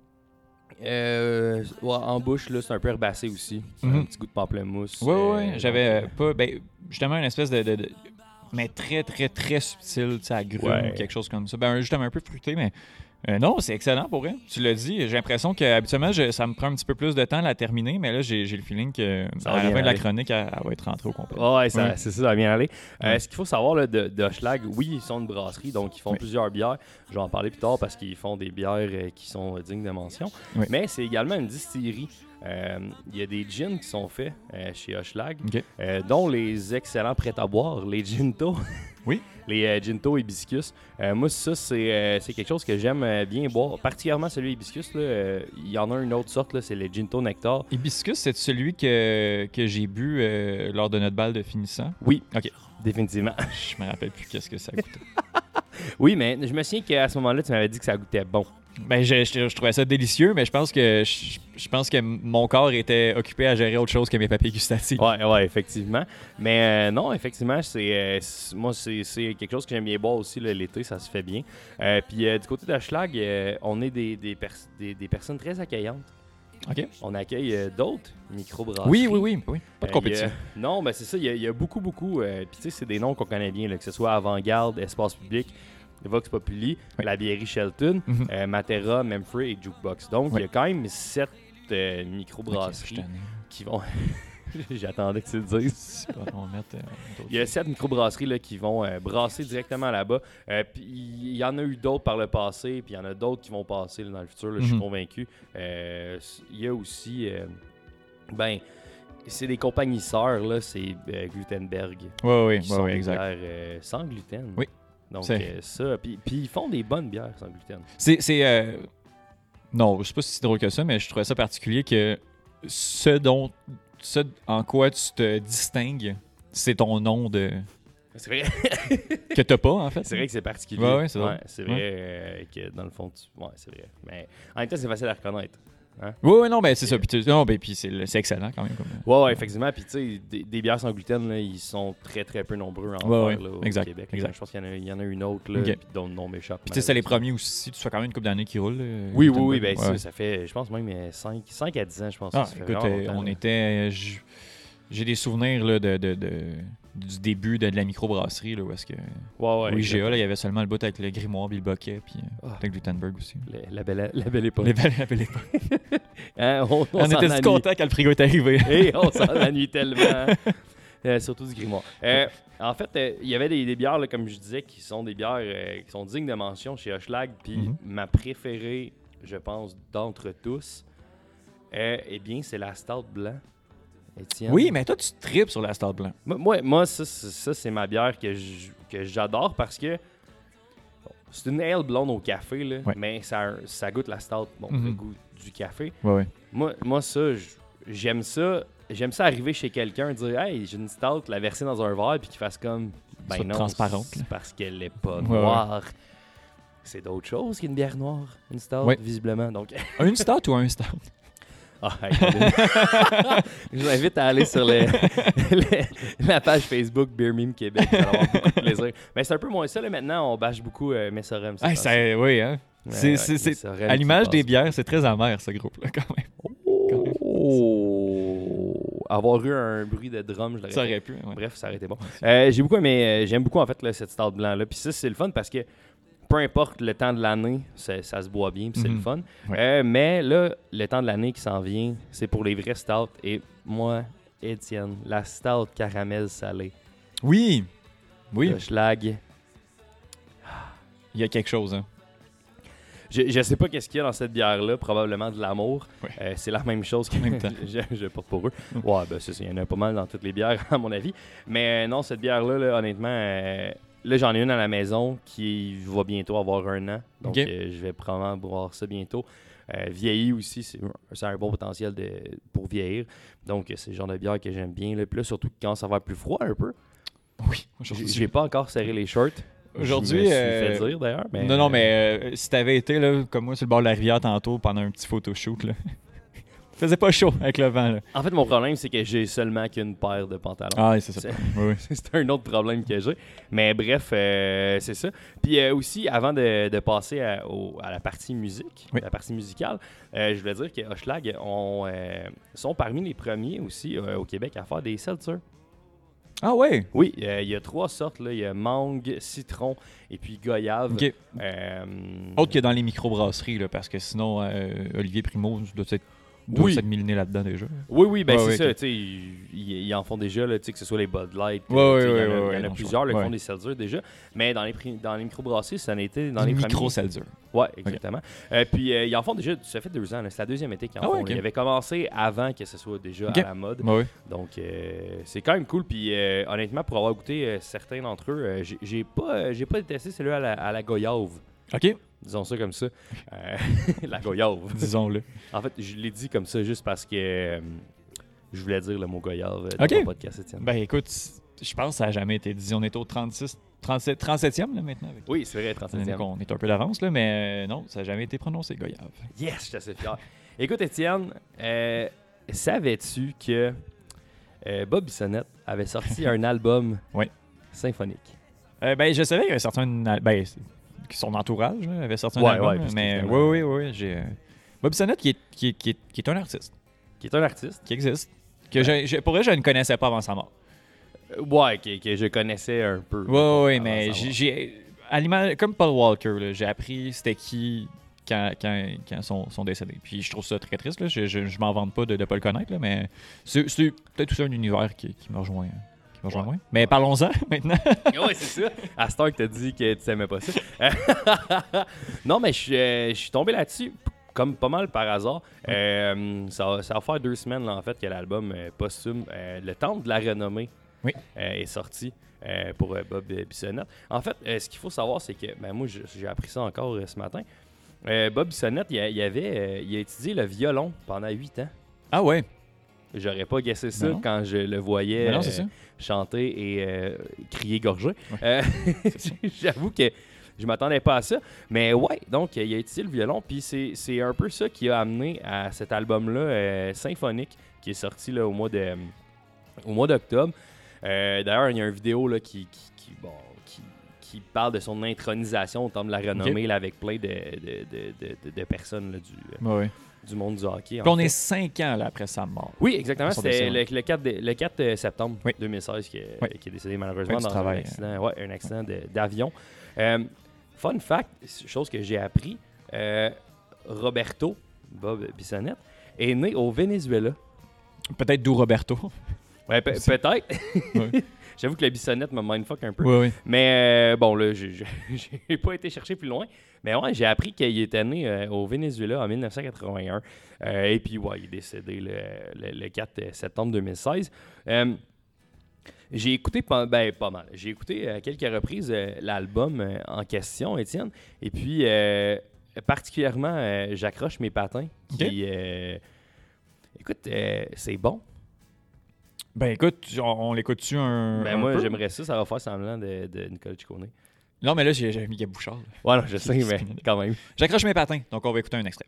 euh, ouais, en bouche, là, c'est un peu herbacé aussi. Un Mhm. petit goût de pamplemousse. Oui, euh, oui, donc, j'avais euh, euh, pas. Ben, justement, une espèce de. de- de- mais très, très, très subtil, tu sais, agrume Ouais. ou quelque chose comme ça. Ben, justement, un peu fruité, mais. euh, non, c'est excellent pour vrai. Tu l'as dit. J'ai l'impression qu'habituellement, je- ça me prend un petit peu plus de temps à la terminer, mais là, j'ai j'ai le feeling que Ça à va la bien fin de la aller. chronique, elle, elle va être rentrée au complet. Ouais, ça, Ouais. c'est ça, ça va bien aller. Euh, Ouais. Ce qu'il faut savoir là, de, de Hochelag, oui, ils sont une brasserie, donc ils font Oui. plusieurs bières. Je vais en parler plus tard parce qu'ils font des bières euh, qui sont euh, dignes de mention. Oui. Mais c'est également une distillerie. Euh, Il y a des gins qui sont faits euh, chez Hochelag, OK. euh, dont les excellents prêts à boire, les Ginto. Oui. Les euh, Ginto hibiscus. Euh, moi, ça, c'est euh, c'est quelque chose que j'aime euh, bien boire, particulièrement celui hibiscus. là. Euh, Il y en a une autre sorte, là, c'est le Ginto Nectar. Hibiscus, c'est celui que, que j'ai bu euh, lors de notre balle de finissant. Oui, OK. définitivement. Je me rappelle plus qu'est-ce que ça goûtait. Oui, mais je me souviens qu'à ce moment-là, tu m'avais dit que ça goûtait bon. Ben, je, je, je trouvais ça délicieux, mais je pense que je, je pense que mon corps était occupé à gérer autre chose que mes papiers gustatifs. Ouais, ouais, effectivement. Mais euh, non, effectivement, c'est euh, c'est- moi, c'est c'est quelque chose que j'aime bien boire aussi là, l'été, ça se fait bien. Euh, Puis euh, du côté d'Hochelag, euh, on est des, des, pers- des, des personnes très accueillantes. OK. On accueille euh, d'autres microbrasseries. Oui, oui, oui, oui. Pas de Euh, compétition. il y a- non, ben c'est ça, il y, a- il y a beaucoup, beaucoup. euh, Puis tu sais, c'est des noms qu'on connaît bien, là, que ce soit Avant-Garde, Espace Public, Vox Populi, Oui. la Biérie Shelton, Mhm. euh, Matera, Memfrey et Jukebox. Donc, il Oui. y a quand même sept euh, Ok, je microbrasseries suis tanné. qui vont. J'attendais que tu le dises. C'est pas- on va mettre, euh, d'autres Il y a choses. sept microbrasseries là, qui vont euh, brasser directement là-bas. Euh, puis il y en a eu d'autres par le passé, puis il y en a d'autres qui vont passer là, dans le futur, là, je suis Mhm. convaincu. Euh, Il y a aussi. euh, ben. C'est des compagnies sœurs, là, c'est euh, Glutenberg. Ouais, ouais, qui ouais, sont ouais, des exact. bières euh, sans gluten. Oui. Donc, C'est- euh, ça. Puis puis ils font des bonnes bières sans gluten. C'est. c'est, euh, Non, je sais pas si c'est drôle que ça, mais je trouvais ça particulier que ce dont. Ce en quoi tu te distingues, c'est ton nom de. C'est vrai, que t'as pas, en fait. c'est vrai que c'est particulier. Ouais, ouais, c'est drôle. c'est vrai euh, que dans le fond, tu... ouais, c'est vrai. Mais en même temps, c'est facile à reconnaître. Oui, oui, non, ben c'est ça. Puis, tu- non, ben, puis c'est, le- c'est excellent quand même. Comme... Ouais, ouais, effectivement. Puis, tu sais, des, des bières sans gluten, là, ils sont très, très peu nombreux à en Ouais, faire ouais, là, au exact, Québec. exact. Je pense qu'il y en a, il y en a une autre, là, Ok. puis dont le nom m'échappe. Puis, tu sais, c'est les malheureusement. premiers aussi. Tu fais quand même une couple d'années qui roulent. là, Oui, oui, oui. Gutenberg. Ben, Ouais. ça, ça fait, je pense, même cinq, cinq à dix ans, je pense. Ah, ça fait écoute, vraiment euh, longtemps, on là. était. euh, j- J'ai des souvenirs là, de, de, de- du début de, de la microbrasserie, là, où est-ce que. Ouais, ouais. au I G A, exact. là, il y avait seulement le bout avec le grimoire, puis le boquet, puis euh, Ah. le Glutenberg aussi. Le- la, belle, la belle époque. Les belles- la belle époque. Hein, on on On s'en était ennuie. contents quand le frigo est arrivé. Et on s'en ennuie tellement. Euh, surtout du grimoire. Euh, en fait, euh, il y avait des, des bières, là, comme je disais, qui sont des bières euh, qui sont dignes de mention chez Hochelag. Puis Mhm. ma préférée, je pense, d'entre tous, euh, eh bien, c'est la Stout Blanc. Étienne. Oui, mais toi, tu tripes sur la Stout Blanc. Moi, moi, moi, ça, c'est- ça, c'est ma bière que j- que j'adore parce que bon, c'est une ale blonde au café, là, Ouais. mais ça, ça goûte la Stout, bon, Mhm. le goût du café. Ouais, ouais. Moi, moi ça, j- j'aime ça. J'aime ça arriver chez quelqu'un, dire Hey, j'ai une stout, la verser dans un verre, puis qu'il fasse comme Ben Soit non, transparente, c'est là. parce qu'elle n'est pas Ouais, noire. C'est d'autre chose qu'une bière noire, une stout, Ouais. visiblement. Donc, Un Stout ou un Stout? ah, hey, je vous invite à aller sur le- le- la page Facebook Beer Meme Québec. Vous allez avoir beaucoup de plaisir. Mais c'est un peu moins ça, là, maintenant, on bâche beaucoup euh, Messorem. Ah, ça, oui, hein. C'est, c'est, c'est- à l'image des bières, c'est très amer, ce groupe-là, quand même. Oh! Avoir eu un bruit de drum, je l'aurais Ça fait. aurait pu. Ouais. Bref, ça aurait été bon. Euh, j'ai beaucoup aimé, euh, j'aime beaucoup en fait là, cette stout blanc là. Puis ça, c'est le fun parce que peu importe le temps de l'année, ça, ça se boit bien, puis c'est Mhm. le fun. Ouais. Euh, mais là, le temps de l'année qui s'en vient, c'est pour les vrais stouts. Et moi, Étienne, la stout caramel salé. Oui. Oui. Le schlag. Il y a quelque chose, hein. Je, je sais pas qu'est-ce qu'il y a dans cette bière-là, probablement de l'amour. Ouais. Euh, c'est la même chose que En même temps. je, je porte pour eux. Ouais, ben c'est ça, il y en a pas mal dans toutes les bières, à mon avis. Mais euh, non, cette bière-là, là, honnêtement, euh, là j'en ai une à la maison qui va bientôt avoir un an. Donc Ok. euh, je vais probablement boire ça bientôt. Euh, vieilli aussi, c'est ça a un bon potentiel de, pour vieillir. Donc euh, c'est le genre de bière que j'aime bien. Là. Puis là, surtout quand ça va plus froid un peu. Oui. J'ai j'ai pas encore serré les shorts. Aujourd'hui, Je me suis euh, fait dire d'ailleurs. Mais, Non, non, mais euh, si t'avais été, là, comme moi, sur le bord de la rivière tantôt, pendant un petit photoshoot, là. Il faisait pas chaud avec le vent, là. En fait, mon problème, c'est que j'ai seulement qu'une paire de pantalons. Ah, oui, c'est ça. C'est- Oui, oui. C'est un autre problème que j'ai. Mais bref, euh, c'est ça. Puis euh, aussi, avant de, de passer à, au- à la partie musique, Oui. la partie musicale, euh, je voulais dire que Hochelag ont, euh, sont parmi les premiers aussi euh, au Québec à faire des seltzers. Ah, ouais. Oui, euh, il y a trois sortes. Là. Il y a mangue, citron et puis goyave. OK. Euh, Autre que dans les microbrasseries, là, parce que sinon, euh, Olivier Primo doit être doit Oui. s'être miliné là-dedans déjà. Oui, oui, ben Ouais, c'est ouais, ça. ok. tu sais, Ils, ils en font déjà, là, tu sais, que ce soit les Bud Light. Ouais, euh, ouais, tu sais, il y en a- ouais, il y en ouais, a non, je plusieurs là, qui vois. font Ouais. des seltzers déjà. Mais dans les, pri- dans les microbrasseries, ça en était dans Des les premiers. micro-seltzer. Ouais, exactement. Euh, puis euh, ils en font déjà, ça fait deux ans, là, c'est la deuxième été qu'ils en Ah font. ouais, là. ok. Ils avaient commencé avant que ce soit déjà Ok. à la mode. Ouais, ouais. Donc euh, c'est quand même cool. Puis euh, honnêtement, pour avoir goûté euh, certains d'entre eux, euh, j'ai- j'ai pas, euh, j'ai pas détesté celui à la, à la goyave. OK. Disons ça comme ça. Euh, la goyave. Disons-le. En fait, je l'ai dit comme ça juste parce que euh, je voulais dire le mot goyave euh, dans Ok. mon podcast, Étienne. Ben écoute, je pense que ça n'a jamais été dit. On est au trente-six, trente-sept, trente-septième là, maintenant. Avec... Oui, c'est vrai, trente-septième. On est un peu d'avance, là, mais euh, non, ça n'a jamais été prononcé, Goyave. Yes, je suis assez fier. Écoute, Étienne, euh, savais-tu que euh, Bob Bissonnette avait sorti un album oui. symphonique? Euh, ben, je savais qu'il avait sorti un album. Ben, son entourage là, avait sorti un ouais, album. Ouais, là, mais oui, oui, oui. J'ai, euh... Bob Bissonnette qui est, qui, est, qui, est, qui est un artiste. Qui est un artiste. Qui existe. Que ouais. je, je, pour vrai, je ne connaissais pas avant sa mort. Ouais, que, que je connaissais un peu. Oui, oui, mais j'ai, j'ai à l'image, comme Paul Walker, là, j'ai appris c'était qui quand, quand, quand sont, sont décédés. Puis je trouve ça très triste. Là. Je, je, je m'en vante pas de ne pas le connaître, là, mais c'est, c'est peut-être aussi un univers qui, qui me rejoint. Qui me rejoint ouais. moins. Mais ouais. Parlons-en maintenant. Oui, c'est ça. À cette heure que tu as dit que tu n'aimais pas ça. Non, mais je, je suis tombé là-dessus. Comme pas mal par hasard. Ouais. Euh, ça, ça va faire deux semaines là, en fait que l'album euh, posthume euh, Le Temple de la Renommée oui. euh, est sorti euh, pour euh, Bob Bissonnette. En fait, euh, ce qu'il faut savoir, c'est que ben, moi j'ai appris ça encore euh, ce matin. Euh, Bob Bissonnette, il, il, avait, euh, il a étudié le violon pendant huit ans. Ah ouais? J'aurais pas guessé ça non. quand je le voyais non, euh, chanter et euh, crier gorgé. Ouais. Euh, j'avoue que je m'attendais pas à ça. Mais ouais, donc il a étudié le violon. Puis c'est, c'est un peu ça qui a amené à cet album-là, euh, symphonique, qui est sorti là, au mois de euh, au mois d'octobre. Euh, d'ailleurs, il y a une vidéo là, qui, qui, qui, bon, qui, qui parle de son intronisation au Temple de la Renommée okay. là, avec plein de, de, de, de, de personnes là, du, ouais, ouais. du monde du hockey. Puis on fait. Est cinq ans là, après sa mort. Oui, exactement. C'était le, le, quatre, le quatre septembre oui. deux mille seize qui est, oui. qui est décédé malheureusement oui, dans travail, un accident, ouais, un accident de, d'avion. Euh, Fun fact, chose que j'ai appris, euh, Roberto, Bob Bissonnette, est né au Venezuela. Peut-être d'où Roberto. Ouais, pe- peut-être. Oui. J'avoue que le Bissonnette me mindfuck un peu. Oui, oui. Mais euh, bon, là, j'ai, j'ai pas été chercher plus loin. Mais ouais, j'ai appris qu'il était né euh, au Venezuela en dix-neuf cent quatre-vingt-un. Euh, et puis, ouais, il est décédé le, le, le quatre septembre deux mille seize. Euh, J'ai écouté pas, ben, pas mal. J'ai écouté à euh, quelques reprises euh, l'album euh, en question, Étienne. Et puis, euh, particulièrement, euh, J'accroche mes patins. Qui, okay. euh, écoute, euh, c'est bon. Ben écoute, on, on l'écoute-tu un. Ben un moi, peu? J'aimerais ça. Ça va faire semblant de, de Nicolas Ciccone. Non, mais là, j'ai, j'ai mis Gab Bouchard. Là. Ouais, non, je sais, mais quand même. J'accroche mes patins. Donc, on va écouter un extrait.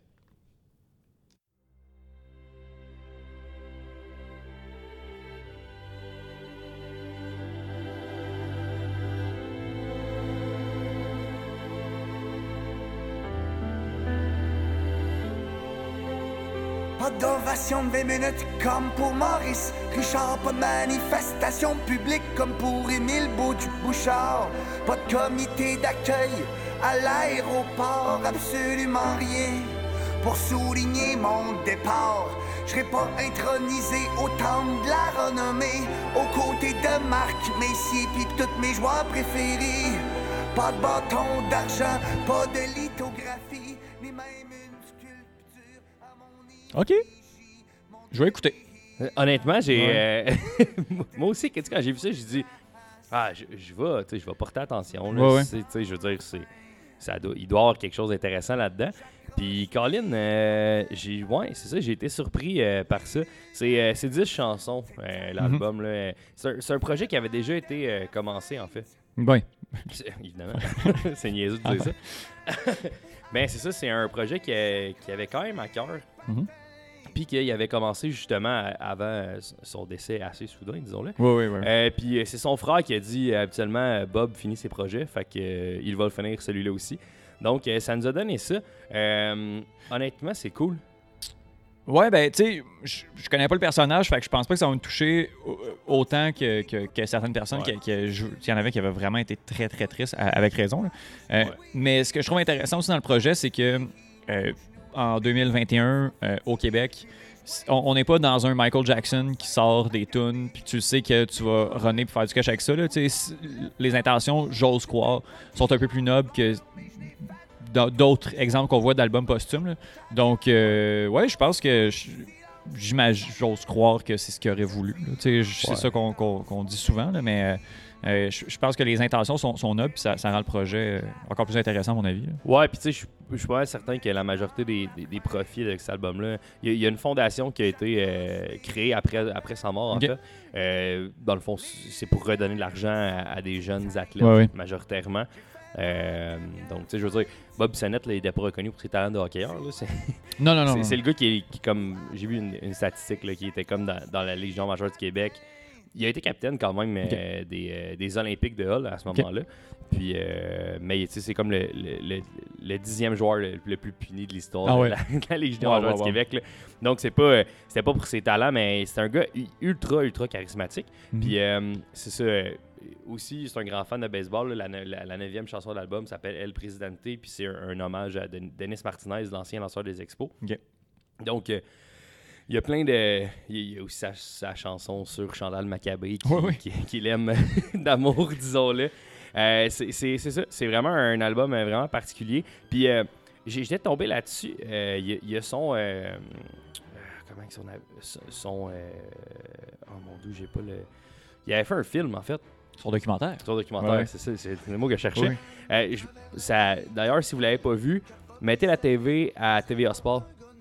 Pas d'ovation de vingt minutes comme pour Maurice Richard, pas de manifestation publique comme pour Émile Bouchard. Pas de comité d'accueil à l'aéroport, absolument rien pour souligner mon départ. Je serai pas intronisé au temple de la renommée, aux côtés de Marc Messier pis tous mes joueurs préférés. Pas de bâton d'argent, pas de lithographie, ni même une sculpture à mon niveau. OK. Je vais écouter. Euh, honnêtement, j'ai... Ouais. Euh, moi aussi, quand j'ai vu ça, j'ai dit... Ah, je, je vais, tu sais, je vais porter attention. Là, ouais, ouais. Tu sais, je veux dire, c'est, ça doit, il doit y avoir quelque chose d'intéressant là-dedans. Puis, Colin, euh, j'ai, ouais, c'est ça, j'ai été surpris euh, par ça. C'est, euh, c'est dix chansons, euh, l'album. Mm-hmm. Là. C'est, un, c'est un projet qui avait déjà été euh, commencé, en fait. Oui. Évidemment. C'est niaiseux de dire ça. Mais c'est ça, c'est un projet qui, a, qui avait quand même à cœur. Mm-hmm. Puis qu'il avait commencé justement avant son décès assez soudain, disons-le. Oui, oui, oui. Euh, puis c'est son frère qui a dit euh, habituellement Bob finit ses projets, fait qu'il euh, va le finir celui-là aussi. Donc euh, ça nous a donné ça. Euh, honnêtement, c'est cool. Ouais, ben, tu sais, je, je connais pas le personnage, fait que je pense pas que ça va me toucher autant que, que, que certaines personnes. Ouais. qui, qui, qui, il y en avait qui avaient vraiment été très, très tristes, avec raison. Là. Euh, ouais. Mais ce que je trouve intéressant aussi dans le projet, c'est que euh, en deux mille vingt et un, euh, au Québec, on n'est pas dans un Michael Jackson qui sort des tunes, puis tu sais que tu vas runner pour faire du cash avec ça. Là, les intentions, j'ose croire, sont un peu plus nobles que d'autres exemples qu'on voit d'albums posthumes. Là. Donc, euh, ouais, je pense que j'imagine, j'ose croire que c'est ce qu'il aurait voulu. C'est ouais. ça qu'on, qu'on, qu'on dit souvent, là, mais euh, je, je pense que les intentions sont, sont nobles, puis ça, ça rend le projet euh, encore plus intéressant, à mon avis. Là. Ouais, puis tu sais, je je suis pas mal certain que la majorité des, des, des profits de cet album-là, il y, y a une fondation qui a été euh, créée après, après sa mort, en okay. fait. Euh, dans le fond, c'est pour redonner de l'argent à, à des jeunes athlètes, ouais, ouais. majoritairement. Euh, donc, tu sais, je veux dire, Bob Bissonnette, là, il n'était pas reconnu pour ses talents de hockeyeur. Là, c'est... Non, non, non. c'est, non. c'est le gars qui est qui, comme. J'ai vu une, une statistique là, qui était comme dans, dans la Légion majeure du Québec. Il a été capitaine quand même okay. euh, des, euh, des Olympiques de Hull à ce moment-là. Okay. Puis, euh, mais c'est comme le, le, le, le dixième joueur le, le plus puni de l'histoire ah, de, ouais. la, de la Légion wow, majeure wow, du wow. Québec. Là. Donc, c'est pas, euh, c'était pas pour ses talents, mais c'est un gars ultra, ultra charismatique. Mm-hmm. Puis, euh, c'est ça. Euh, aussi, c'est un grand fan de baseball. Là. La, la, la neuvième chanson de l'album s'appelle El Presidente. Puis, c'est un, un hommage à Dennis Martinez, l'ancien lanceur des Expos. Okay. Donc, euh, il y a plein de... Il y a aussi sa, sa chanson sur Chantal Maccabé qui, oui, oui. qui, qui l'aime d'amour, disons-le. Euh, c'est, c'est, c'est ça. C'est vraiment un album vraiment particulier. Puis euh, j'étais tombé là-dessus. Euh, il, y a, il y a son... Euh, comment est-ce qu'on a... Son... Euh, oh mon Dieu, j'ai pas le... Il avait fait un film, en fait. Son documentaire. Son documentaire, ouais. c'est ça. C'est le mot que je cherchais. Oui. Euh, je, ça, d'ailleurs, si vous l'avez pas vu, mettez la T V à T V A Sport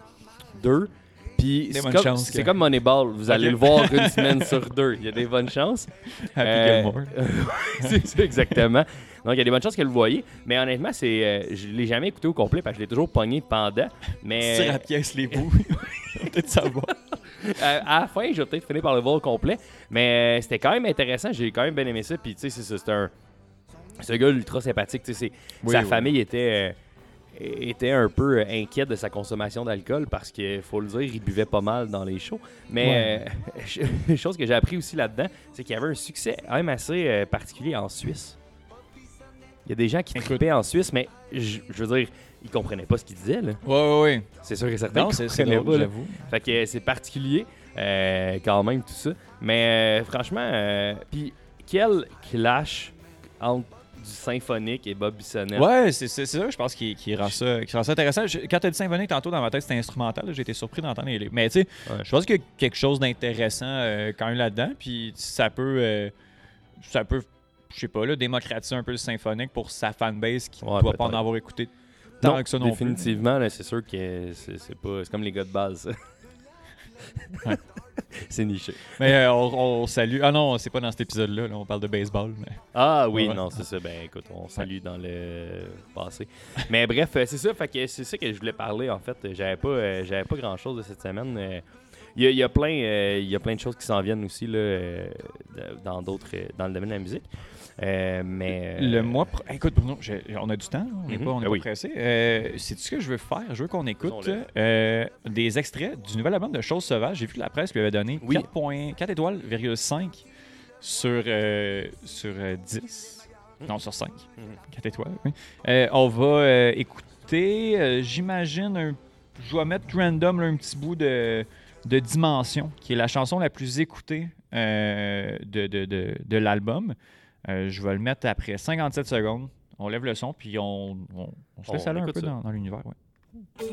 deux. Puis c'est, comme, chances, c'est comme Moneyball, vous okay. allez le voir une semaine sur deux. Il y a des bonnes chances. Happy euh, Gilmore. c'est ça, exactement. Donc, il y a des bonnes chances que vous le voyez. Mais honnêtement, c'est, euh, je ne l'ai jamais écouté au complet parce que je l'ai toujours pogné pendant. Mais... Tire à pièce les bouts. Peut-être savoir. Euh, à la fin, je vais peut-être finir par le voir au complet. Mais euh, c'était quand même intéressant. J'ai quand même bien aimé ça. Puis, tu sais, c'est ça. C'est un, c'est un gars ultra sympathique. Tu sais, oui, sa oui. famille était... Euh, était un peu inquiète de sa consommation d'alcool parce qu'il faut le dire, il buvait pas mal dans les shows. Mais ouais. euh, une chose que j'ai appris aussi là-dedans, c'est qu'il y avait un succès quand même assez euh, particulier en Suisse. Il y a des gens qui trippaient en Suisse, mais je, je veux dire, ils comprenaient pas ce qu'ils disaient. Là. Ouais, ouais, ouais. C'est sûr que certains non, c'est, c'est drôle, pas, j'avoue. Fait que c'est particulier euh, quand même tout ça. Mais euh, franchement, euh, puis quel clash entre du symphonique et Bob Bissonnette. Ouais, c'est, c'est, c'est ça, je pense, qui, qui, rend ça, qui rend ça intéressant. Je, quand tu as dit symphonique tantôt, dans ma tête, c'était instrumental. Là, j'ai été surpris d'entendre les... Mais tu sais, ouais. je pense qu'il y a quelque chose d'intéressant euh, quand même là-dedans. Puis ça peut, euh, ça peut, je sais pas, là, démocratiser un peu le symphonique pour sa fanbase qui ne ouais, doit peut-être. pas en avoir écouté tant non, que ça non définitivement, plus. Là, c'est sûr que c'est, c'est, pas, c'est comme les gars de base, ça. Ouais. C'est niché. Mais euh, on, on salue. Ah non, c'est pas dans cet épisode-là. Là, on parle de baseball. Mais... Ah oui, ouais. non, c'est ouais. ça. Ben écoute, on salue ouais. dans le passé. Mais bref, c'est ça. Fait que c'est ça que je voulais parler. En fait, j'avais pas, euh, j'avais pas grand-chose de cette semaine. Il y, y a plein, euh, il y a plein de choses qui s'en viennent aussi là, euh, dans d'autres, dans le domaine de la musique. Euh, mais le mois pro... écoute Bruno, j'ai... on a du temps, on n'est mm-hmm. pas, on est ah, pas oui. pressé. Euh, c'est ce que je veux faire. Je veux qu'on écoute euh, des extraits du nouvel album de Choses Sauvages. J'ai vu que la presse lui avait donné oui. quatre étoiles virgule cinq sur euh, sur euh, dix. Mm-hmm. Non, sur cinq. Mm-hmm. quatre étoiles. Oui. Euh, on va euh, écouter. Euh, j'imagine un... je vais mettre random là, un petit bout de de Dimension, qui est la chanson la plus écoutée euh, de, de, de, de l'album. Euh, je vais le mettre après cinquante-sept secondes. On lève le son, puis on, on, on se laisse aller un peu dans, dans l'univers. Ouais.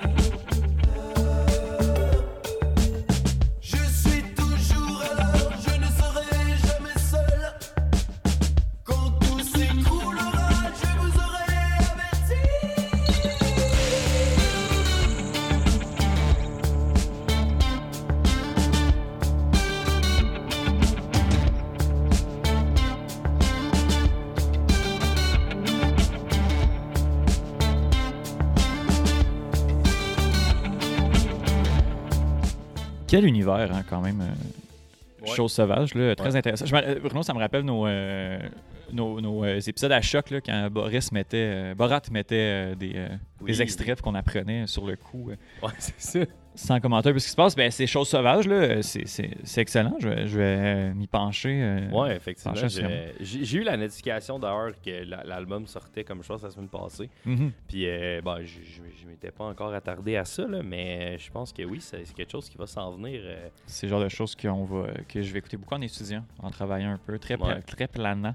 Quel univers, hein, quand même. Euh, ouais. Chose sauvage, là, très ouais. intéressant. Je Bruno, ça me rappelle nos, euh, nos, nos euh, épisodes à choc, là, quand Boris mettait, euh, Borat mettait euh, des, euh, oui. des extraits qu'on apprenait sur le coup. Euh, ouais, c'est ça. Sans commentaire, ce qui se passe, ben, c'est Choses sauvages, là, c'est, c'est, c'est excellent. Je vais, je vais euh, m'y pencher. Euh, oui, effectivement. Pencher j'ai, j'ai eu la notification d'ailleurs que la, l'album sortait comme chose la semaine passée. Mm-hmm. Puis, euh, bon, je ne m'étais pas encore attardé à ça, là, mais je pense que oui, c'est, c'est quelque chose qui va s'en venir. Euh... C'est le genre de choses qu'on va, que je vais écouter beaucoup en étudiant, en travaillant un peu, très, ouais. très planant. Oui,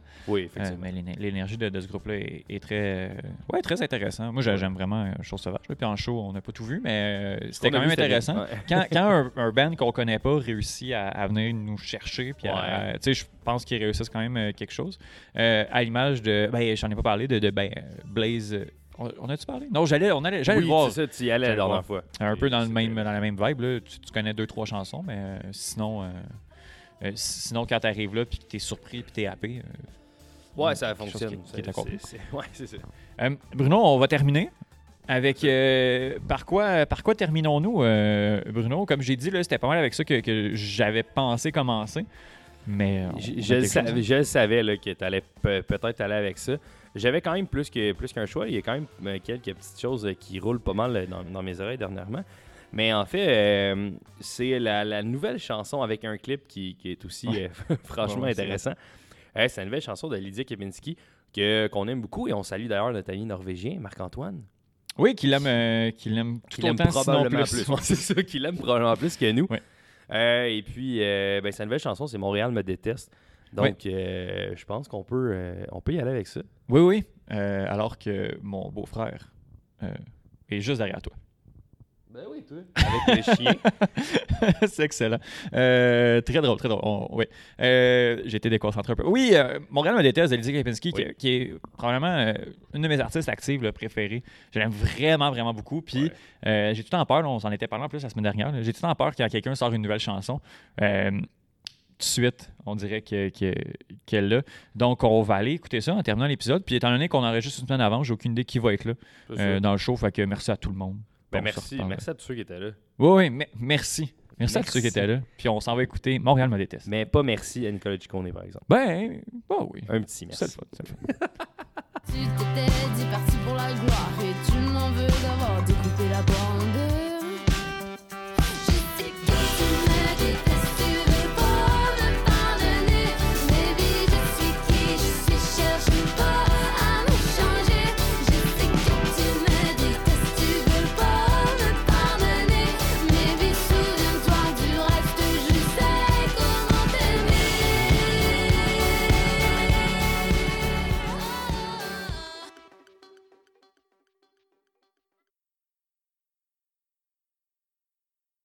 effectivement. Euh, mais l'énergie de, de ce groupe-là est, est très, euh, ouais, très intéressant. Moi, j'aime vraiment euh, Chose Sauvage. Puis en show, on n'a pas tout vu, mais euh, c'était quand même intéressant. Ouais. Quand, quand un, un band qu'on connaît pas réussit à, à venir nous chercher, puis ouais. tu sais, je pense qu'ils réussissent quand même euh, quelque chose. Euh, à l'image de, ben, j'en ai pas parlé, de, de ben, Blaze. On, on a-tu parlé? Non, j'allais, on allait, j'allais oui, le voir. c'est ça, tu y allais la dernière fois. Un peu dans, le même, dans la même vibe. Là. Tu, tu connais deux, trois chansons, mais euh, sinon, euh, euh, sinon, quand tu arrives là et que tu es surpris et que tu es happé. Euh, ouais, ça fonctionne. Qui, qui c'est, c'est, ouais, c'est ça. Euh, Bruno, on va terminer avec. Euh, par, quoi, par quoi terminons-nous, euh, Bruno? Comme j'ai dit, là, c'était pas mal avec ça que, que j'avais pensé commencer. Mais on, je, on je, le savais, je le savais là, que tu allais pe- peut-être aller avec ça. J'avais quand même plus, que, plus qu'un choix. Il y a quand même euh, quelques petites choses qui roulent pas mal dans, dans mes oreilles dernièrement. Mais en fait, euh, c'est la, la nouvelle chanson avec un clip qui, qui est aussi ouais. euh, franchement ouais, intéressant. C'est, euh, c'est la nouvelle chanson de Lydia Kepinski que, qu'on aime beaucoup et on salue d'ailleurs notre ami norvégien, Marc-Antoine. Oui, qu'il aime, euh, qu'il aime tout qu'il autant, aime probablement sinon plus. plus. C'est ça, qu'il aime probablement plus que nous. Ouais. Euh, et puis, euh, ben, sa nouvelle chanson, c'est Montréal me déteste. Donc, oui. euh, je pense qu'on peut, euh, on peut y aller avec ça. Oui, oui. Euh, alors que mon beau-frère euh, est juste derrière toi. Ben oui, toi. Avec le chien. C'est excellent. Euh, très drôle, très drôle. On, oui. Euh, j'ai été déconcentré un peu. Oui, euh, Montréal me déteste de Lydia Kepinski, oui. qui, qui est probablement euh, une de mes artistes actives là, préférées. Je l'aime vraiment, vraiment beaucoup. Puis ouais. euh, j'ai tout le temps peur, là, on s'en était parlé en plus la semaine dernière, là, j'ai tout le temps peur quand quelqu'un sort une nouvelle chanson. Euh, tout de suite, on dirait que, que, qu'elle l'a. Donc, on va aller écouter ça en terminant l'épisode. Puis, étant donné qu'on aurait juste une semaine avant, j'ai aucune idée qui va être là euh, dans le show. Fait que merci à tout le monde. Ben merci, merci à tous ceux qui étaient là. Oui, oui, mais merci. Merci, merci à tous ceux qui étaient là. Puis, on s'en va écouter Montréal me déteste. Mais pas merci à Nicolas Ciccone, par exemple. Ben, bah oui. Un petit merci. C'est le fun, c'est le fun. Tu t'étais dit parti pour la gloire et tu m'en veux d'avoir découpé la bande.